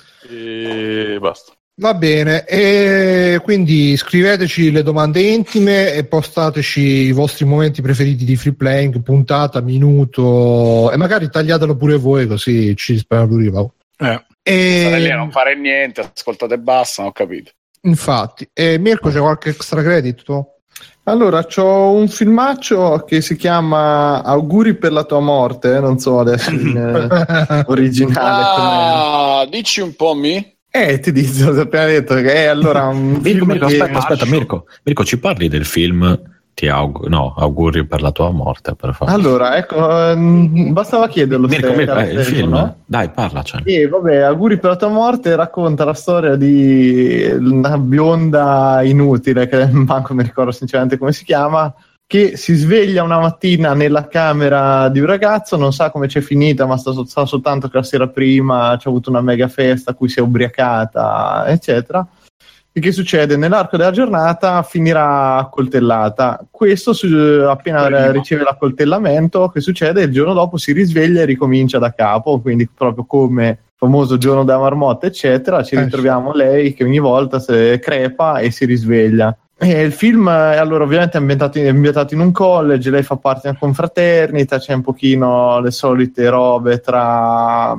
e basta, va bene. E quindi scriveteci le domande intime e postateci i vostri momenti preferiti di Free Playing, puntata, minuto, e magari tagliatelo pure voi così ci risparmiamo prima. eh. E... stare lì a non fare niente, ascoltate e basta, non ho capito. Infatti, e Mirko c'è qualche extra credit tu? Allora, c'ho un filmaccio che si chiama Auguri per la tua morte, non so adesso in eh, originale. Ah, com'è. Dici un po' mi? Eh, ti dico, ho appena detto che è allora un Mirko, film Mirko, che... aspetta, aspetta, Mirko, Mirko, ci parli del film? Ti aug- no, auguri per la tua morte, per favore. Allora, ecco, um, bastava chiederlo. Mirko, Mirko, eh, il film, no? Dai, parlacene. E vabbè, Auguri per la tua morte racconta la storia di una bionda inutile, che manco mi ricordo sinceramente come si chiama, che si sveglia una mattina nella camera di un ragazzo, non sa come c'è finita, ma sa, sa soltanto che la sera prima c'è avuto una mega festa a cui si è ubriacata, eccetera. E che succede? Nell'arco della giornata finirà accoltellata. Questo su, appena Prima. riceve l'accoltellamento, che succede? Il giorno dopo si risveglia e ricomincia da capo, quindi proprio come il famoso giorno della marmotta, eccetera, ci ritroviamo lei che ogni volta si crepa e si risveglia. E il film è allora ovviamente ambientato in, ambientato in un college, lei fa parte di una confraternita, c'è un pochino le solite robe tra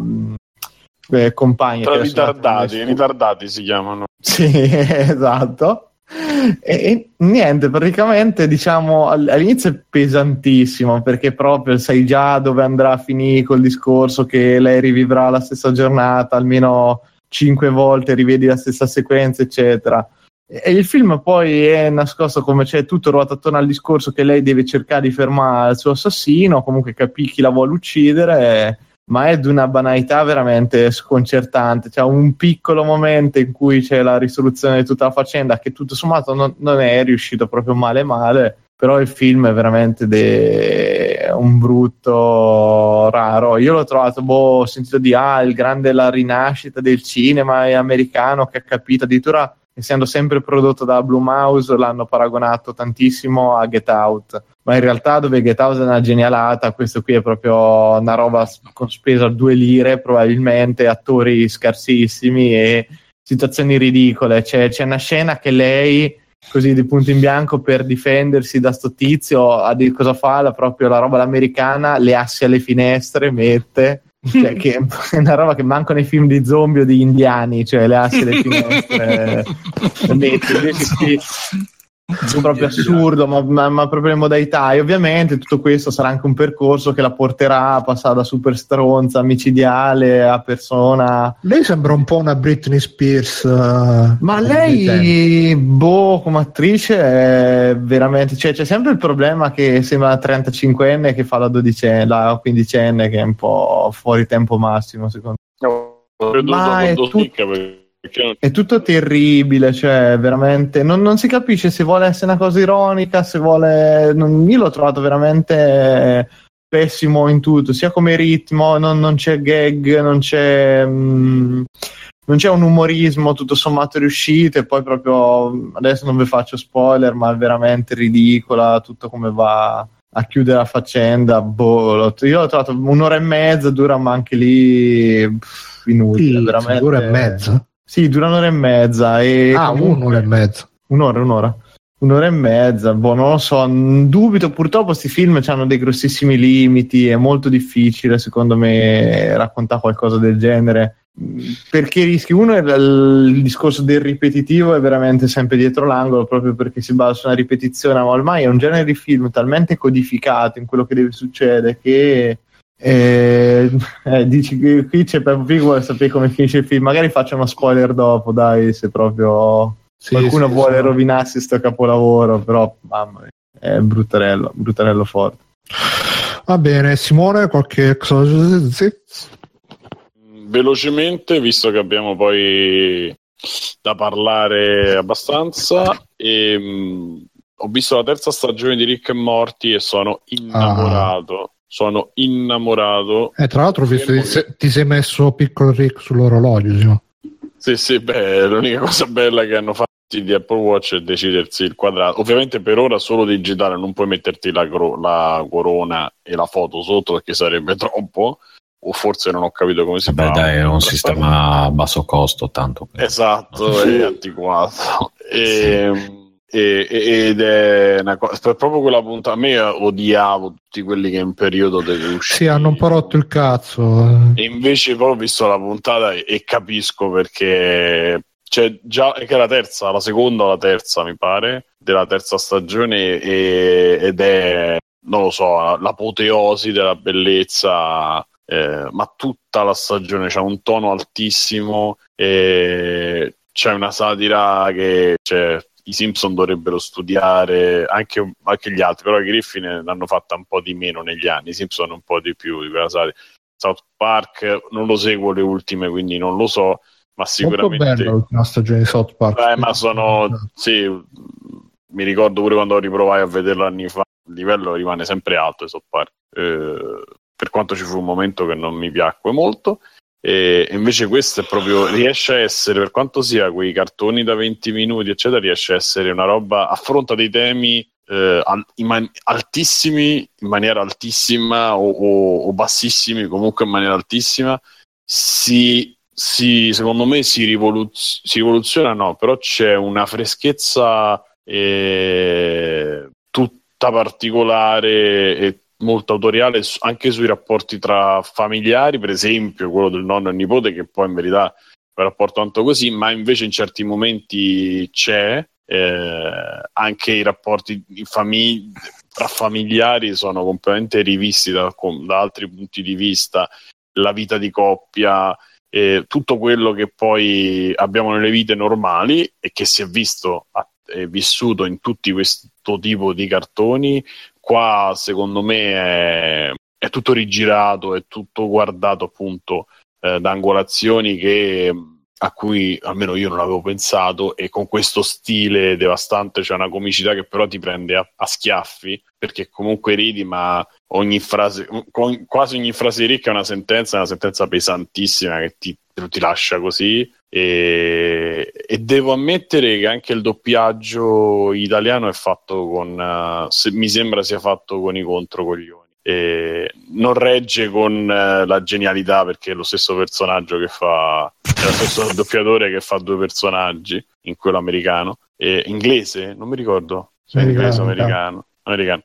eh, compagni. Tra ritardati, ritardati si chiamano. Sì, esatto. E, e niente, praticamente diciamo all'inizio è pesantissimo perché proprio sai già dove andrà a finire col discorso che lei rivivrà la stessa giornata almeno cinque volte, rivedi la stessa sequenza, eccetera. E il film poi è nascosto come c'è tutto ruotato attorno al discorso che lei deve cercare di fermare il suo assassino, comunque capì chi la vuole uccidere, ma è di una banalità veramente sconcertante. C'è un piccolo momento in cui c'è la risoluzione di tutta la faccenda che tutto sommato non, non è riuscito proprio male male, però il film è veramente de... un brutto raro. Io l'ho trovato, boh, ho sentito di ah, il grande la rinascita del cinema americano che ha capito, addirittura essendo sempre prodotto da Blumhouse l'hanno paragonato tantissimo a Get Out, ma in realtà dove Get Out è una genialata, questo qui è proprio una roba con spesa due lire probabilmente, attori scarsissimi e situazioni ridicole. C'è, c'è una scena che lei così di punto in bianco per difendersi da sto tizio a dire cosa fa, la, proprio la roba all'americana, le assi alle finestre mette, cioè, che è una roba che manca nei film di zombie o di indiani, cioè le assi alle finestre mette, invece qui è proprio assurdo, ma, ma, ma proprio in modalità. E ovviamente tutto questo sarà anche un percorso che la porterà a passare da super stronza micidiale a persona. Lei sembra un po' una Britney Spears, uh, ma lei boh, come attrice è veramente, cioè c'è sempre il problema che sembra una trentacinquenne che fa la dodicenne, la quindicenne, che è un po' fuori tempo massimo secondo me. No, ma è tutto è tutto terribile, cioè veramente non, non si capisce se vuole essere una cosa ironica, se vuole non, io l'ho trovato veramente pessimo in tutto, sia come ritmo, non, non c'è gag, non c'è mh, non c'è un umorismo tutto sommato riuscito, e poi proprio adesso non vi faccio spoiler, ma è veramente ridicola tutto come va a chiudere la faccenda. Boh, l'ho, io l'ho trovato un'ora e mezza, dura, ma anche lì pff, inutile, sì, veramente un'ora e mezza. Sì, dura un'ora e mezza. E ah, comunque, un'ora e mezza. Un'ora, un'ora. Un'ora e mezza, boh, non lo so, dubito, purtroppo questi film hanno dei grossissimi limiti, è molto difficile secondo me raccontare qualcosa del genere, perché rischi, uno è il, il discorso del ripetitivo è veramente sempre dietro l'angolo, proprio perché si basa su una ripetizione, ma ormai è un genere di film talmente codificato in quello che deve succedere che Eh, eh, dici che qui c'è Peppo Pig, vuole sapere come finisce il film, magari faccio uno spoiler dopo, dai, se proprio sì, qualcuno sì, vuole sì. rovinarsi sto capolavoro, però mamma mia, è bruttarello, bruttarello forte. Va bene, Simone, qualche cosa? Sì. Velocemente, visto che abbiamo poi da parlare abbastanza, e, mh, ho visto la terza stagione di Rick e Morty e sono innamorato. Ah. Sono innamorato. E eh, tra l'altro ho visto che ti, ti sei messo piccolo Rick sull'orologio. Sì, sì, beh, l'unica cosa bella che hanno fatto di Apple Watch è decidersi il quadrato. Ovviamente per ora solo digitale, non puoi metterti la, cro- la corona e la foto sotto perché sarebbe troppo, o forse non ho capito come si fa. Beh, dai, è un sistema a basso costo, tanto. Esatto, è antiquato. E... Sì. E, ed è una cosa, proprio quella puntata, a me odiavo tutti quelli che in periodo deve uscire, sì, hanno un po' rotto il cazzo, e invece poi ho visto la puntata e, e capisco perché c'è già, che è la terza, la seconda o la terza mi pare della terza stagione, e, ed è, non lo so, l'apoteosi della bellezza, eh, ma tutta la stagione c'ha un tono altissimo e c'è una satira che c'è. I Simpson dovrebbero studiare, anche, anche gli altri, però i Griffin l'hanno fatta un po' di meno negli anni, i Simpson un po' di più di quella serie. South Park non lo seguo le ultime, quindi non lo so, ma sicuramente molto bella l'ultima stagione di South Park. Eh, ma sono sì, mi ricordo pure quando riprovai a vederlo anni fa, il livello rimane sempre alto di South Park, eh, per quanto ci fu un momento che non mi piacque molto. E invece questo è proprio, riesce a essere, per quanto sia quei cartoni da venti minuti eccetera, riesce a essere una roba, affronta dei temi eh, in man- altissimi in maniera altissima o, o, o bassissimi comunque in maniera altissima, si, si secondo me si, rivoluz- si rivoluziona no, però c'è una freschezza e tutta particolare e molto autoriale anche sui rapporti tra familiari, per esempio quello del nonno e nipote, che poi in verità è un rapporto tanto così, ma invece in certi momenti c'è. Eh, anche i rapporti in famig- tra familiari sono completamente rivisti da, da altri punti di vista, la vita di coppia, eh, tutto quello che poi abbiamo nelle vite normali e che si è visto è vissuto in tutti questo tipo di cartoni. Qua secondo me è, è tutto rigirato, è tutto guardato appunto eh, da angolazioni che a cui almeno io non avevo pensato, e con questo stile devastante c'è una comicità che però ti prende a, a schiaffi, perché comunque ridi, ma ogni frase, con, quasi ogni frase di Rick è una sentenza, è una sentenza pesantissima che ti, ti lascia così, e, e devo ammettere che anche il doppiaggio italiano è fatto con, uh, se, mi sembra sia fatto con i controcoglioni. E non regge con uh, la genialità, perché è lo stesso personaggio che fa, è lo stesso doppiatore che fa due personaggi in quello americano e inglese, non mi ricordo se è inglese o americano, americano.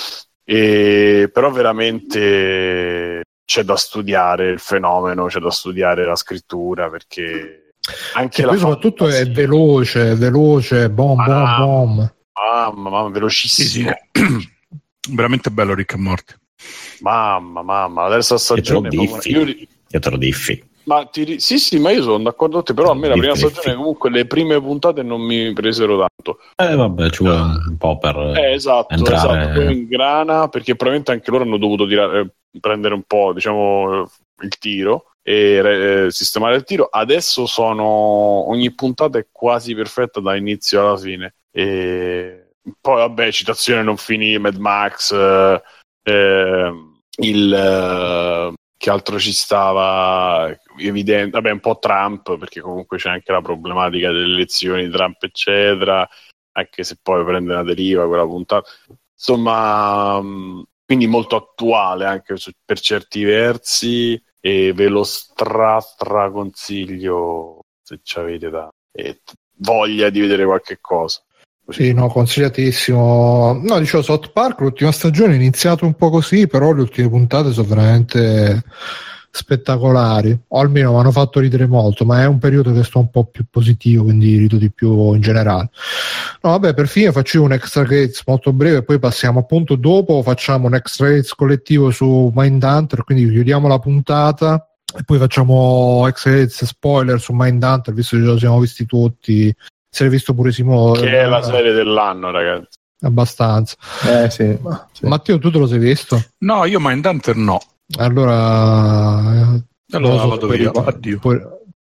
E, però veramente c'è da studiare il fenomeno, c'è da studiare la scrittura, perché anche e la poi soprattutto fantasia. È veloce, è veloce, bom bom bom, mamma, mamma, velocissimo. Sì, sì. Veramente bello Rick e Morty. Mamma, mamma, la terza stagione io io te lo diffi. Ma ti, sì, sì, ma io sono d'accordo con te, però a me la prima stagione comunque le prime puntate non mi presero tanto. Eh vabbè, ci vuole un po' per eh, esatto, entrare. Esatto, poi in grana, perché probabilmente anche loro hanno dovuto tirare, prendere un po', diciamo, il tiro e eh, sistemare il tiro. Adesso sono, ogni puntata è quasi perfetta dall'inizio alla fine. E poi vabbè, citazione non finì, Mad Max, eh, eh, il... Eh, che altro ci stava evidente, vabbè, un po' Trump, perché comunque c'è anche la problematica delle elezioni Trump eccetera, anche se poi prende una deriva quella puntata, insomma, quindi molto attuale anche su, per certi versi, e ve lo stra stra consiglio se ci avete da e voglia di vedere qualche cosa. Sì, no, consigliatissimo. No, dicevo, South Park l'ultima stagione è iniziato un po' così, però le ultime puntate sono veramente spettacolari, o almeno mi hanno fatto ridere molto, ma è un periodo che sto un po' più positivo, quindi rido di più in generale. No, vabbè, per fine faccio un extra credits molto breve, poi passiamo appunto dopo, facciamo un extra credits collettivo su Mindhunter, quindi chiudiamo la puntata e poi facciamo extra credits spoiler su Mindhunter, visto che ce lo siamo visti tutti. Si è visto pure Simone, che è la serie dell'anno, ragazzi, abbastanza. Eh sì, sì. Matteo, tu te lo sei visto? No, io Mindhunter no. Allora allora so vado io. Addio. Poi...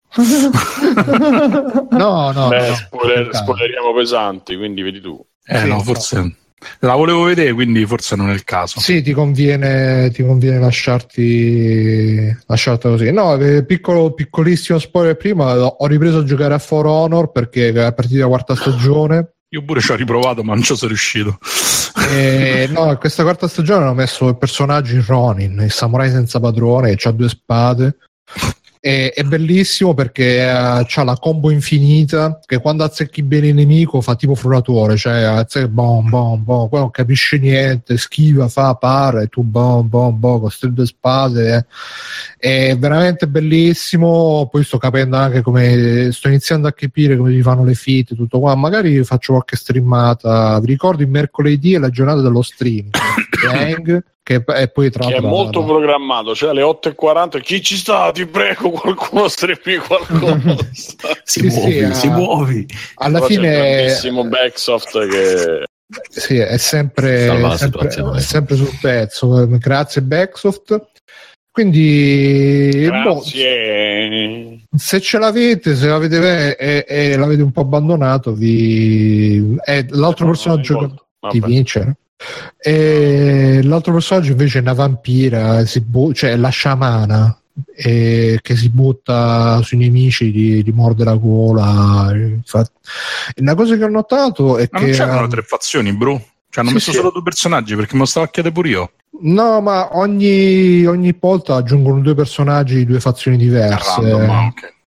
no, no, Beh, no, spoiler, no. spoileriamo pesanti, quindi vedi tu. Eh sì, no, forse no. La volevo vedere, quindi forse non è il caso. Sì, ti conviene, ti conviene lasciarti lasciarti così. No, piccolo, piccolissimo spoiler prima, ho ripreso a giocare a For Honor perché è partita la quarta stagione. Io pure ci ho riprovato, ma non ci sono riuscito. E, no, questa quarta stagione hanno messo il personaggio in Ronin, il samurai senza padrone, che ha due spade. È, è bellissimo perché uh, c'ha la combo infinita che quando azzecchi bene il nemico fa tipo fruratore, cioè azzecca bom bom bom, poi non capisce niente, schiva, fa, para e tu bom bom bom con queste due spade. Eh. È veramente bellissimo. Poi sto capendo anche come, sto iniziando a capire come si fanno le fit, tutto qua. Magari faccio qualche streamata. Vi ricordo il mercoledì è la giornata dello stream Playing, che è poi tra che è molto la... programmato, cioè alle otto e quaranta chi ci sta, ti prego, qualcuno streami qualcosa. si, sì, muovi, sì, si uh, muovi alla però fine c'è un grandissimo Backsoft che sì, è sempre, è sempre, è sempre sul pezzo, grazie Backsoft. Quindi grazie. Boh, se ce l'avete, se l'avete e, e l'avete un po' abbandonato, vi è l'altro no, personaggio di vincere. E l'altro personaggio invece è una vampira, si bu- cioè la sciamana, e che si butta sui nemici, di, di morde la gola. Infatti, una cosa che ho notato è ma che non c'erano tre fazioni, bro? Cioè hanno sì, messo sì. solo due personaggi, perché me lo stavo a chiedere pure io. No, ma ogni, ogni volta aggiungono due personaggi di due fazioni diverse. Random, ah, okay.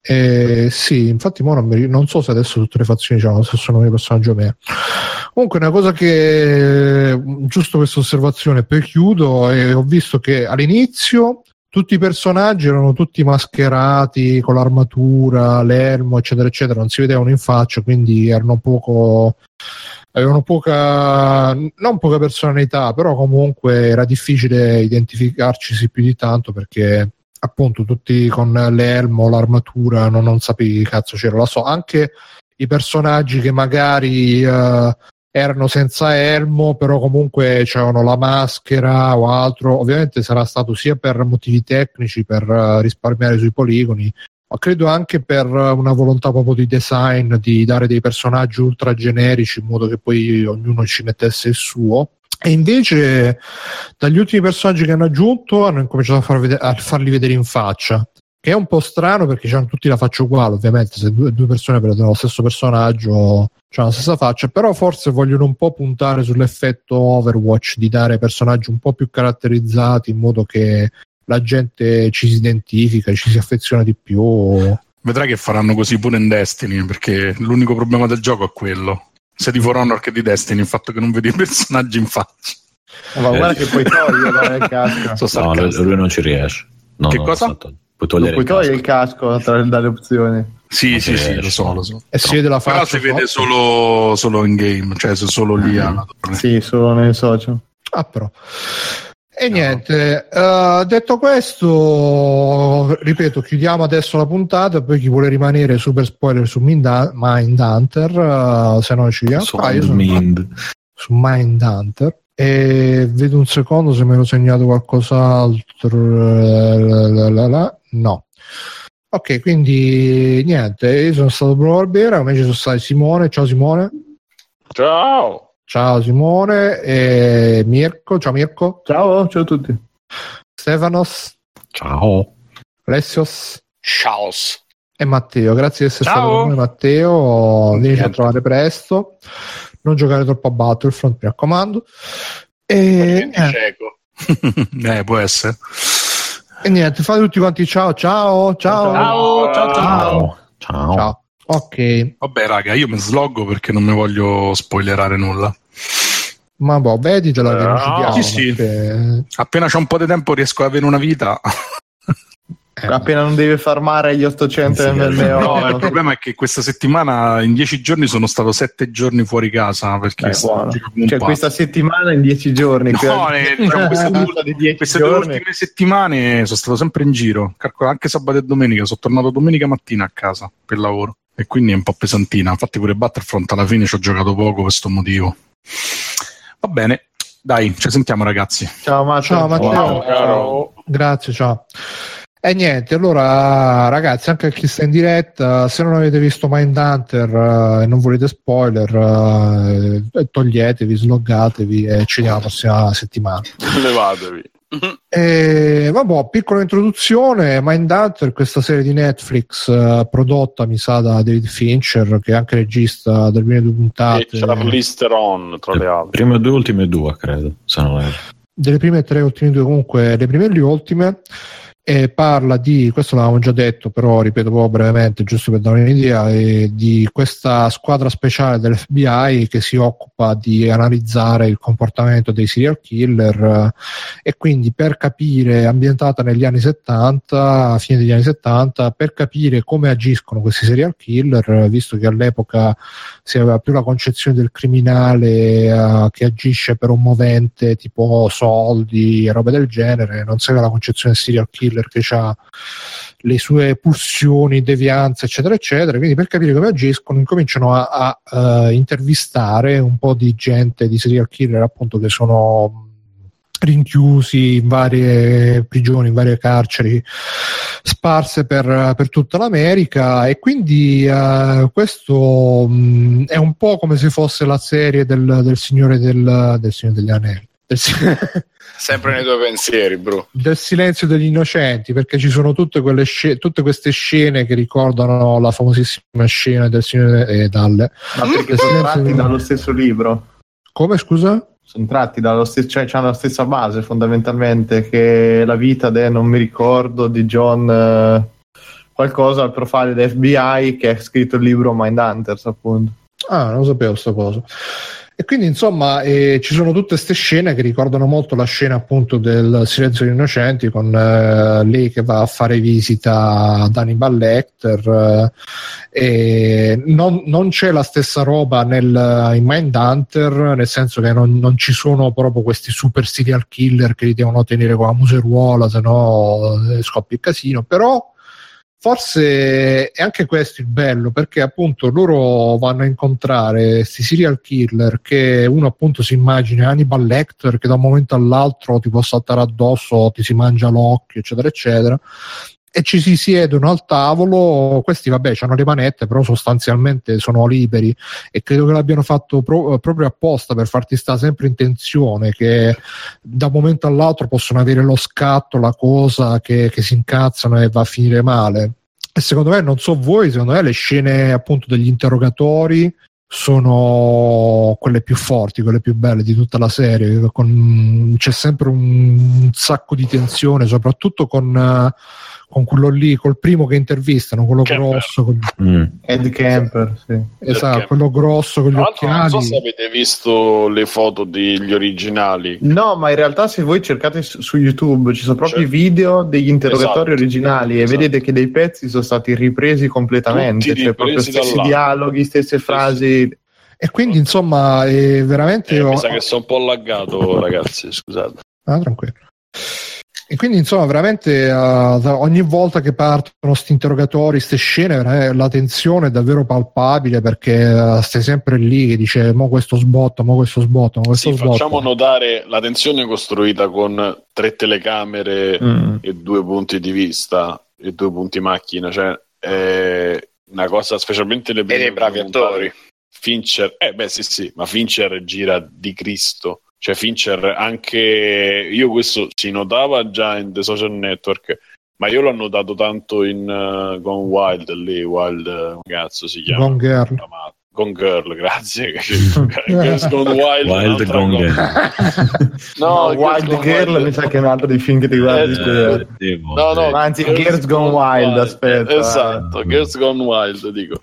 Eh, sì, infatti mo non, mi, non so se adesso tutte le fazioni hanno lo stesso nome di personaggio me. Comunque una cosa che, giusto questa osservazione, poi chiudo, e ho visto che all'inizio tutti i personaggi erano tutti mascherati con l'armatura, l'elmo, eccetera, eccetera, non si vedevano in faccia, quindi erano poco, avevano poca, non poca personalità, però comunque era difficile identificarci più di tanto perché appunto tutti con l'elmo, l'armatura, non, non sapevi che cazzo c'era. La so, anche i personaggi che magari uh, erano senza elmo, però comunque c'erano la maschera o altro, ovviamente sarà stato sia per motivi tecnici, per uh, risparmiare sui poligoni, ma credo anche per uh, una volontà proprio di design, di dare dei personaggi ultra generici in modo che poi ognuno ci mettesse il suo. E invece dagli ultimi personaggi che hanno aggiunto hanno incominciato a, far vedere, a farli vedere in faccia, che è un po' strano perché hanno tutti la faccia uguale, ovviamente se due, due persone prendono lo stesso personaggio hanno la stessa faccia, però forse vogliono un po' puntare sull'effetto Overwatch di dare personaggi un po' più caratterizzati in modo che la gente ci si identifica, ci si affeziona di più. Vedrai che faranno così pure in Destiny, perché l'unico problema del gioco è quello, sia di For Honor che di Destiny, il fatto che non vedi i personaggi in faccia. Ma eh. guarda che puoi togliere il casco. No, lui non ci riesce. No, che no, cosa? Puoi togliere, puoi il, togliere casco. il casco tra, dalle opzioni. Sì, sì, sì, lo so, lo so. E si vede la faccia. Però si vede solo, solo in game, cioè se solo lì. Mm. Sì, solo nei social. Ah, però. E niente, uh, detto questo, ripeto, chiudiamo adesso la puntata, poi chi vuole rimanere super spoiler su Mindhunter, uh, se no ci vediamo. Su, ah, io Mind. su Mindhunter. E vedo un secondo se mi ero segnato qualcos'altro. La, la, la. No. Ok, quindi niente, io sono stato Bruno Barbera, come ci sono stati Simone. Ciao Simone. Ciao. Ciao Simone e Mirko. Ciao Mirko. Ciao, ciao a tutti. Stefanos. Ciao. Alessios. Ciao. E Matteo. Grazie di essere Ciao. stato con noi, Matteo. Vieni a trovare presto. Non giocare troppo a Battlefront, mi raccomando. E eh. eh, può essere. E niente, fate tutti quanti ciao, ciao, ciao. Ciao, ciao, ciao. Ciao. Ciao. Ok. Vabbè, raga, io mi sloggo perché non mi voglio spoilerare nulla. Ma boh, veditela che non ci diamo. Sì, sì. Perché... Appena c'ho un po' di tempo riesco ad avere una vita. Eh, appena non devi farmare gli ottocento sì, M M O. No, il problema è che questa settimana in dieci giorni sono stato sette giorni fuori casa perché eh, cioè pazzo. Questa settimana in dieci giorni no, ne, diciamo, queste, due, di dieci queste due ultime settimane sono stato sempre in giro, calcola, anche sabato e domenica, sono tornato domenica mattina a casa per lavoro e quindi è un po' pesantina, infatti pure Battlefront alla fine ci ho giocato poco per questo motivo. Va bene, dai, ci sentiamo ragazzi. Ciao Matteo. Ciao Matteo. Ciao, caro. Grazie, ciao. E niente, allora ragazzi, anche a chi sta in diretta, se non avete visto Mindhunter uh, e non volete spoiler, uh, toglietevi, sloggatevi e ci vediamo la prossima settimana. Levatevi. E vabbè, piccola introduzione. Mindhunter, questa serie di Netflix uh, prodotta, mi sa, da David Fincher, che è anche regista delle prime due puntate. E Charlize Theron, tra le altre. Prime due, ultime due, credo. Se non è... Delle prime tre, ultime due, comunque le prime e le ultime. E parla di, questo l'avevamo già detto, però ripeto proprio brevemente, giusto per dare un'idea, eh, di questa squadra speciale dell'F B I che si occupa di analizzare il comportamento dei serial killer eh, e quindi per capire, ambientata negli anni settanta, a fine degli anni settanta, per capire come agiscono questi serial killer, visto che all'epoca si aveva più la concezione del criminale eh, che agisce per un movente tipo soldi e robe del genere, non si aveva la concezione del serial killer che ha le sue pulsioni, devianze, eccetera, eccetera. Quindi per capire come agiscono incominciano a, a uh, intervistare un po' di gente, di serial killer appunto, che sono rinchiusi in varie prigioni, in varie carceri sparse per, per tutta l'America, e quindi uh, questo mh, è un po' come se fosse la serie del, del Signore del, del Signore degli Anelli. Sempre nei tuoi pensieri, bro. Del Silenzio degli Innocenti, perché ci sono tutte quelle sc- tutte queste scene che ricordano la famosissima scena del Signore e dalle. Ma perché sono tratti dallo stesso libro? Come, scusa? Sono tratti dallo stesso, cioè hanno la stessa base fondamentalmente, che la vita de non mi ricordo di John, eh, qualcosa al profile del F B I che ha scritto il libro Mindhunters, appunto. Ah, non lo sapevo sta cosa. E quindi insomma eh, ci sono tutte queste scene che ricordano molto la scena appunto del Silenzio degli Innocenti, con eh, lei che va a fare visita ad Hannibal Lecter, eh, e non, non c'è la stessa roba nel, in Mindhunter, nel senso che non, non ci sono proprio questi super serial killer che li devono tenere con la museruola, se no eh, scoppia il casino. Però forse è anche questo il bello, perché appunto loro vanno a incontrare questi serial killer che uno appunto si immagina Hannibal Lecter che da un momento all'altro ti può saltare addosso, ti si mangia l'occhio, eccetera eccetera, e ci si siedono al tavolo. Questi vabbè hanno le manette, però sostanzialmente sono liberi, e credo che l'abbiano fatto pro- proprio apposta per farti stare sempre in tensione, che da un momento all'altro possono avere lo scatto, la cosa che, che si incazzano e va a finire male. E secondo me, non so voi, secondo me le scene appunto degli interrogatori sono quelle più forti, quelle più belle di tutta la serie, con, c'è sempre un, un sacco di tensione, soprattutto con con quello lì, col primo che intervistano, quello Camper. grosso con... mm. Ed Camper, sì. Esatto, Camper. Quello grosso con gli occhiali. Non so se avete visto le foto degli originali. No, ma in realtà se voi cercate su, su YouTube ci sono proprio i video degli interrogatori esatto. originali, e esatto. vedete che dei pezzi sono stati ripresi completamente, tutti cioè proprio stessi dialoghi, stesse frasi. E quindi insomma è veramente... Eh, ho... Mi sa che sono un po' laggato, ragazzi, scusate. Ah, tranquillo. E quindi insomma veramente uh, ogni volta che partono sti interrogatori, ste scene, eh, la tensione è davvero palpabile, perché uh, stai sempre lì che dice mo questo sbotto, mo questo sbotto, mo questo sì, sbotto. Facciamo notare la tensione costruita con tre telecamere mm. e due punti di vista e due punti macchina, cioè è una cosa, specialmente le prime. E dei bravi attori. Fincher, eh beh sì sì, ma Fincher gira di Cristo. Cioè Fincher, anche io questo si notava già in The Social Network, ma io l'ho notato tanto in uh, Gone Wild, lì, Wild, uh, cazzo si chiama? Gone Girl. Gone Girl, grazie. Girls Gone Wild. Wild Gone Girl. No, no Wild Gone Girl Wild. Mi sa che è un altro dei film che ti guardi. Eh, eh, no, no, anzi, Girls, Girls Gone, Gone Wild, Wild, aspetta. Esatto, eh. Girls Gone Wild, dico.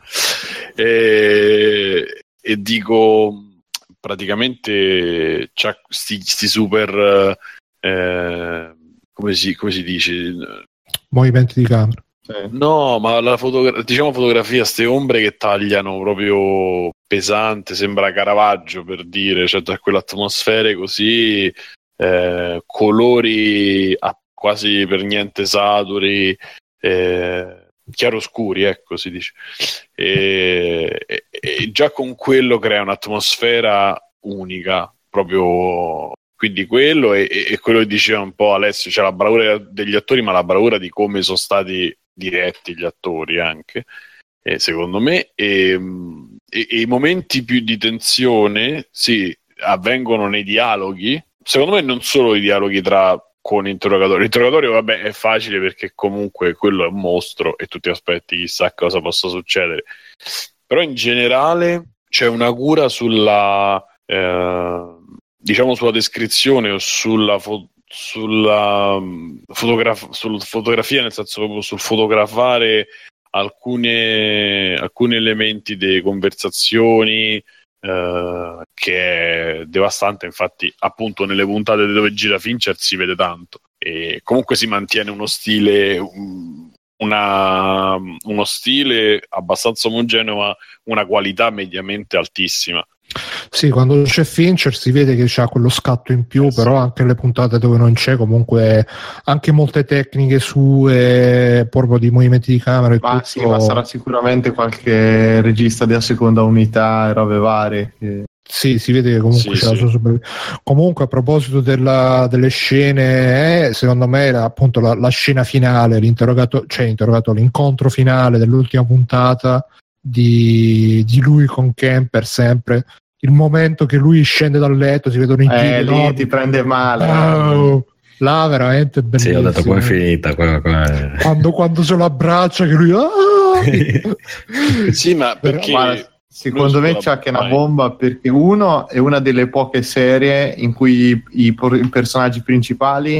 E, e dico... praticamente c'ha sti, sti super eh, come, si, come si dice movimenti di camera, eh. no ma la fotogra- diciamo fotografia, ste ombre che tagliano proprio pesante, sembra Caravaggio per dire, cioè da quell'atmosfere così, eh, colori a, quasi per niente saturi, eh, chiaroscuri, ecco si dice, e, e, e già con quello crea un'atmosfera unica proprio, quindi quello e, e quello che diceva un po' Alessio, cioè la bravura degli attori, ma la bravura di come sono stati diretti gli attori anche, e secondo me e, e, e i momenti più di tensione sì avvengono nei dialoghi, secondo me non solo i dialoghi tra con interrogatori. L'interrogatorio vabbè è facile perché comunque quello è un mostro e tu ti aspetti chissà cosa possa succedere, però in generale c'è una cura sulla eh, diciamo sulla descrizione o sulla, fo- sulla fotograf- sul fotografia, nel senso proprio sul fotografare alcune alcuni elementi delle conversazioni, Uh, che è devastante. Infatti appunto nelle puntate dove gira Fincher si vede tanto, e comunque si mantiene uno stile una, uno stile abbastanza omogeneo ma una qualità mediamente altissima. Sì, quando c'è Fincher si vede che c'ha quello scatto in più, eh, però sì. Anche le puntate dove non c'è, comunque anche molte tecniche sue proprio di movimenti di camera e ma tutto. Sì, ma sarà sicuramente qualche regista della seconda unità e robe varie che... Sì, si vede che comunque sì, c'è sì. La sua super... Comunque a proposito della, delle scene, eh, secondo me la, appunto la, la scena finale, l'interrogato, cioè interrogato, l'incontro finale dell'ultima puntata di, di lui con Camper, sempre il momento che lui scende dal letto, si vedono i eh, lì no? ti prende male, oh, là veramente bellissimo. Sì, ho detto come è finita qua, qua. Quando, quando se lo abbraccia che lui ah! Sì, ma perché ma secondo me c'è anche una bomba, perché uno è una delle poche serie in cui i, i personaggi principali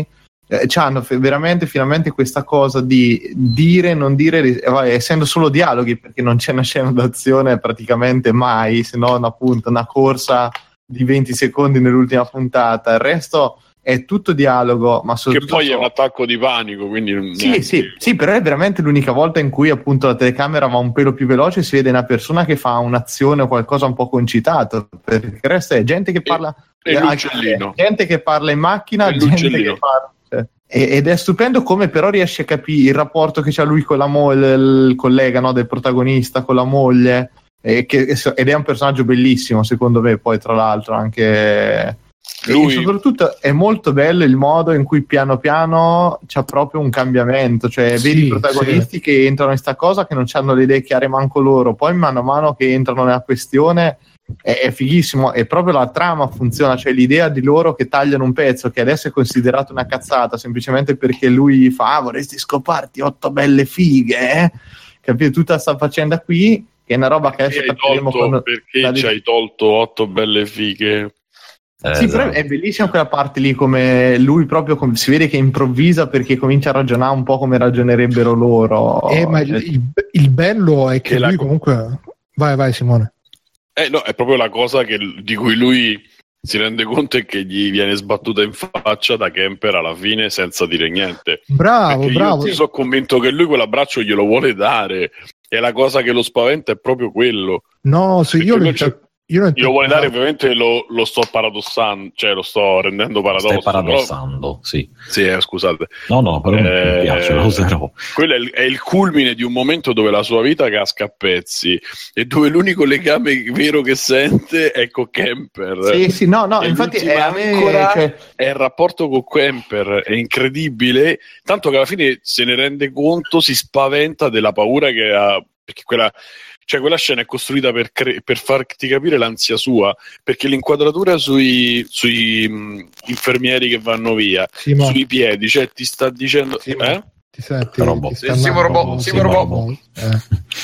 eh, hanno veramente finalmente questa cosa di dire, non dire, eh, essendo solo dialoghi, perché non c'è una scena d'azione praticamente mai, se non appunto una corsa di venti secondi nell'ultima puntata. Il resto è tutto dialogo, ma che poi so... è un attacco di panico, quindi sì, neanche... sì, sì, però è veramente l'unica volta in cui appunto la telecamera va un pelo più veloce e si vede una persona che fa un'azione o qualcosa un po' concitato, perché il resto è gente che parla e, e l'uccellino, gente che parla in macchina, e gente che parla, cioè, ed è stupendo come però riesce a capire il rapporto che c'ha lui con la moglie, il collega, no, del protagonista con la moglie, e che, ed è un personaggio bellissimo secondo me, poi tra l'altro anche lui... e soprattutto è molto bello il modo in cui piano piano c'è proprio un cambiamento, cioè sì, vedi i protagonisti sì. che entrano in sta cosa che non hanno le idee chiare manco loro, poi mano a mano che entrano nella questione è, è fighissimo, e proprio la trama funziona, cioè l'idea di loro che tagliano un pezzo che adesso è considerato una cazzata semplicemente perché lui fa ah, vorresti scoparti otto belle fighe, eh? Capito? Tutta sta faccenda qui che è una roba che adesso capiremo quando... perché la... ci hai tolto otto belle fighe. Eh, sì, però è bellissima quella parte lì, come lui proprio com- si vede che improvvisa perché comincia a ragionare un po' come ragionerebbero loro. Eh, ma il, il, il bello è che, che lui la... comunque... Vai, vai Simone. Eh no, è proprio la cosa che, di cui lui si rende conto e che gli viene sbattuta in faccia da Kemper alla fine senza dire niente. Bravo, perché bravo. Io sono convinto che lui quell'abbraccio glielo vuole dare, e la cosa che lo spaventa è proprio quello. No, se io lo, io non glielo vuole dare, ovviamente lo, lo sto paradossando, cioè lo sto rendendo paradosso. Stai paradossando, però... sì. Sì, eh, scusate. No, no, però eh, mi piace, lo userò. Quello è il, è il culmine di un momento dove la sua vita casca a pezzi e dove l'unico legame vero che sente è con Kemper. Sì, sì, no, no, e infatti è, ancora cioè... è il rapporto con Kemper, è incredibile, tanto che alla fine se ne rende conto, si spaventa della paura che ha, perché quella... Cioè quella scena è costruita per, cre- per farti capire l'ansia sua, perché l'inquadratura sui, sui mh, infermieri che vanno via, sì, ma... sui piedi, cioè ti sta dicendo... Sì, eh? Ti senti? Robot. Ti sì, robot, sì, robot. Eh.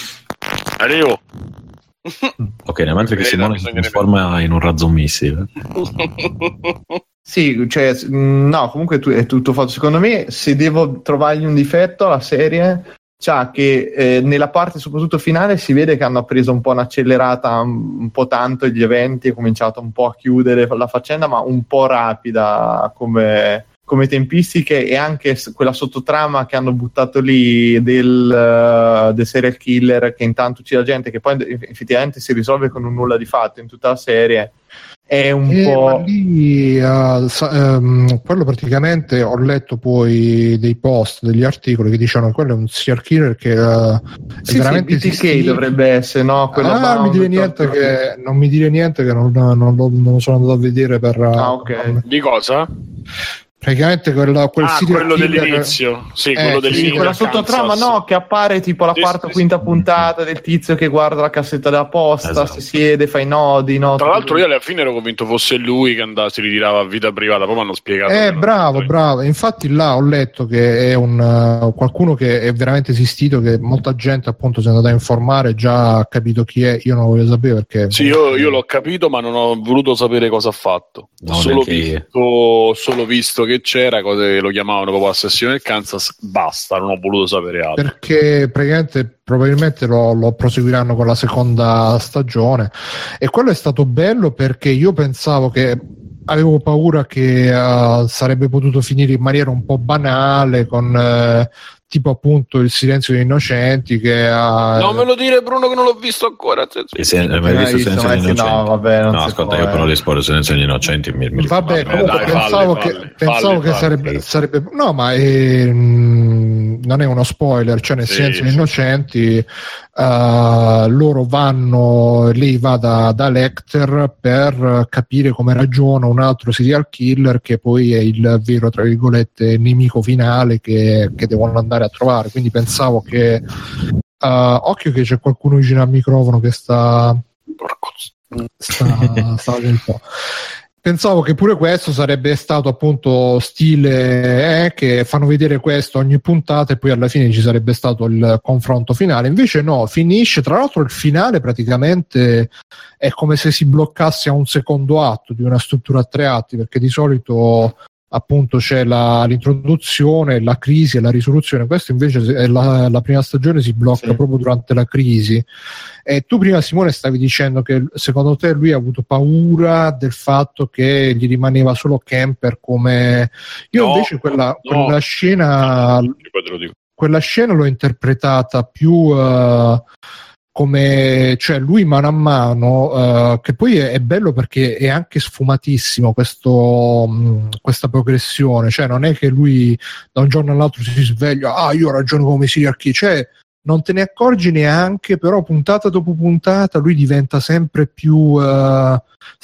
Arrivo. Ok, mentre che Simone si trasforma in un razzo missile. Sì, cioè, no, comunque tu, è tutto fatto. Secondo me, se devo trovargli un difetto alla serie... Cioè che eh, nella parte soprattutto finale si vede che hanno preso un po' un'accelerata un, un po' tanto gli eventi, è cominciato un po' a chiudere la faccenda, ma un po' rapida come, come tempistiche, e anche quella sottotrama che hanno buttato lì del, uh, del serial killer che intanto uccide la gente, che poi effettivamente si risolve con un nulla di fatto in tutta la serie. È un eh, po' ma lì uh, sa, um, quello praticamente ho letto poi dei post, degli articoli che dicevano che quello è un serial killer che uh, sì, è veramente sì, B T K dovrebbe essere, no? Quello ah, non mi dire niente che non mi dire niente che non, non, non, non sono andato a vedere per ah, ok. Per... di cosa? Praticamente quella, quel ah, quello dell'inizio, sì, eh, quello dell'inizio, sì, quella sottotrama, no, che appare tipo la quarta o quinta puntata del tizio che guarda la cassetta della posta, esatto. Si siede, fa i nodi, no? Tra l'altro io alla fine ero convinto fosse lui che andava, si ritirava a vita privata, poi mi hanno spiegato. Eh, bravo, bravo. Infatti là ho letto che è un uh, qualcuno che è veramente esistito, che molta gente appunto si è andata a informare, già ha capito chi è, io non lo voglio sapere perché... Sì, io, io l'ho capito, ma non ho voluto sapere cosa ha fatto. No, solo, visto, solo visto che c'era, cose lo chiamavano proprio Assassino del Kansas, basta, non ho voluto sapere altro. Perché praticamente probabilmente lo, lo proseguiranno con la seconda stagione, e quello è stato bello perché io pensavo che avevo paura che uh, sarebbe potuto finire in maniera un po' banale con uh, tipo appunto Il silenzio degli innocenti che uh, non me lo dire Bruno che non l'ho visto ancora. E se, hai mai visto Il silenzio degli innocenti? No, vabbè, non no ascolta, io però di spoiler Il silenzio degli innocenti mi, mi vabbè, comunque dai, pensavo falle, che, falle, pensavo falle, che falle, sarebbe, falle. sarebbe no ma è, mh, non è uno spoiler, cioè nel sì, silenzio degli sì. innocenti uh, loro vanno, lei va da, da Lecter per capire come ragiona un altro serial killer che poi è il vero tra virgolette nemico finale che, che devono andare a trovare, quindi pensavo che uh, occhio che c'è qualcuno vicino al microfono che sta sta, sta un po'. Pensavo che pure questo sarebbe stato appunto stile eh, che fanno vedere questo ogni puntata e poi alla fine ci sarebbe stato il confronto finale, invece no, finisce, tra l'altro il finale praticamente è come se si bloccasse a un secondo atto di una struttura a tre atti, perché di solito appunto c'è la, l'introduzione, la crisi e la risoluzione. Questo invece è la, la prima stagione si blocca sì. proprio durante la crisi. E tu prima, Simone, stavi dicendo che secondo te lui ha avuto paura del fatto che gli rimaneva solo Kemper come... Io no, invece quella, no. quella scena quella scena l'ho interpretata più uh, come, cioè lui mano a mano, uh, che poi è, è bello perché è anche sfumatissimo questo, mh, questa progressione, cioè non è che lui da un giorno all'altro si sveglia, ah io ragiono come serial killer, cioè non te ne accorgi neanche, però puntata dopo puntata lui diventa sempre più uh,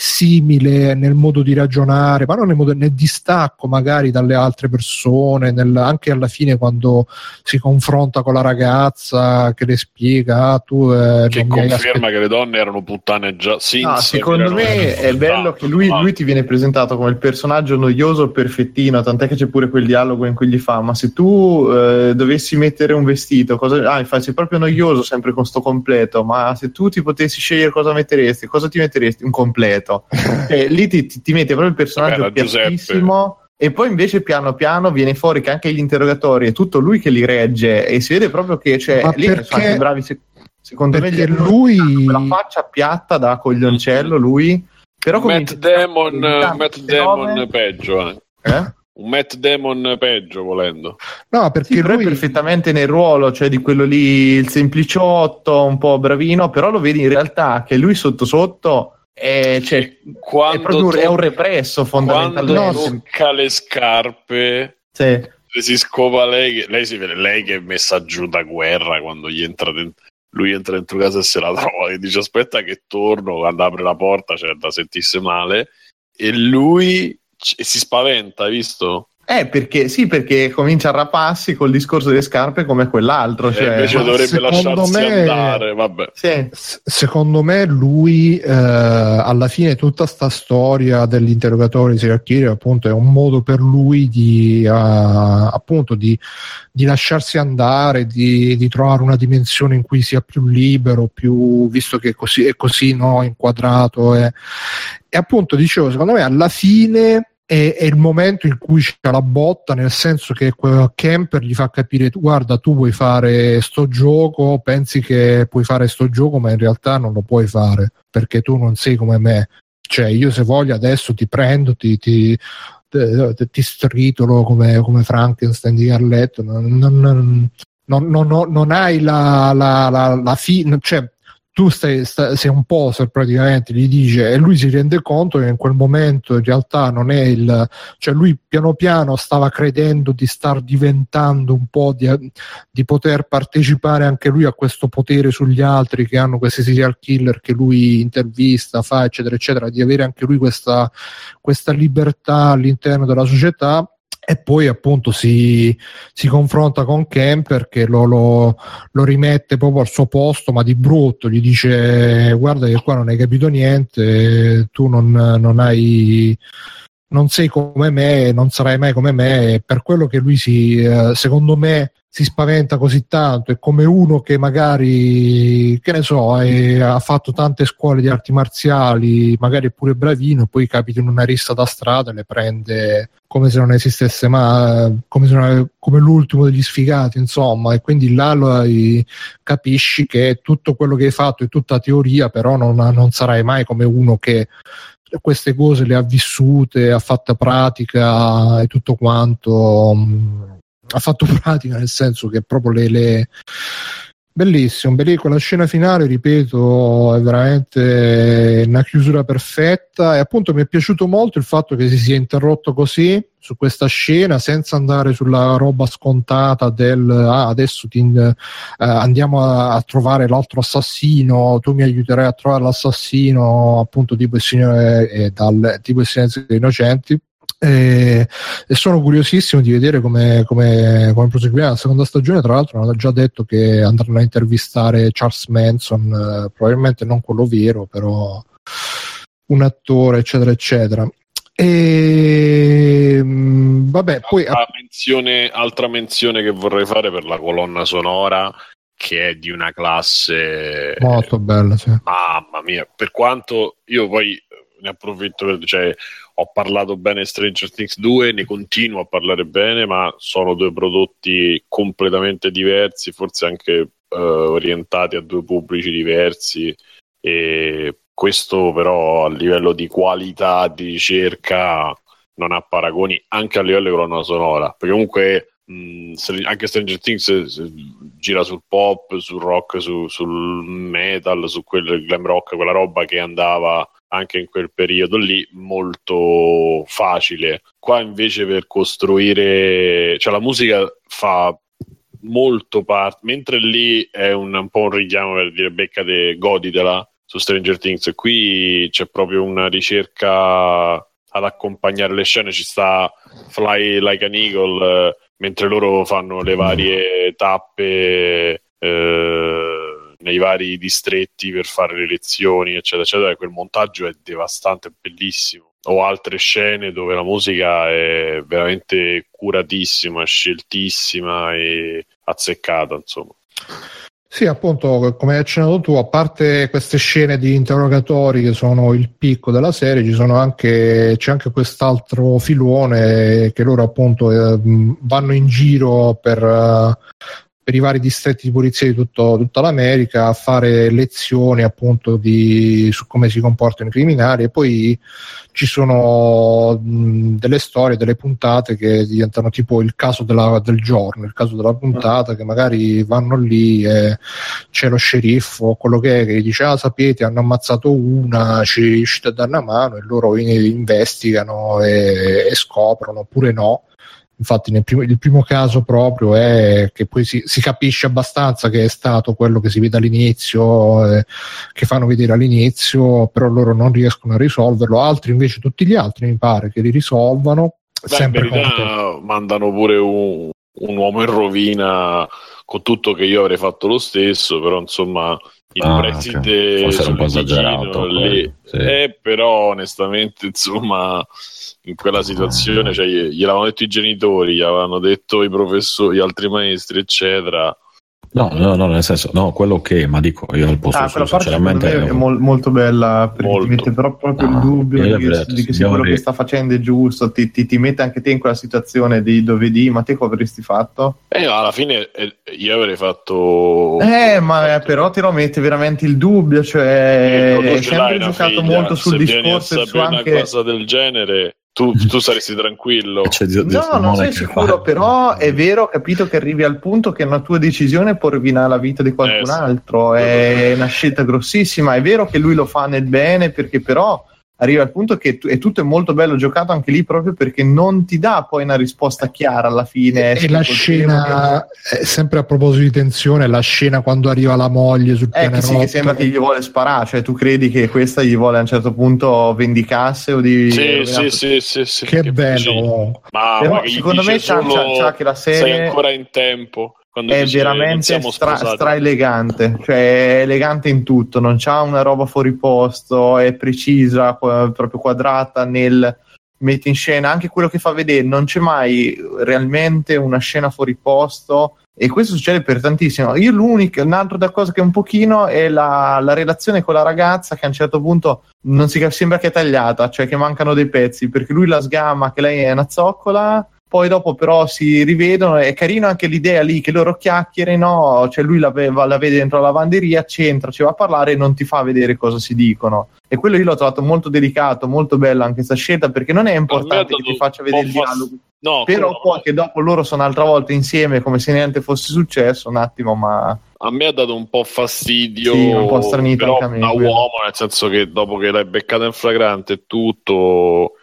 simile nel modo di ragionare, ma non nel, modo, nel distacco magari dalle altre persone, nel, anche alla fine quando si confronta con la ragazza che le spiega, ah, tu eh, che conferma che le donne erano puttane già sì, no, secondo me è bello che lui, lui ti viene presentato come il personaggio noioso perfettino, tant'è che c'è pure quel dialogo in cui gli fa, ma se tu eh, dovessi mettere un vestito, cosa... ah, sei proprio noioso sempre con sto completo, ma se tu ti potessi scegliere cosa metteresti, cosa ti metteresti? Un completo. Cioè, lì ti, ti, ti mette proprio il personaggio piattissimo e poi invece piano piano viene fuori che anche gli interrogatori è tutto lui che li regge e si vede proprio che cioè, lì perché... sono anche bravi se... secondo perché me lui la faccia piatta da coglioncello lui, però Matt Damon, Matt Damon peggio eh? eh? Un Matt Damon peggio volendo. No, perché sì, lui è perfettamente nel ruolo, cioè di quello lì il sempliciotto, un po' bravino, però lo vedi in realtà che lui sotto sotto è, cioè, è proprio to- è un represso fondamentalmente. Quando tocca le scarpe sì. le si scopa lei che, lei si vede lei che è messa giù da guerra quando gli entra dentro, lui entra dentro casa e se la trova e dice aspetta che torno, quando apre la porta c'è da sentirsi male e lui e si spaventa, hai visto? Eh, perché sì, perché comincia a raparsi col discorso delle scarpe come quell'altro. Cioè, invece dovrebbe lasciarsi me, andare, vabbè. Sì. Secondo me lui, eh, alla fine tutta sta storia dell'interrogatorio di serial killer appunto è un modo per lui di, uh, appunto, di, di lasciarsi andare, di, di trovare una dimensione in cui sia più libero, più visto che è così, è così no, inquadrato. E, e appunto, dicevo, secondo me alla fine... È, è il momento in cui c'è la botta, nel senso che quel Kemper gli fa capire guarda tu vuoi fare sto gioco, pensi che puoi fare sto gioco ma in realtà non lo puoi fare perché tu non sei come me, cioè io se voglio adesso ti prendo, ti, ti, ti, ti stritolo come, come Frankenstein di Carletto, non, non, non, non, non, non hai la, la, la, la fine, cioè tu stai, stai, sei un poser praticamente, gli dice, e lui si rende conto che in quel momento in realtà non è il, cioè lui piano piano stava credendo di star diventando un po' di, di poter partecipare anche lui a questo potere sugli altri che hanno questi serial killer che lui intervista, fa eccetera eccetera, di avere anche lui questa, questa libertà all'interno della società. E poi appunto si, si confronta con Kemper che lo, lo, lo rimette proprio al suo posto ma di brutto, gli dice guarda che qua non hai capito niente, tu non, non hai non sei come me, non sarai mai come me, e per quello che lui si secondo me si spaventa così tanto, è come uno che magari, che ne so, è, ha fatto tante scuole di arti marziali, magari è pure bravino, poi capita in una rissa da strada e le prende come se non esistesse mai, come, se non, come l'ultimo degli sfigati, insomma, e quindi là lo, capisci che tutto quello che hai fatto è tutta teoria, però non, non sarai mai come uno che queste cose le ha vissute, ha fatto pratica e tutto quanto, ha fatto pratica nel senso che proprio le, le... bellissimo, bellissimo, quella scena finale, ripeto, è veramente una chiusura perfetta, e appunto mi è piaciuto molto il fatto che si sia interrotto così su questa scena senza andare sulla roba scontata del ah, adesso ti, eh, andiamo a, a trovare l'altro assassino, tu mi aiuterai a trovare l'assassino, appunto tipo il signore eh, dal, tipo il silenzio degli innocenti. E, e sono curiosissimo di vedere come, come, come proseguirà la seconda stagione. Tra l'altro hanno già detto che andranno a intervistare Charles Manson, eh, probabilmente non quello vero, però un attore eccetera eccetera. E vabbè, poi altra menzione, altra menzione che vorrei fare per la colonna sonora, che è di una classe molto bella, sì. Mamma mia, per quanto io poi ne approfitto per, cioè, ho parlato bene di Stranger Things due, ne continuo a parlare bene, ma sono due prodotti completamente diversi, forse anche eh, orientati a due pubblici diversi, e questo però a livello di qualità di ricerca non ha paragoni, anche a livello di colonna sonora, perché comunque mh, anche Stranger Things gira sul pop, sul rock, su, sul metal, su quel glam rock, quella roba che andava anche in quel periodo lì molto facile. Qua invece per costruire, cioè la musica fa molto parte, mentre lì è un, un po' un richiamo per dire beccate, goditela su Stranger Things, qui c'è proprio una ricerca ad accompagnare le scene, ci sta Fly Like an Eagle eh, mentre loro fanno le varie tappe eh, nei vari distretti per fare le lezioni eccetera eccetera, quel montaggio è devastante, bellissimo. O altre scene dove la musica è veramente curatissima, sceltissima e azzeccata, insomma. Sì, appunto, come hai accennato tu, a parte queste scene di interrogatori che sono il picco della serie, ci sono anche, c'è anche quest'altro filone che loro appunto eh, vanno in giro per, uh, per i vari distretti di polizia di tutto, tutta l'America a fare lezioni appunto di, su come si comportano i criminali, e poi ci sono mh, delle storie, delle puntate che diventano tipo il caso della, del giorno, il caso della puntata, che magari vanno lì e c'è lo sceriffo o quello che è che dice ah sapete hanno ammazzato una, ci riuscite a dare una mano, e loro investigano e, e scoprono oppure no. Infatti nel primo, il primo caso proprio è che poi si, si capisce abbastanza che è stato quello che si vede all'inizio, eh, che fanno vedere all'inizio, però loro non riescono a risolverlo, altri invece tutti gli altri mi pare che li risolvano. Beh, sempre in verità mandano pure un, un uomo in rovina, con tutto che io avrei fatto lo stesso, però insomma il ah, preside okay. Forse era un po' esagerato lì, sì. eh, però onestamente insomma in quella situazione cioè, gliel'avevano detto i genitori, gli avevano detto i professori, gli altri maestri eccetera. No, no, no, nel senso, no, quello che, ma dico, io al posto ah, suo, sinceramente è mol- molto bella, perché molto. ti mette però proprio no, il dubbio di che, di che se quello che sta facendo è giusto, ti, ti, ti mette anche te in quella situazione di dove di, ma te cosa avresti fatto? Eh, alla fine eh, io avrei fatto... Eh, ma fatto... però ti lo mette veramente il dubbio, cioè è sempre giocato figlia, molto sul discorso e su anche... una cosa del genere... Tu, tu saresti tranquillo. Cioè, di, di no, non sei sicuro, fa. Però è vero, ho capito che arrivi al punto che una tua decisione può rovinare la vita di qualcun eh, altro. Sì. È una scelta grossissima. È vero che lui lo fa nel bene, perché però arriva al punto che è tutto è molto bello giocato anche lì, proprio perché non ti dà poi una risposta chiara alla fine. E la scena, che... sempre a proposito di tensione, la scena quando arriva la moglie sul eh, pianerottolo, che, sì, che sembra che gli vuole sparare, cioè tu credi che questa gli vuole a un certo punto vendicasse o di... Sì, sì, sì, sì, sì, che, che bello. Ma, però ma secondo me c'ha, c'ha, c'ha che la serie... sei ancora in tempo. Quando è veramente stra, stra elegante, cioè è elegante in tutto, non c'ha una roba fuori posto, è precisa, proprio quadrata nel mette in scena anche quello che fa vedere, non c'è mai realmente una scena fuori posto, e questo succede per tantissimo. Io l'unica, un'altra cosa che un pochino è la, la relazione con la ragazza, che a un certo punto non si sembra che è tagliata, cioè che mancano dei pezzi, perché lui la sgama che lei è una zoccola. Poi dopo però si rivedono, è carino anche l'idea lì che loro chiacchierino, cioè lui la, la vede dentro la lavanderia, c'entra, ci va a parlare e non ti fa vedere cosa si dicono. E quello io l'ho trovato molto delicato, molto bella anche questa scelta, perché non è importante che ti faccia vedere il dialogo, no, però poi no. Che dopo loro sono un'altra volta insieme come se niente fosse successo, un attimo, ma... A me ha dato un po' fastidio, sì, un po' stranito però anche a me, da quello. Uomo, nel senso che dopo che l'hai beccata in flagrante e tutto...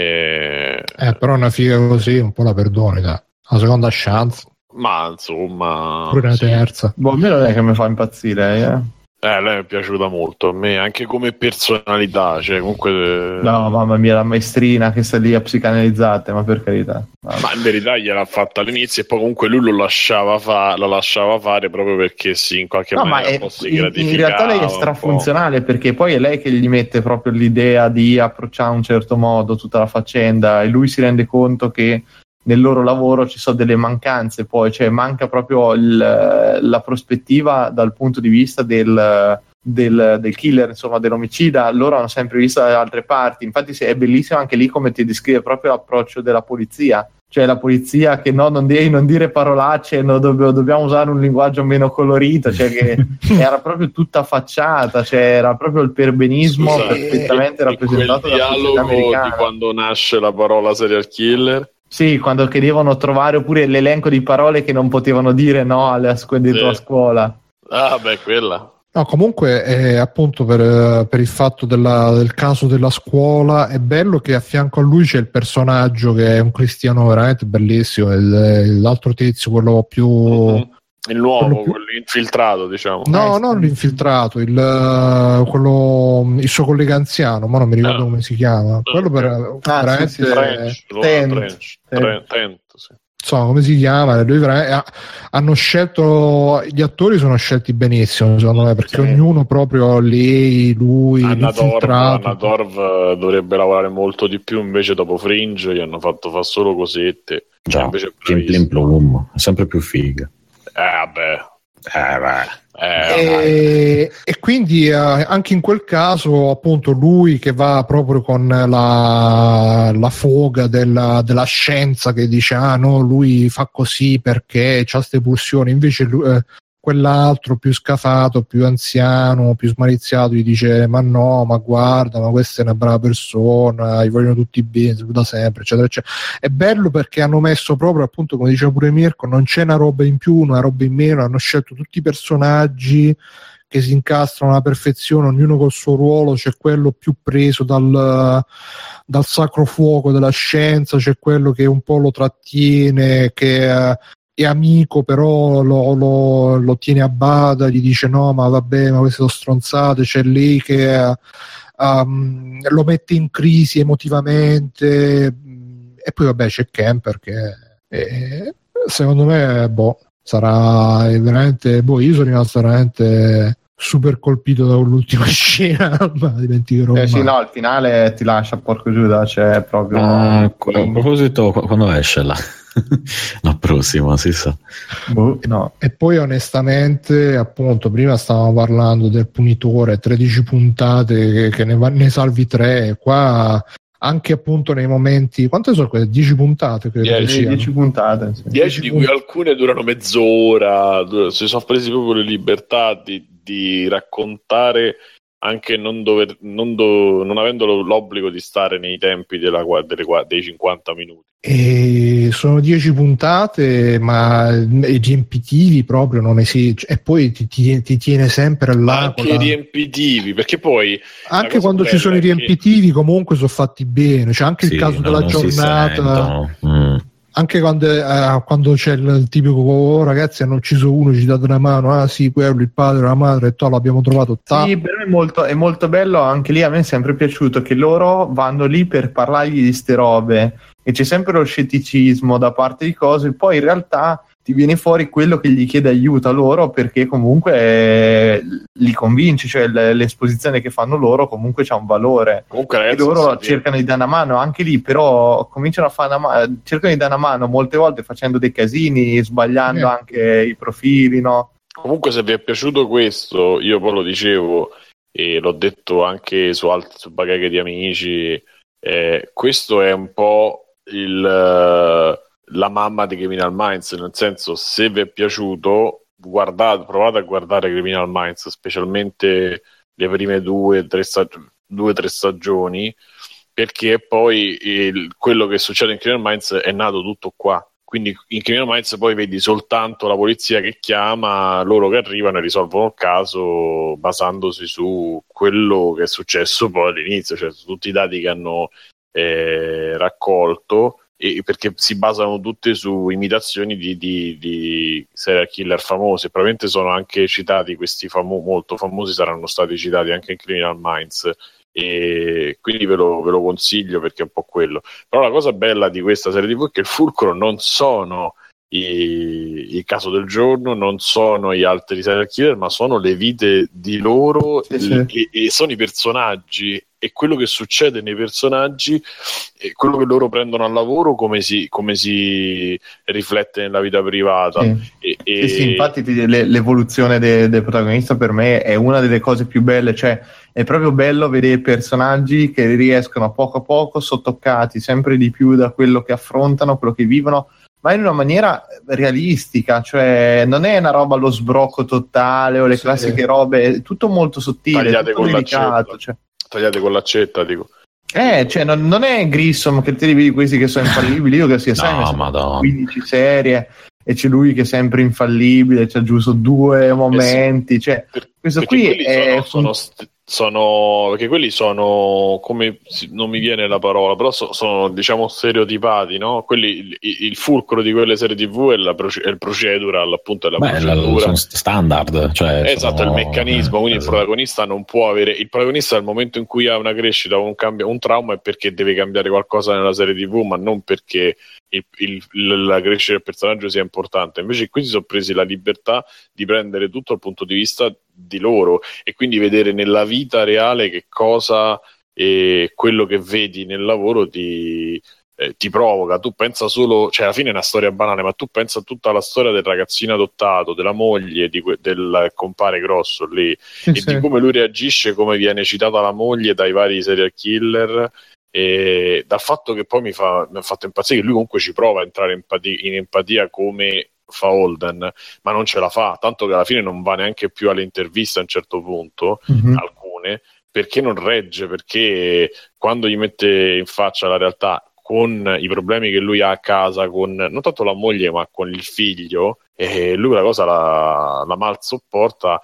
Eh... eh però una figa così un po' la perdoni, dai. La seconda chance, ma insomma pure la sì. terza. Boh, a me non è che mi fa impazzire eh. Eh, lei mi è piaciuta molto, a me anche come personalità, cioè comunque... No, mamma mia, la maestrina che sta lì a psicanalizzate, ma per carità. Mamma. Ma in verità gliel'ha fatta all'inizio e poi comunque lui lo lasciava, fa- lo lasciava fare proprio perché sì, in qualche no, maniera ma un po' si in, in realtà lei è strafunzionale, perché poi è lei che gli mette proprio l'idea di approcciare un certo modo tutta la faccenda, e lui si rende conto che nel loro lavoro ci sono delle mancanze, poi cioè manca proprio il, la prospettiva dal punto di vista del, del, del killer, insomma dell'omicida, loro hanno sempre visto da altre parti. Infatti è bellissimo anche lì come ti descrive proprio l'approccio della polizia, cioè la polizia che no, non devi non dire parolacce, no, do- dobbiamo usare un linguaggio meno colorito, cioè che era proprio tutta facciata, cioè era proprio il perbenismo. Scusa, perfettamente e, rappresentato e quel dialogo di quando nasce la parola serial killer. Sì, quando che devono trovare, oppure l'elenco di parole che non potevano dire no alla scu- dentro la sì. scuola. Ah, beh, quella. No, comunque è appunto per, per il fatto della, del caso della scuola è bello che a fianco a lui c'è il personaggio che è un cristiano veramente bellissimo, il, l'altro tizio, quello più mm-hmm. il nuovo, quello, più... quello infiltrato, diciamo. No, eh, non l'infiltrato, il, quello, il suo collega anziano, ma non mi ricordo no. come si chiama. No, quello per, ah, veramente sì, sì, Trench, Tent, Trench, Tent, Tent, sì. Insomma, come si chiama? Lui hanno scelto, gli attori sono scelti benissimo, secondo me, perché sì. ognuno proprio lei, lui, Anna Dorv, Anna Dorv dovrebbe lavorare molto di più, invece dopo Fringe gli hanno fatto fare solo cosette. Già, Plim Plim Plum, è sempre più figa. Eh vabbè. Eh beh. Eh, e, e quindi eh, anche in quel caso appunto lui che va proprio con la, la foga della, della scienza che dice ah no lui fa così perché c'ha queste pulsioni, invece lui, eh, quell'altro più scafato, più anziano, più smaliziato gli dice ma no, ma guarda, ma questa è una brava persona, gli vogliono tutti bene da sempre, eccetera eccetera. È bello perché hanno messo proprio, appunto come diceva pure Mirko, non c'è una roba in più, una roba in meno, hanno scelto tutti i personaggi che si incastrano alla perfezione, ognuno col suo ruolo. C'è quello più preso dal, dal sacro fuoco della scienza, c'è quello che un po' lo trattiene, che eh, è amico però lo, lo, lo tiene a bada, gli dice no ma vabbè ma queste sono stronzate. C'è lei che um, lo mette in crisi emotivamente, e poi vabbè c'è Kemper che eh, secondo me boh, sarà veramente boh, io sono rimasto veramente super colpito dall'ultima scena, ma dimenticherò eh, sì, no, il finale ti lascia porco Giuda, c'è proprio ah, a proposito, quando esce là? La prossima, si sa. Boh, no. E poi onestamente appunto prima stavamo parlando del punitore, tredici puntate che, che ne, ne salvi tre, qua anche appunto nei momenti, quante sono quelle? dieci puntate credo che siano. dieci puntate, sì. dieci di cui alcune durano mezz'ora, si sono presi proprio le libertà di, di raccontare anche non, dover, non, do, non avendo l'obbligo di stare nei tempi della, delle, dei cinquanta minuti. E sono dieci puntate, ma i riempitivi proprio non esistono, e poi ti, ti, ti tiene sempre là. Anche i riempitivi, perché poi anche quando ci sono i riempitivi che... comunque sono fatti bene, c'è anche sì, il caso della giornata. Mm. Anche quando, eh, quando c'è il, il tipico oh, ragazzi hanno ucciso uno, ci date una mano, ah sì, quello, il padre, la madre, e to, l'abbiamo trovato. Ta. Sì, però è molto, è molto bello, anche lì a me è sempre piaciuto che loro vanno lì per parlargli di ste robe e c'è sempre lo scetticismo da parte di cose, poi in realtà ti viene fuori quello che gli chiede aiuto a loro, perché comunque eh, li convince, cioè l- l'esposizione che fanno loro comunque c'ha un valore. Comunque ragazzi, e loro cercano di dare una mano anche lì, però cominciano a fare una mano, cercano di dare una mano molte volte facendo dei casini, sbagliando eh. anche i profili, no? Comunque se vi è piaciuto questo, io poi lo dicevo e l'ho detto anche su altri su bagaghe di amici, eh, questo è un po' il la mamma di Criminal Minds, nel senso, se vi è piaciuto guardate, provate a guardare Criminal Minds, specialmente le prime due tre stag- due tre stagioni, perché poi il, quello che succede in Criminal Minds è nato tutto qua. Quindi in Criminal Minds poi vedi soltanto la polizia che chiama, loro che arrivano e risolvono il caso basandosi su quello che è successo poi all'inizio, cioè su tutti i dati che hanno eh, raccolto, e perché si basano tutte su imitazioni di, di, di serial killer famosi. Probabilmente sono anche citati questi famo- molto famosi, saranno stati citati anche in Criminal Minds, e quindi ve lo, ve lo consiglio perché è un po' quello. Però la cosa bella di questa serie tivù è che il fulcro non sono i, il caso del giorno, non sono gli altri serial killer, ma sono le vite di loro sì, sì. E, e sono i personaggi e quello che succede nei personaggi e quello che loro prendono al lavoro come si, come si riflette nella vita privata. Sì, e, sì, e... sì infatti le, l'evoluzione de, del protagonista per me è una delle cose più belle, cioè è proprio bello vedere personaggi che riescono a poco a poco, sottoccati sempre di più da quello che affrontano, quello che vivono, ma in una maniera realistica, cioè non è una roba allo sbrocco totale o le sì. classiche robe, è tutto molto sottile, tagliate tutto con delicato, l'accetta, cioè. tagliate con l'accetta, dico. Eh, cioè non, non è Grissom che te li vedi questi che sono infallibili, io che sia sempre no, quindici serie e c'è lui che è sempre infallibile, c'è giusto due momenti, eh sì. Cioè per, questo qui è sono, sono st- sono perché quelli sono come non mi viene la parola, però so, sono diciamo stereotipati, no? Quelli il, il fulcro di quelle serie tivù è, la, è il procedural, appunto è la Beh, procedura sono standard, cioè esatto, sono... il meccanismo, quindi eh, il protagonista non può avere il protagonista al momento in cui ha una crescita o un cambio, un trauma è perché deve cambiare qualcosa nella serie tivù, ma non perché il, il, la crescita del personaggio sia importante. Invece qui si sono presi la libertà di prendere tutto dal punto di vista di loro e quindi vedere nella vita reale che cosa e quello che vedi nel lavoro ti, eh, ti provoca. Tu pensa solo, cioè alla fine è una storia banale, ma tu pensa a tutta la storia del ragazzino adottato, della moglie, di que- del compare grosso lì sì, e sì. di come lui reagisce, come viene citata la moglie dai vari serial killer e dal fatto che poi mi, fa, mi ha fatto impazzire che lui comunque ci prova a entrare in empatia, in empatia come fa Holden, ma non ce la fa, tanto che alla fine non va neanche più alle interviste a un certo punto, mm-hmm. alcune, perché non regge, perché quando gli mette in faccia la realtà con i problemi che lui ha a casa, con non tanto la moglie ma con il figlio, e lui la cosa la, la mal sopporta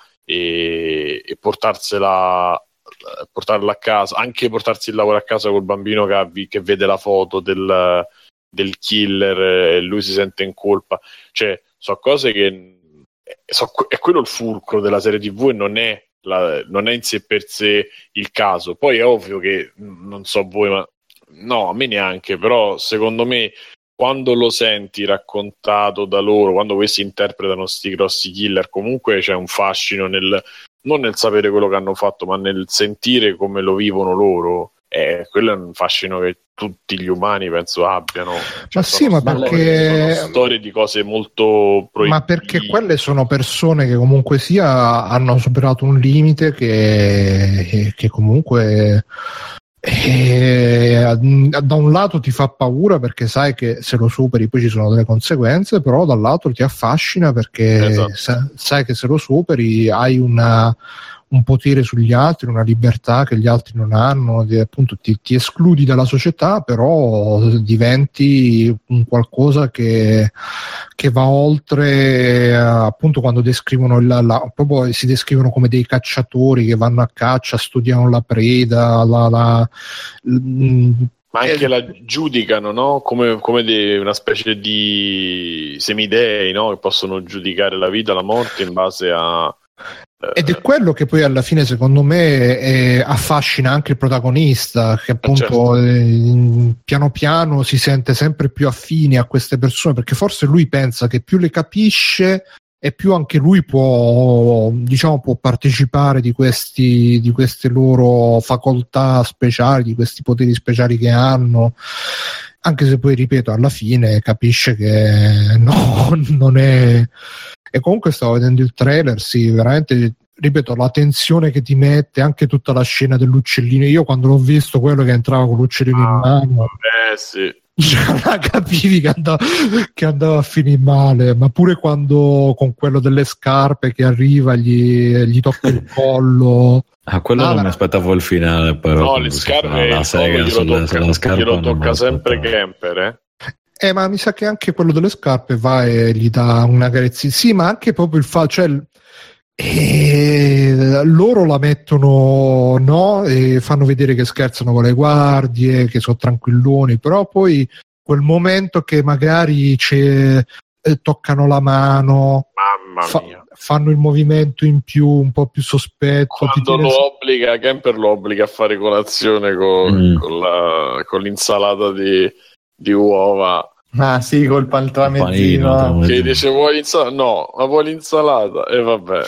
e, e portarsela portarla a casa, anche portarsi il lavoro a casa col bambino che, ha, che vede la foto del del killer e lui si sente in colpa, cioè so cose che so, è quello il fulcro della serie tivù e non è, la, non è in sé per sé il caso. Poi è ovvio che non so voi, ma no, a me neanche, però secondo me quando lo senti raccontato da loro, quando questi interpretano sti grossi killer, comunque c'è un fascino nel non nel sapere quello che hanno fatto, ma nel sentire come lo vivono loro. Eh, quello è un fascino che tutti gli umani penso abbiano, cioè, ma sì, ma perché sono storie di cose molto proibite, ma perché quelle sono persone che comunque sia hanno superato un limite che, che comunque eh, da un lato ti fa paura perché sai che se lo superi poi ci sono delle conseguenze, però dall'altro ti affascina perché esatto. sa, sai che se lo superi hai una un potere sugli altri, una libertà che gli altri non hanno, di, appunto ti, ti escludi dalla società, però diventi un qualcosa che, che va oltre, appunto quando descrivono il, la, proprio si descrivono come dei cacciatori che vanno a caccia, studiano la preda, la, la, l, ma anche la giudicano, no? Come, come de, una specie di semidei, no? Che possono giudicare la vita, la morte in base a ed è quello che poi alla fine secondo me è, affascina anche il protagonista, che appunto certo. eh, piano piano si sente sempre più affine a queste persone, perché forse lui pensa che più le capisce e più anche lui può, diciamo, può partecipare di questi, di queste loro facoltà speciali, di questi poteri speciali che hanno, anche se poi ripeto alla fine capisce che no, non è. E comunque stavo vedendo il trailer, sì, veramente, ripeto, la tensione che ti mette, anche tutta la scena dell'uccellino. Io quando l'ho visto, quello che entrava con l'uccellino ah, in mano, eh sì, cioè, capivi che andava, che andava a finire male, ma pure quando con quello delle scarpe che arriva gli, gli tocca il collo. Ah, quello ah, non mi aspettavo il finale, però. No, le scarpe, la sega glielo sulla, tocca, sulla scarpa glielo tocca sempre Kemper, eh. Eh, ma mi sa che anche quello delle scarpe va e gli dà una carezzina. Sì, ma anche proprio il fatto, cioè, eh, loro la mettono, no? E fanno vedere che scherzano con le guardie, che sono tranquilloni, però poi quel momento che magari c'è, eh, toccano la mano, mamma fa, mia, fanno il movimento in più, un po' più sospetto. Quando lo tiene... obbliga, Kemper lo obbliga a fare colazione con, mm. con, la, con l'insalata di... di uova, Ah sì, col pan tramezzino. Che dice vuoi l'insalata? No, ma vuoi l'insalata? E vabbè.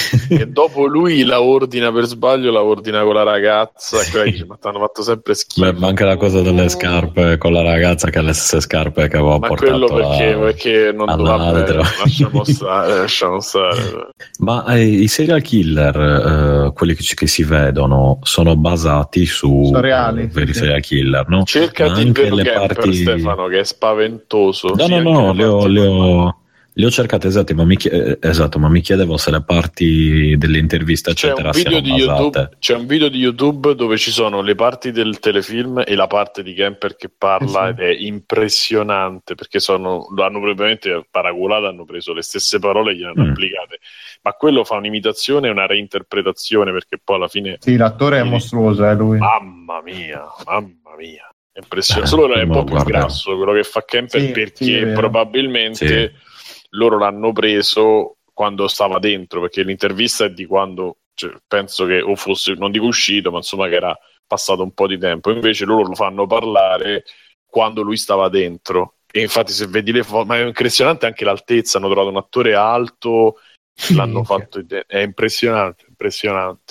E dopo lui la ordina per sbaglio, la ordina con la ragazza, e quella dice ma ti hanno fatto sempre schifo. Beh, manca la cosa delle scarpe con la ragazza che ha le stesse scarpe che aveva ma portato quello perché, a... perché non vabbè, lasciamo stare, lasciamo stare. Ma eh, i serial killer, eh, quelli che, che si vedono, sono basati su reali, veri sì. serial killer, no? Cercati il vero camper, parti... Stefano, che è spaventoso. No, sì, no, no, le ho, le, ho, le ho cercate esatto ma, mi chied- esatto, ma mi chiedevo se le parti delle interviste, c'è eccetera, un video di siano YouTube, basate. c'è un video di YouTube dove ci sono le parti del telefilm e la parte di Kemper che parla, sì. ed è impressionante perché sono, lo hanno probabilmente paraculato, hanno preso le stesse parole e gliele hanno Mm. applicate, ma quello fa un'imitazione e una reinterpretazione, perché poi alla fine Sì, l'attore è mostruoso, eh, lui. mamma mia, mamma mia, è impressionante. Solo è un po' più guarda. grasso quello che fa Kemper, Sì, perché sì, è vero. probabilmente Sì. loro l'hanno preso quando stava dentro, perché l'intervista è di quando, cioè, penso che o fosse, non dico uscito, ma insomma che era passato un po' di tempo. Invece loro lo fanno parlare quando lui stava dentro, e infatti se vedi le foto, ma è impressionante anche l'altezza, hanno trovato un attore alto, l'hanno fatto, è impressionante, impressionante.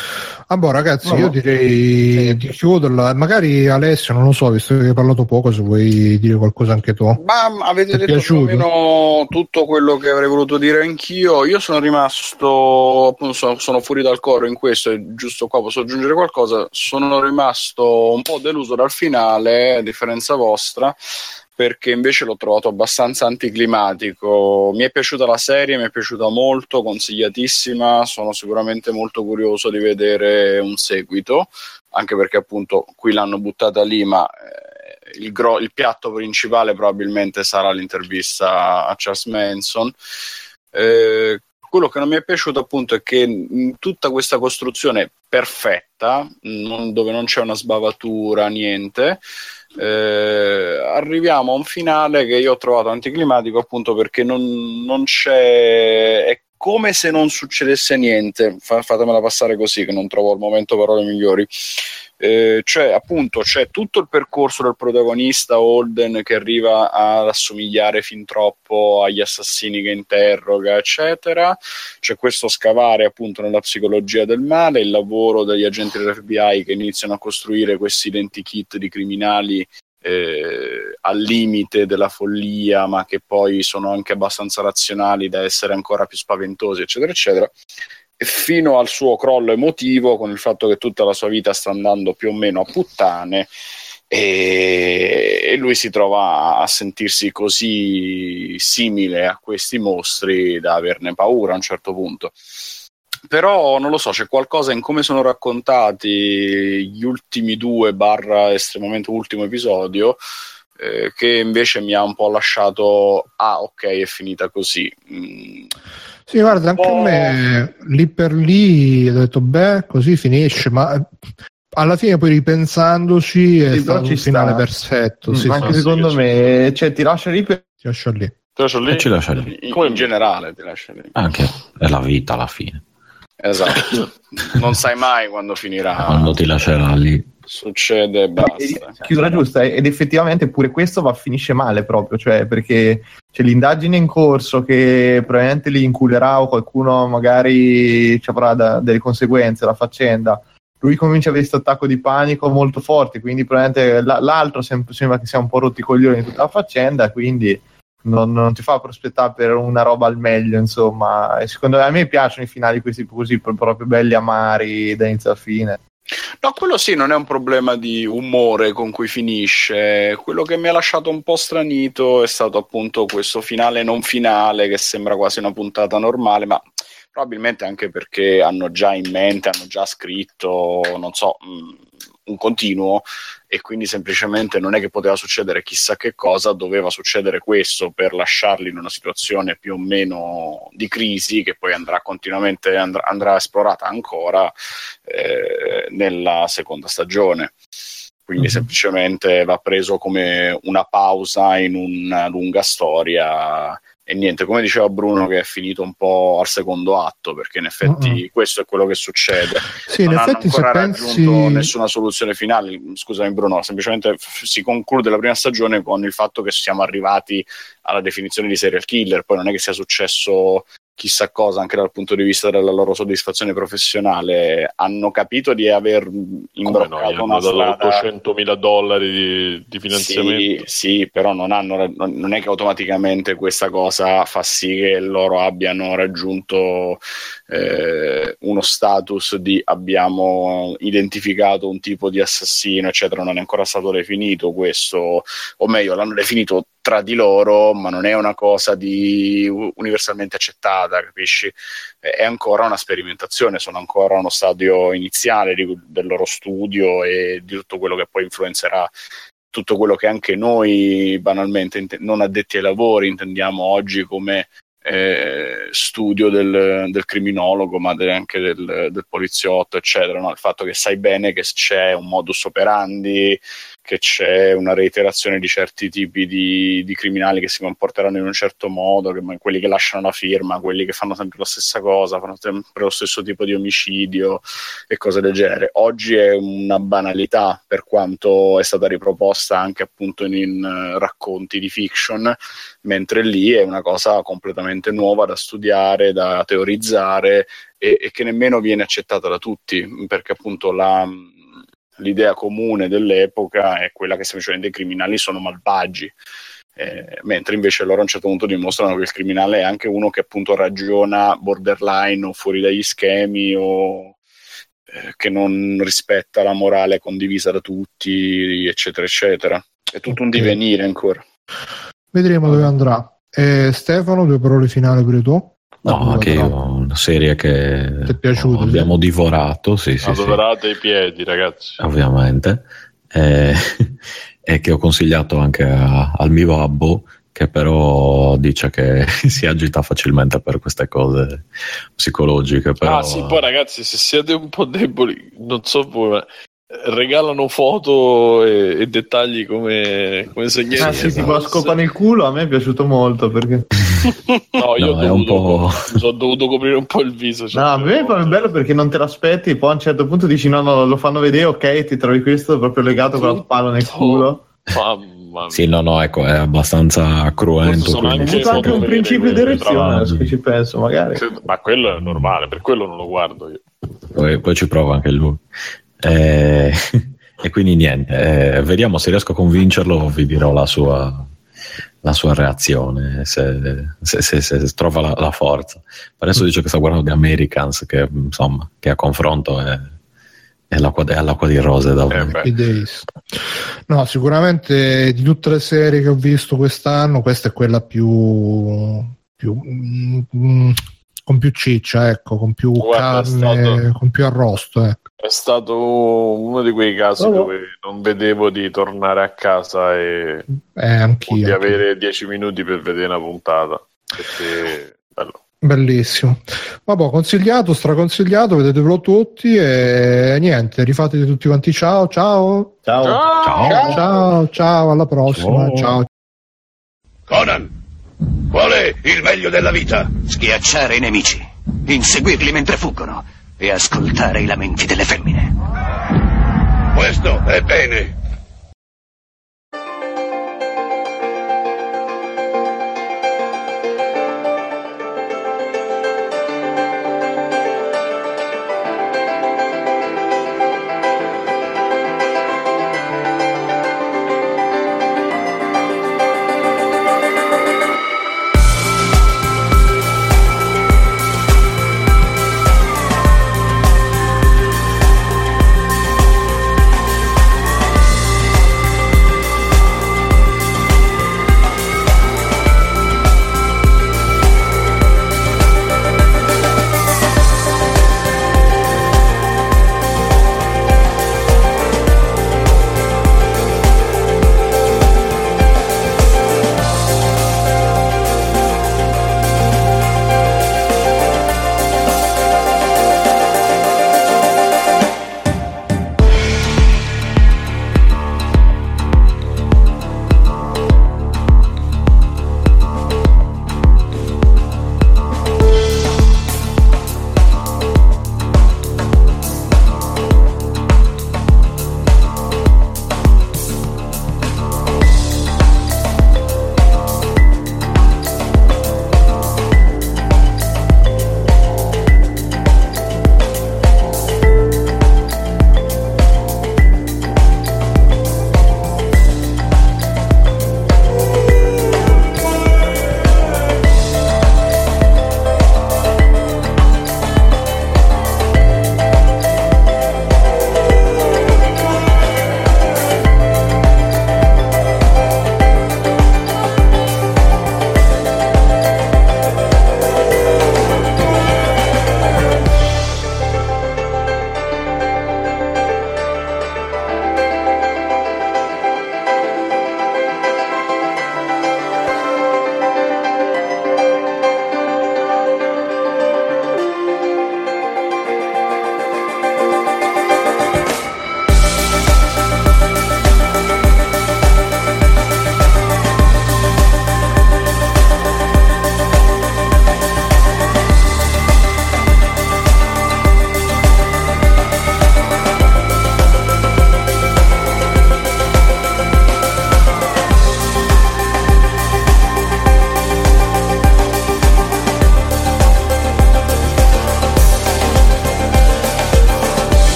Ah, boh, ragazzi, No, io no. direi Sì. di chiuderla. Magari Alessio, non lo so, visto che hai parlato poco, se vuoi dire qualcosa anche tu. Ma avete Ti è detto piaciuto? più o meno tutto quello che avrei voluto dire anch'io. Io sono rimasto, appunto, sono, sono fuori dal coro in questo, e giusto qua posso aggiungere qualcosa. Sono rimasto un po' deluso dal finale, a differenza vostra, perché invece l'ho trovato abbastanza anticlimatico. Mi è piaciuta la serie, mi è piaciuta molto, consigliatissima, sono sicuramente molto curioso di vedere un seguito, anche perché appunto qui l'hanno buttata lì, ma eh, il, gro- il piatto principale probabilmente sarà l'intervista a Charles Manson. Eh, quello che non mi è piaciuto appunto è che in tutta questa costruzione perfetta, non, dove non c'è una sbavatura, niente, Eh, arriviamo a un finale che io ho trovato anticlimatico, appunto perché non, non c'è, è come se non succedesse niente. Fa, fatemela passare così, che non trovo al momento parole migliori. Eh, cioè appunto c'è tutto il percorso del protagonista Holden, che arriva ad assomigliare fin troppo agli assassini che interroga, eccetera. C'è questo scavare appunto nella psicologia del male, il lavoro degli agenti dell'F B I che iniziano a costruire questi identikit di criminali eh, al limite della follia, ma che poi sono anche abbastanza razionali da essere ancora più spaventosi, eccetera eccetera, fino al suo crollo emotivo con il fatto che tutta la sua vita sta andando più o meno a puttane, e, e lui si trova a sentirsi così simile a questi mostri da averne paura a un certo punto. Però non lo so, c'è qualcosa in come sono raccontati gli ultimi due barra estremamente ultimo episodio eh, che invece mi ha un po' lasciato ah ok, è finita così. mm. Sì, guarda, anche Oh. a me lì per lì ho detto beh, così finisce, ma alla fine poi ripensandoci è Sì, stato però un ci finale sta. perfetto. Mm, Sì, anche sì, secondo sì, me, cioè, ti lascia lì per... ti lascio lì. Ti lascio lì? E ci lascia lì. In, Come in generale ti lascia lì. Anche è la vita alla fine. Esatto. Non sai mai quando finirà. Quando ti lascerà lì. Succede e basta. Chiusura giusta, ed effettivamente pure questo va finisce male proprio, cioè perché c'è l'indagine in corso che probabilmente li inculerà o qualcuno magari ci avrà da, delle conseguenze la faccenda. Lui comincia a avere questo attacco di panico molto forte, quindi probabilmente l- l'altro sem- sembra che sia un po' rotti i coglioni in tutta la faccenda, quindi non, non ti fa prospettare per una roba al meglio, insomma. E secondo me, a me piacciono i finali questi così proprio belli amari da inizio a fine. No, quello sì, non è un problema di umore con cui finisce. Quello che mi ha lasciato un po' stranito è stato appunto questo finale non finale, che sembra quasi una puntata normale, ma probabilmente anche perché hanno già in mente, hanno già scritto, non so, un continuo, e quindi semplicemente non è che poteva succedere chissà che cosa, doveva succedere questo per lasciarli in una situazione più o meno di crisi, che poi andrà continuamente andrà, andrà esplorata ancora eh, nella seconda stagione. Quindi mm-hmm. semplicemente va preso come una pausa in una lunga storia e niente, come diceva Bruno, che è finito un po' al secondo atto, perché in effetti uh-huh. questo è quello che succede. Sì, non in hanno effetti ancora se raggiunto pensi... nessuna soluzione finale. Scusami Bruno, semplicemente f- si conclude la prima stagione con il fatto che siamo arrivati alla definizione di serial killer, poi non è che sia successo chissà cosa anche dal punto di vista della loro soddisfazione professionale. Hanno capito di aver imbroccato no, una strada, ottocentomila dollari di, di finanziamento. sì, sì, però non hanno, non è che automaticamente questa cosa fa sì che loro abbiano raggiunto eh, uno status di abbiamo identificato un tipo di assassino eccetera. Non è ancora stato definito questo, o meglio l'hanno definito tra di loro, ma non è una cosa di universalmente accettata, capisci? È ancora una sperimentazione, sono ancora a uno stadio iniziale di, del loro studio e di tutto quello che poi influenzerà tutto quello che anche noi banalmente int- non addetti ai lavori intendiamo oggi come eh, studio del, del criminologo, ma de- anche del, del poliziotto eccetera, no? Il fatto che sai bene che c'è un modus operandi, che c'è una reiterazione di certi tipi di, di criminali che si comporteranno in un certo modo, che, quelli che lasciano la firma, quelli che fanno sempre la stessa cosa, fanno sempre lo stesso tipo di omicidio e cose del genere. Oggi è una banalità, per quanto è stata riproposta anche appunto in, in racconti di fiction, mentre lì è una cosa completamente nuova da studiare, da teorizzare e, e che nemmeno viene accettata da tutti, perché appunto la... l'idea comune dell'epoca è quella che semplicemente i criminali sono malvagi, eh, mentre invece loro a un certo punto dimostrano che il criminale è anche uno che appunto ragiona borderline o fuori dagli schemi o eh, che non rispetta la morale condivisa da tutti eccetera eccetera. È tutto un divenire ancora. Vedremo dove andrà. eh, Stefano, due parole finali per tu? No, anche io, una serie che ti è piaciuto, abbiamo sì? divorato, sì, sì, adorate sì. i piedi, ragazzi. Ovviamente. Eh, e che ho consigliato anche a, al mio babbo, che però dice che si agita facilmente per queste cose psicologiche. Però... Ah sì, poi ragazzi, se siete un po' deboli, non so voi, ma regalano foto e, e dettagli come, come segnali. Ah sì, tipo la scopa nel culo, a me è piaciuto molto perché... No, io no, ho, è dovuto, un po'... ho dovuto coprire un po' il viso. Cioè, no, a me è bello perché non te l'aspetti, poi a un certo punto dici no, no, lo fanno vedere, ok, ti trovi questo proprio legato con la spalla nel culo. Mamma mia. Sì, no, no, ecco, è abbastanza cruento. Sono Ho anche, avuto anche un principio di erezione, tra... se ci penso, magari. Ma quello è normale, per quello non lo guardo io. Poi, poi ci provo anche lui. Eh... E quindi niente, eh, vediamo se riesco a convincerlo, vi dirò la sua, la sua reazione, se, se, se, se trova la, la forza. Adesso dice che sta guardando The Americans, che insomma, che a confronto è, è, l'acqua, è all'acqua di rose davvero. Eh no, sicuramente di tutte le serie che ho visto quest'anno, questa è quella più, più mm, mm, con più ciccia, ecco, con più Guarda, carne, stato... con più arrosto, ecco. È stato uno di quei casi oh. dove non vedevo di tornare a casa e eh, anch'io, di anch'io. avere dieci minuti per vedere una puntata, perché bello. Bellissimo. Vabbè, consigliato, straconsigliato, vedetevelo tutti e niente, rifatevi tutti quanti ciao, ciao. Ciao. Ciao, ciao, ciao, ciao alla prossima, ciao. ciao. Conan, qual è il meglio della vita? Schiacciare i nemici, inseguirli mentre fuggono e ascoltare i lamenti delle femmine. Questo è bene.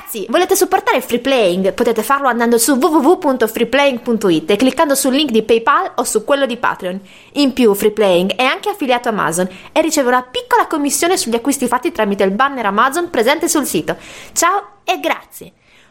Ragazzi, volete supportare Free Playing? Potete farlo andando su w w w punto free playing punto i t e cliccando sul link di PayPal o su quello di Patreon. In più, Free Playing è anche affiliato a Amazon e riceve una piccola commissione sugli acquisti fatti tramite il banner Amazon presente sul sito. Ciao e grazie!